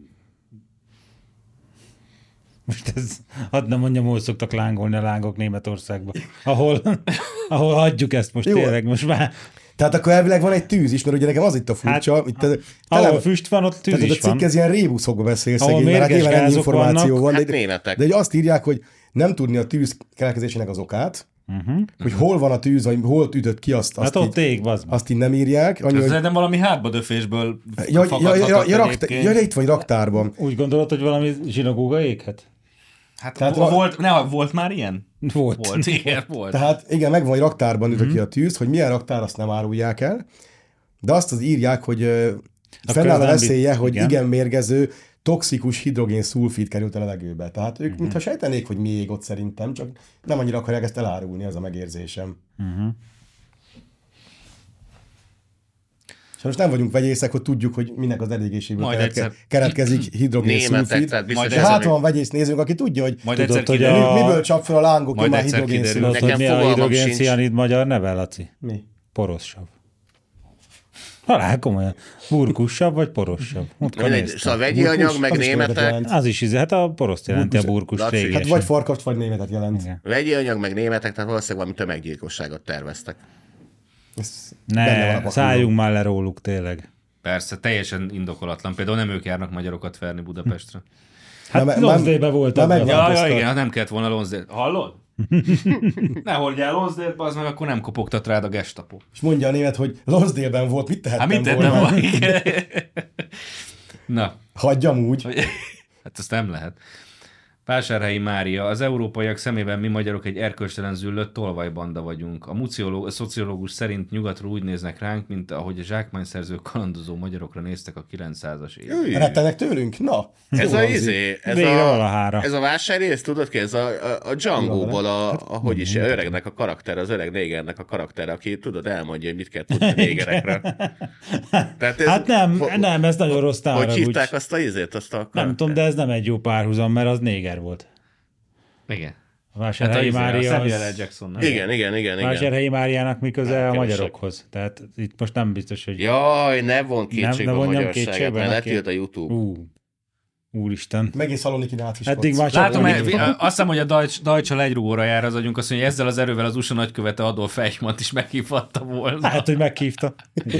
most ez, hadd nem mondjam, hol szoktak lángolni a lángok Németországban. Ahol hagyjuk ezt most. Jó. Tényleg, most már. Tehát akkor elvileg van egy tűz is, mert ugye nekem az itt a furcsa. Hát, itt ahol füst van, ott tűz tehát is van. A cikk ez ilyen rébuszokba beszél szegény, mert hát nyilván ennyi információ van. De azt írják, hogy nem tudni a tűz keletkezésének az okát, hogy hol van a tűz, vagy hol ütött ki, azt így nem írják. Ez szerintem valami hátbadöfésből fakadhatott itt vagy raktárban. Úgy gondolod, hogy valami zsinagóga éghet? Hát volt már ilyen? Volt. Igen, volt. Tehát igen, megvan, hogy raktárban ütött ki a tűz, hogy milyen raktár, azt nem árulják el, de azt az írják, hogy fennáll a veszélye, hogy igen mérgező, toxikus hidrogén-szulfid került a levegőbe. Tehát ők mintha sejtenék, hogy mi ég ott szerintem, csak nem annyira akarják ezt elárulni, ez a megérzésem. És most nem vagyunk vegyészek, hogy tudjuk, hogy minek az elégéséből keletkezik hidrogén-szulfid. De hát van vegyész nézőnk, aki tudja, hogy miből csap fel a lángok, hogy már hidrogén-szulfid. Mi a hidrogén-cianid magyar neve, Laci? Mi? Porossav. Halál komolyan. Burkussav vagy porossav? Szóval vegyi anyag, meg németek. Az is, hát a poroszt jelenti a burkust régesen. Hát vagy farkast, vagy németet jelent. Igen. Vegyi anyag, meg németek, tehát valószínűleg valami tömeggyilkosságot terveztek. Ne, szálljunk már le róluk, tényleg. Persze, teljesen indokolatlan. Például nem ők járnak magyarokat verni Budapestre. Hát Lonsdale-be voltak. Ja, igen, nem kellett volna Lonsdale. Hallod? Ne hordj el Lonsdale-be, az meg akkor nem kopogtat rád a gestapo. És mondja a német, hogy Lonsdale-ben volt, mit tehettem volna? Hát mit tettem volna? Na. Hagyjam úgy. Hát azt nem lehet. Vásárhelyi Mária, az európaiak szemében mi magyarok egy erkölcstelen züllött tolvajbanda vagyunk. A szociológus szerint nyugatról úgy néznek ránk, mint ahogy a zsákmányszerzők kalandozó magyarokra néztek a 900-as években. Rettenek tőlünk? Na! Ez a vásárrész, tudod ki? Ez a Django-ból ahogy is, öregnek a karakter, az öreg négernek a karakter, aki tudod, elmondja, hogy mit kell tudni a négerekre. Hát nem, ez nagyon rossz tára. Hogy hívták azt a karaktert? Nem tudom, de ez nem egy jó párhuzam, mert az néger volt. Igen. A Vásárhelyi Mária Samuel L. Jackson. Igen. Vásárhelyi Máriának mi köze a magyarokhoz? Tehát itt most nem biztos, hogy... Jaj, ne von kétségbe a magyarságot, mert letilt a YouTube. Úristen. Megint Szaloniki nácis. Látom, azt hiszem, hogy a Deutsche egyrúgóra jár az agyunk, azt mondja, hogy ezzel az erővel az USA nagykövete Adolf Eichmann-t is meghívhatta volna. Hát, hogy meghívta.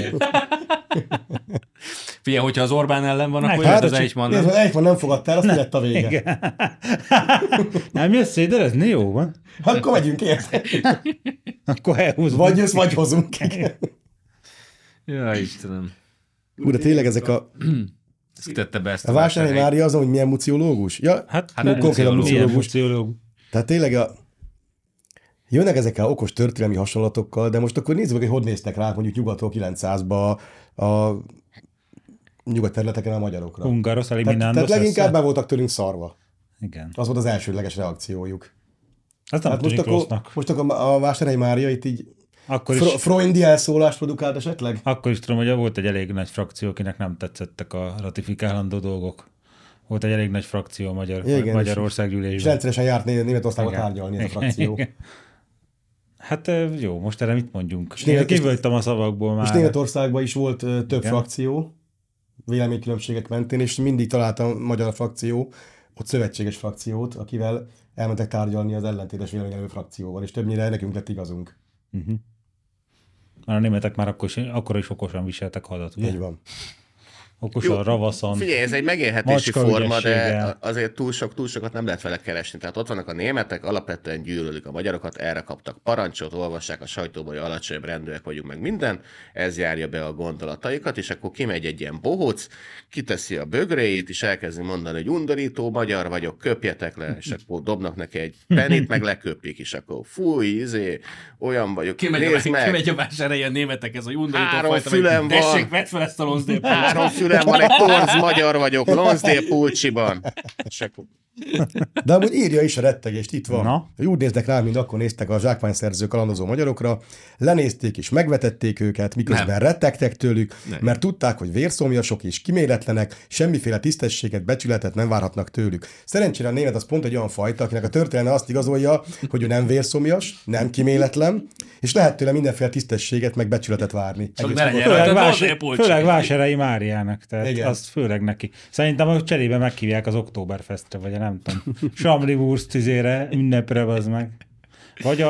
Figyelj, hogyha az Orbán ellen van, akkor jött az Eichmann. Az Eichmann nem fogadta el, azt lett a vége. Nem jössz széder, ez jó van. Akkor megyünk érte. Akkor elhúzunk. Vagy jössz, vagy hozunk. Ja, Istenem. Úr, de tényleg ezek a... A Vásárhelyi Mária azon, hogy milyen muciológus? Ja, hát konkrétan muciológus. Tehát tényleg jönnek ezekkel okos történelmi hasonlatokkal, de most akkor nézzük meg, hogy néztek rá mondjuk nyugatról 900-ba a nyugat területeken a magyarokra. Hungaros eliminándos. Tehát leginkább be voltak tőlünk szarva. Igen. Az volt az elsődleges reakciójuk. Hát most akkor a Vásárhelyi Mária itt így Freudi elszólást produkált esetleg? Akkor is tudom, hogy volt egy elég nagy frakció, akinek nem tetszettek a ratifikálandó dolgok. Volt egy elég nagy frakció Magyarországgyűlésben. És rendszeresen járt Németországba tárgyalni ez a frakció. Igen. Hát jó, most erre mit mondjunk? Kivöltem a szavakból már. És Németországban is volt több frakció, véleménykülönbségek mentén, és mindig találtam a magyar frakció, ott szövetséges frakciót, akivel elmentek tárgyalni az ellentétes véleményelő frakcióval, és többnyire nekünk lett igazunk. Mert a németek már akkor is okosan viseltek hadat, ugye? Így van. Okosan, ravaszon. Figyelj, ez egy megélhetési forma, de azért túl sokat nem lehet vele keresni. Tehát ott vannak a németek, alapvetően gyűlölik a magyarokat, erre kaptak parancsot, olvassák a sajtóban, hogy alacsonyabb rendűek vagyunk, meg minden, ez járja be a gondolataikat, és akkor kimegy egy ilyen bohóc, kiteszi a bögréjét, és elkezdi mondani, hogy undorító magyar vagyok, köpjetek le, és akkor dobnak neki egy penit, meg leköpik, és akkor fúj, olyan vagyok. Kimegy a vásárhelyen németek, ez a undorító fajta, vagy tessék, vedd fel ezt a Lonsdale. Van egy torz magyar vagyok, Lonsdale Pulcsiban. De amúgy írja is a rettegést, itt van. Na? Úgy néznek rá, mint akkor néztek a zsákmányszerző kalandozó magyarokra, lenézték és megvetették őket, miközben rettegtek tőlük, mert tudták, hogy vérszomjasok és kiméletlenek, semmiféle tisztességet, becsületet nem várhatnak tőlük. Szerencsére a német az pont egy olyan fajta, akinek a történelme azt igazolja, hogy ő nem vérszomjas, nem kiméletlen, és lehet tőle mindenféle tisztességet, meg becsületet várni. Főleg Vásárhelyi Máriának, tehát azt főleg neki. Szerintem a cserébe meghívják az Oktoberfestre, vagy nem tudom, Samli-Wurst ünnepre, az meg. Vagy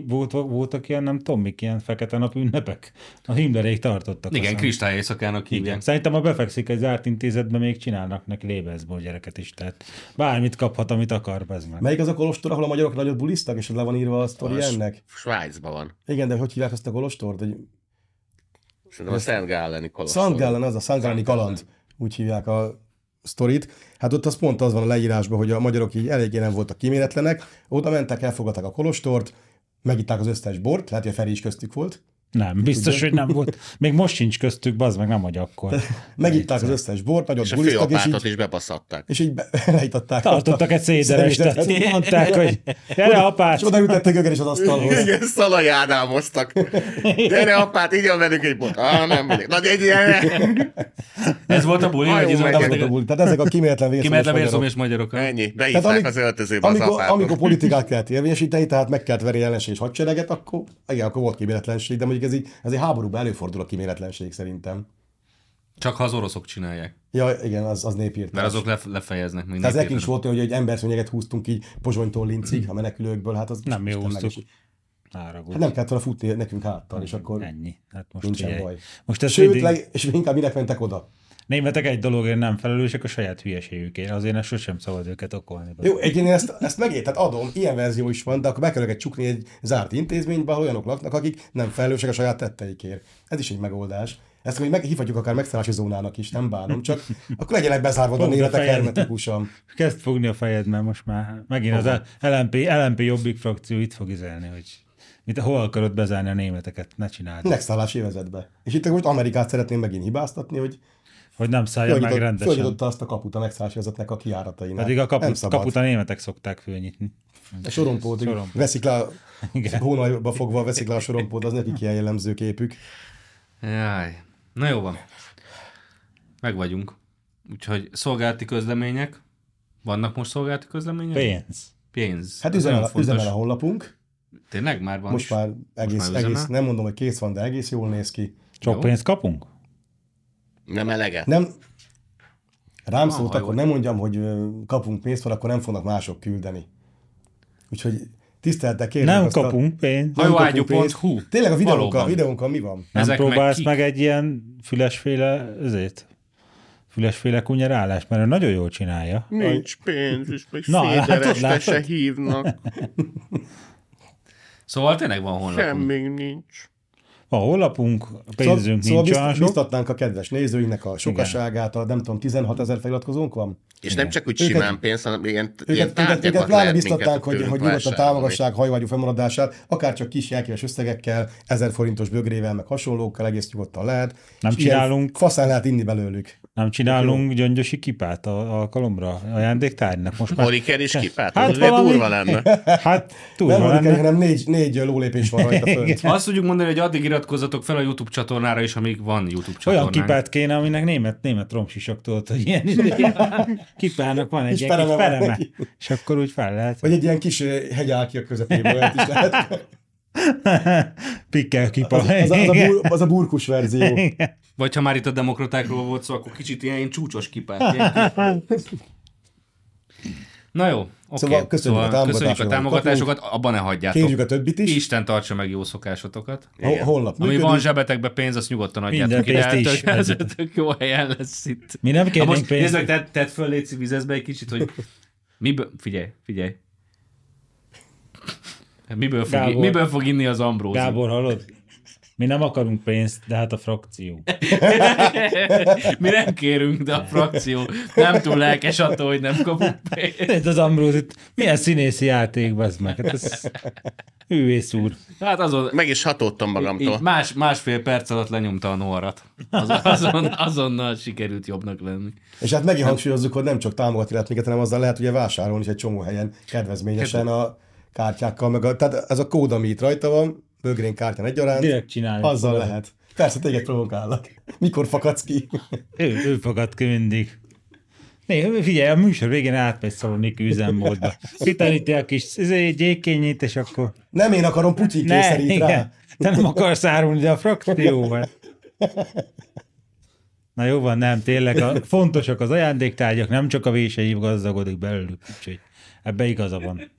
voltak ilyen, nem tudom, mik ilyen fekete nap ünnepek? A Himmlerék tartottak. Igen, kristály éjszakának hívják. Szerintem, ha befekszik egy zárt intézetben, még csinálnak neki Lebensborn gyereket is, tehát bármit kaphat, amit akar, ez meg. Melyik az a kolostor, ahol a magyarok nagyot bulisztak, és le van írva a sztori ennek? Svájcban van. Igen, de hogy hívják ezt a kolostort? Szerintem a Szent Gálleni kolostor. Szent Gállen, az a Szent Gálleni kaland, úgy hívják a sztorit. Hát ott az pont az van a leírásban, hogy a magyarok így eléggé nem voltak kíméletlenek, oda mentek, elfogadták a kolostort, megitták az összes bort, lehet, hogy a Feri is köztük volt. Nem, biztos, hogy nem volt. Még most sincs köztük, bazd meg, nem, hogy akkor. Megitták az összes bort, nagyot bulisztak, és így is bebaszatták. És így leítatták. Tartottak egy széderest, mondták, hogy gyere apát! És oda ütettek őket is az asztalhoz. Igen, Szalai Ádámoztak. Gyere apát, így velünk egy bort. Nem mindig. Nagy egy ilyen. Ez volt a buli, vagy tehát ezek a kíméletlen vérszomjas magyarok. Ennyi, beírták az öltözőbe az apát. Amikor politikát kellett érvényesíteni, tehát meg kellett verni ellenség és hadsereget, akkor volt kíméletlenség, de ez egy háborúban előfordul a kíméletlenség szerintem. Csak ha az oroszok csinálják. Ja, igen, az népírtás. Mert azok lefejeznek. Tehát nekünk is volt olyan, hogy egy emberszőnyeget húztunk így Pozsonytól Lincig, a menekülőkből, hát az nem jó húztuk. Hát nem kellett volna futni nekünk háttal, és akkor ennyi. Hát most nincsen baj. Most ez sőt, és inkább minek mentek oda? Németek egy dologért nem felelősek, a saját hülyeségükért. Azért ezt sosem szabad őket okolni. Jó, egyébként ezt megért, tehát adom, ilyen verzió is van, de akkor be kell őket csukni egy zárt intézménybe, ahol olyanok laknak, akik nem felelősek a saját tetteikért. Ez is egy megoldás. Ezt még meghívhatjuk akár megszállási zónának is, nem bánom, csak akkor legyenek bezárva a németek hermetikusan. Kezd fogni a fejed, mert most már megint az LMP Jobbik frakció itt fog izelni, hogy hol akarod bezárni a németeket, ne csináld. Megszállási övezetbe. És itt most Amerikát szeretném megint hibáztatni, hogy nem szálljon meg rendesen. Fölnyitotta azt a kaput a megszállási övezetnek a kijáratainál. Pedig a kaput a németek szokták fölnyitni. A sorompót veszik le, hónajba fogva veszik le a sorompót, az nekik ilyen jellemző képük. Jaj. Na jó van. Meg vagyunk. Úgyhogy szolgálati közlemények. Vannak most szolgálati közlemények? Pénz. Hát üzemel a honlapunk. Tényleg már van? Most már egész, nem mondom, hogy kész van, de egész jól néz ki. Sok pénzt kapunk? Nem eleget? Nem. Rám szólt, akkor nem mondjam, hogy kapunk pénzt, vagy akkor nem fognak mások küldeni. Úgyhogy tiszteltek, kérlek. Nem kapunk pénzt. Hajóágyú.hu. Tényleg a videónkon mi van? Nem próbálsz meg egy ilyen fülesféle kunyerálást, mert ő nagyon jól csinálja. Nincs pénz, és még Fédereste se hívnak. Szóval tényleg van honlapunk. Semmi nincs. A honlapunk, a pénzünk nincs olyan sok. Biztatnánk a kedves nézőinknek a sokaságát, a nem tudom, 16 000 feliratkozónk van? És nem csak úgy simán pénz, hanem ilyen tárgyakat lehet minket biztatnánk, hogy nyugodtan vásárolni. támogassák hajóágyú fennmaradását, akár csak kis jelképes összegekkel, 1000 forintos bögrével, meg hasonlókkal egész nyugodtan lehet. Nem csinálunk. Faszán lehet inni belőlük. Nem csinálunk gyöngyösi kipát a alkalomra, ajándéktárgynak most már. Moliker is kipát? Hát Az valami- durva lenne. Hát Nem túl mondjuk, lenne. hanem négy lólépés van rajta fönt. Azt tudjuk mondani, hogy addig iratkozzatok fel a YouTube csatornára is, amíg van YouTube Olyan csatornánk. kipát kéne, aminek német romsisak tudod, hogy ilyen kipának van egy Kis ilyen kis pereme van pereme, neki. és akkor úgy fel lehet. Vagy egy ilyen kis hegy áll ki a közepéből, olyat is lehet. Pikkel kipa. Az a burkus verzió. Vagy ha már itt a demokratákról volt szó, akkor kicsit ilyen csúcsos kipát. Ilyen Na jó, oké. Szóval köszönjük a köszönjük a támogatásokat, abban ne hagyjátok. Kérjük a többit is. Isten tartsa meg jó szokásotokat. Holnap Ami működik. van zsebetekbe pénz, azt nyugodtan adjátok Minden ide. pénzt is. Ez tök jó helyen lesz itt. Mi nem Na kérnénk most nézd pénzt. meg, tedd föl, légy vizezbe egy kicsit, hogy figyelj. Gábor. Miből fog inni az Ambrózi? Gábor, hallod? Mi nem akarunk pénzt, de hát a frakció. Mi nem kérünk, de a frakció nem túl lelkes attól, hogy nem kapunk pénzt. Ez az Ambrózit, milyen színészi játék, bazd meg. Hát ez hűvész úr. Hát Meg is hatódtam magamtól. így másfél perc alatt lenyomta a Noarat. Azonnal sikerült jobbnak lenni. És hát megint hangsúlyozzuk, hogy nem csak támogatni lehet minket, hanem azzal lehet ugye vásárolni is egy csomó helyen kedvezményesen a kártyákkal, tehát ez a kód, ami itt rajta van, bögrén kártyán egyaránt, Direkt csináljuk. azzal lehet. Persze téged provokállak. Mikor fakadsz ki? Ő fogad ki mindig. Figyelj, a műsor végén átmegy Szaloniki üzemmódba. Kitaníti a kis gyékényét, és akkor... Nem én akarom, Putyin kényszerít rá. Te nem akarsz árulni, de a frakcióval. Na jó van, nem, tényleg fontosak az ajándéktárgyak, nem csak a vései gazdagodik belőlük, úgyhogy ebbe igaza van.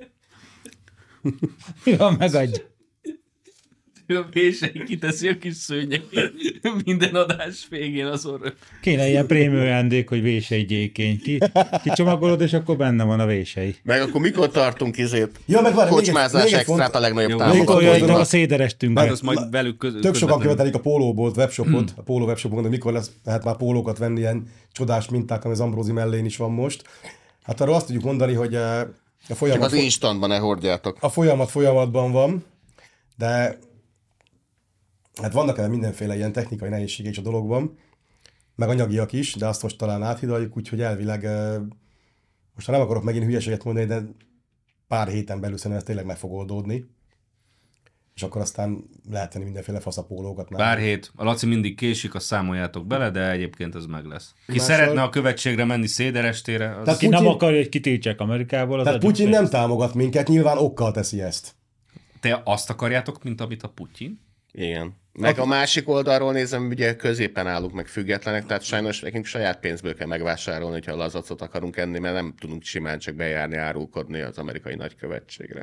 Jó, megadj. A vései kiteszi a kis szőnyeg minden adás végén azon. Kéne ilyen prémium ajándék, hogy vései gyékény. Kicsomagolod, és akkor benne van a vései. Meg akkor mikor tartunk Ja, meg várj, kocsmázás még egy extrát a legnagyobb Jó, Mikor jöjjön a támogatóinknak? széderestünkre? Hát azt majd velük Tök sokan közvetlenül. követelik a pólóbolt webshopot, a póló webshopon, de mikor lehet már pólókat venni, ilyen csodás minták, ami az Ambrózi mellén is van most. Hát arról azt tudjuk mondani, hogy a Csak folyamat, az instantban ne hordjátok. a folyamatban van, de hát vannak ebben mindenféle ilyen technikai nehézségek is a dologban, meg anyagiak is, de azt most talán áthidaljuk, úgyhogy elvileg, most ha nem akarok megint hülyeséget mondani, de pár héten belül szerintem ez tényleg meg fog oldódni. És akkor aztán lehet venni mindenféle faszapólókat. Pár hét. A Laci mindig késik, azt számoljátok bele, de egyébként az meg lesz. Ki Mással- szeretne a követségre menni széderestére, az... Tehát Ki nem Putyin- akarja, hogy kitiltsák Amerikából, az Tehát adjon Putyin pénzt. nem támogat minket, nyilván okkal teszi ezt. Te azt akarjátok, mint amit a Putyin? Igen. Meg a másik oldalról nézem, ugye középen állunk meg függetlenek, tehát sajnos nekünk saját pénzből kell megvásárolni, hogyha lazacot akarunk enni, mert nem tudunk simán csak bejárni, árulkodni az amerikai nagykövetségre.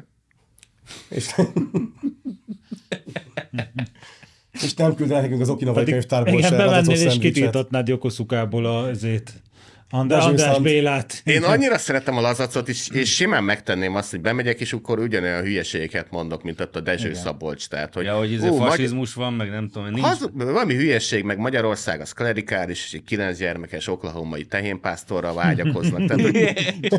És nem küldenek nekünk az Okinawai Pedig könyvtárból igen, se lazacot bemennél és szendvicset. kitiltatnád Yokosukából azért Dezső András Szent. Bélát. Én annyira szeretem a lazacot, és simán megtenném azt, hogy bemegyek, és akkor ugyanolyan hülyeségeket mondok, mint ott a Dezső Szabolcs. Tehát, hogy, Ja, hogy fasizmus van, meg nem tudom, nincs. valami hülyeség, meg Magyarország az klerikális, és egy 9 gyermekes oklahomai tehénpásztorra vágyakoznak. Tehát, hogy...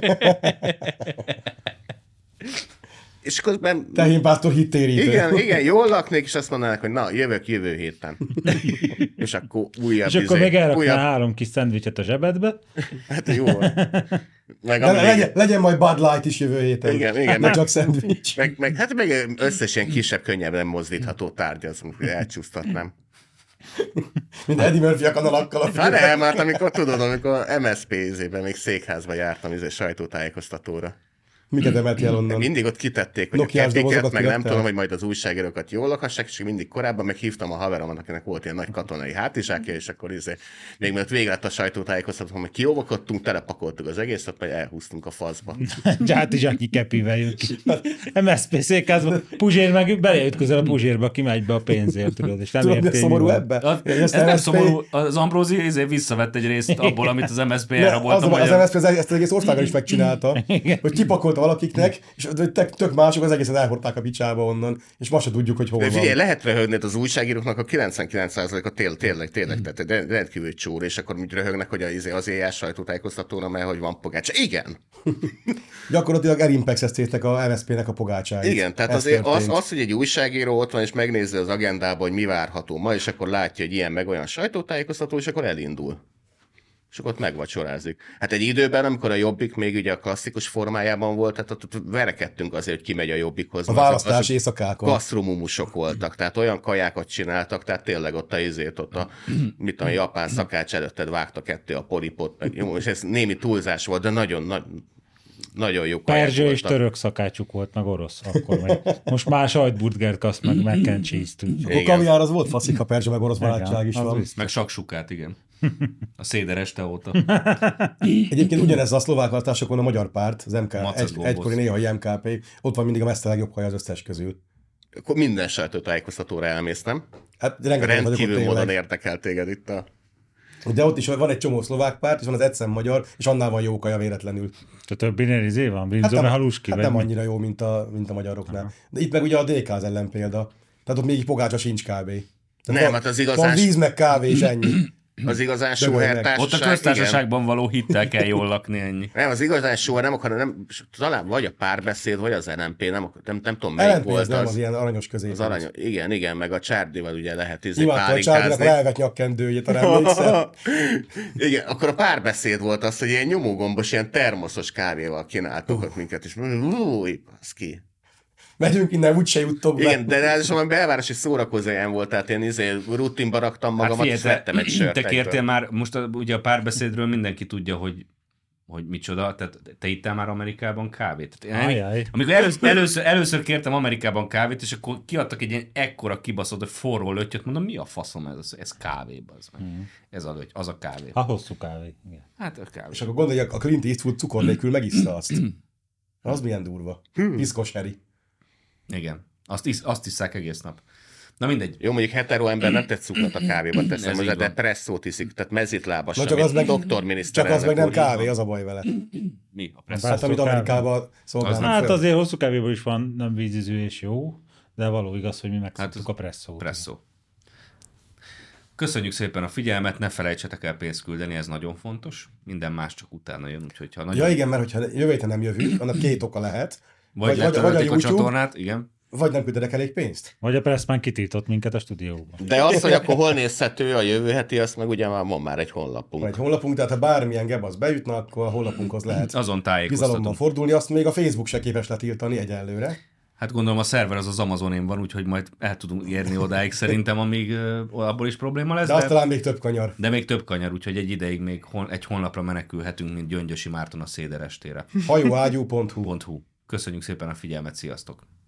És közben... Tehénpásztor hittérítő. Igen, jól laknék, és azt mondanak, hogy na, jövök jövő héten. És akkor újabb... És akkor még elraknál 3 kis szendvicset a zsebedbe. Hát jó. Meg, Legyen majd Bud Light is jövő héten. Igen. Nem csak szendvics. meg összes ilyen kisebb, könnyebben mozdítható tárgy, az elcsúsztatnám. Mint Eddie Murphy a kanalakkal a Hát nem, mert amikor tudod, amikor MSZP izében még székházba jártam sajtótájékoztatóra. Miket emelt el onnan? Mindig ott kitették, hogy Nokiás a kepiket, dobozokat meg nem kivettel? tudom, hogy majd az újságírókat jól lakhassák, és mindig korábban meghívtam a haveromat, akinek volt ilyen nagy katonai hátizsákja, és akkor még mielőtt vége lett a sajtótájékoztató, hogy kióvakodtunk, telepakoltuk az egészet, majd elhúztunk a faszba. Hátizsáki kepivel jön ki. MSZP székházba, Puzsér meg beleütközel a Puzsérba, kimegy be a pénzért, tudod, és nem Tudod, mi a értél, szomorú mi van. ebbe? Ez nem szomorú, az Ambrózi visszavett egy részt abból, amit az MSZP elrabolta Az MSZP ezt az egész országon is megcsinálta, hogy kipakolt valakiknek, és tök mások az egészet elhordták a picsába onnan, és ma se tudjuk, hogy hol van. Figyelj, lehet röhögni, az újságíróknak a 99%-a tényleg, tehát rendkívül csúr, és akkor úgy röhögnek, hogy az éjjel sajtótájékoztatóra, mert hogy van pogácsa. Igen. Gyakorlatilag elimpexezték a MSZP-nek a pogácsáit. Igen, tehát azért az, hogy egy újságíró ott van, és megnézi az agendában, hogy mi várható ma, és akkor látja, hogy ilyen meg olyan sajtótájékoztató, és akkor elindul. És akkor ott megvacsorázik. Hát egy időben, amikor a Jobbik még ugye a klasszikus formájában volt, tehát ott verekedtünk azért, hogy kimegy a Jobbikhoz. A választási éjszakákon. Gasztromumusok voltak, tehát olyan kajákat csináltak, tehát tényleg ott a japán szakács előtted vágta ketté a polipot, meg jó, és ez némi túlzás volt, de nagyon jó kaják Perzső és török szakácsuk volt, meg orosz akkor meg. Most már sajtburgert kasz, meg mac and cheese-t. A kaviár az volt faszik, a perzső meg orosz barátság is van. Meg saksukát, igen. A Széder este óta. Egyébként ugyanez a szlovák választásokon a Magyar Párt, az egykori néhai MKP, ott van mindig a messze legjobb haj az összes közül. Akkor minden sajtótájékoztatóra elmész, nem? Hát rendkívül módon érdekel téged itt a... De ott is van egy csomó szlovák párt, és van az Egyszem magyar, és annál van jó kaja véletlenül. Tehát több binerizé van? Brinzone haluski? Hát nem annyira jó, mint a magyaroknál. Aha. De itt meg ugye a DK az ellenpélda. Tehát ott még pogácsa sincs kb. Nem, hát az igazán... Van víz meg kávé, és ennyi. Az igazán sóher társaság. Ott a köztársaságban való hittel kell jól lakni, ennyi. Nem, az igazán sóher nem, talán vagy a Párbeszéd, vagy az LMP, nem tudom melyik LMP volt. Nem az ilyen aranyos közé. Az aranyos, igen, meg a Csárdival ugye lehet pálinkázni. A Csárdinak elvett nyakkendőjét, arra emlékszel? Igen, akkor a Párbeszéd volt az, hogy ilyen nyomógombos, ilyen termoszos kávéval kínáltuk ott minket, és baszki. Megyünk innen, úgyse juttok be. Igen, de ráadásul belvárosi szórakozóján volt, tehát én rutinba raktam magamat, és vettem egy sört. Te kértél már, most ugye a Párbeszédről mindenki tudja, hogy micsoda, tehát te ittál már Amerikában kávét. Amikor először kértem Amerikában kávét, és akkor kiadtak egy ilyen ekkora kibaszott, hogy forró löttyöt, mondom, mi a faszom ez kávé, ez a lötty, az a kávé. A hosszú kávé. Igen. Hát a kávé. És akkor gondolj, a Clint Eastwood cukor nélkül megissza azt. Az milyen durva. Piszkos heri. Igen, azt isszák egész nap. Na mindegy. Jó, mondjuk hetero ember nem tett cukrot a kávéba, teszem, de presszót iszik, tehát mezitlábas. Csak az meg, doktorminiszterelnök. Csak az meg nem kávé, az a baj vele. Mi? A presszó? Hát amit Amerikában szolgálnak. Hát azért hosszú kávéból is van nem vízízű és jó, de való igaz, hogy mi megszoktuk a presszót. Presszó. Köszönjük szépen a figyelmet, ne felejtsetek el pénzt küldeni, ez nagyon fontos. Minden más csak utána jön, úgyhogy ha nagyon... Ja igen, mert hogyha jövő héten nem jövünk, annak két oka lehet. Vagy letörölték a csatornát, igen. Vagy nem küldedek elég pénzt. Vagy a Pressman kitiltott minket a stúdióban. De az, hogy akkor hol nézhető a jövő heti, azt meg ugye van már egy honlapunk. Van egy honlapunk, tehát ha bármilyen gebasz bejutna, akkor a honlapunkhoz lehet azon tájékoztatunk. Fordulni, azt még a Facebook se képes letiltani egyelőre. Hát gondolom a szerver az Amazonin van, úgyhogy majd el tudunk érni odáig szerintem, amíg abból is probléma lesz. De azt talán még több kanyar. De még több kanyar, úgyhogy egy ideig még egy honlapra menekülhetünk, mint Gyöngyösi Márton a Széder estére. hajóágyú.hu. Köszönjük szépen a figyelmet, sziasztok!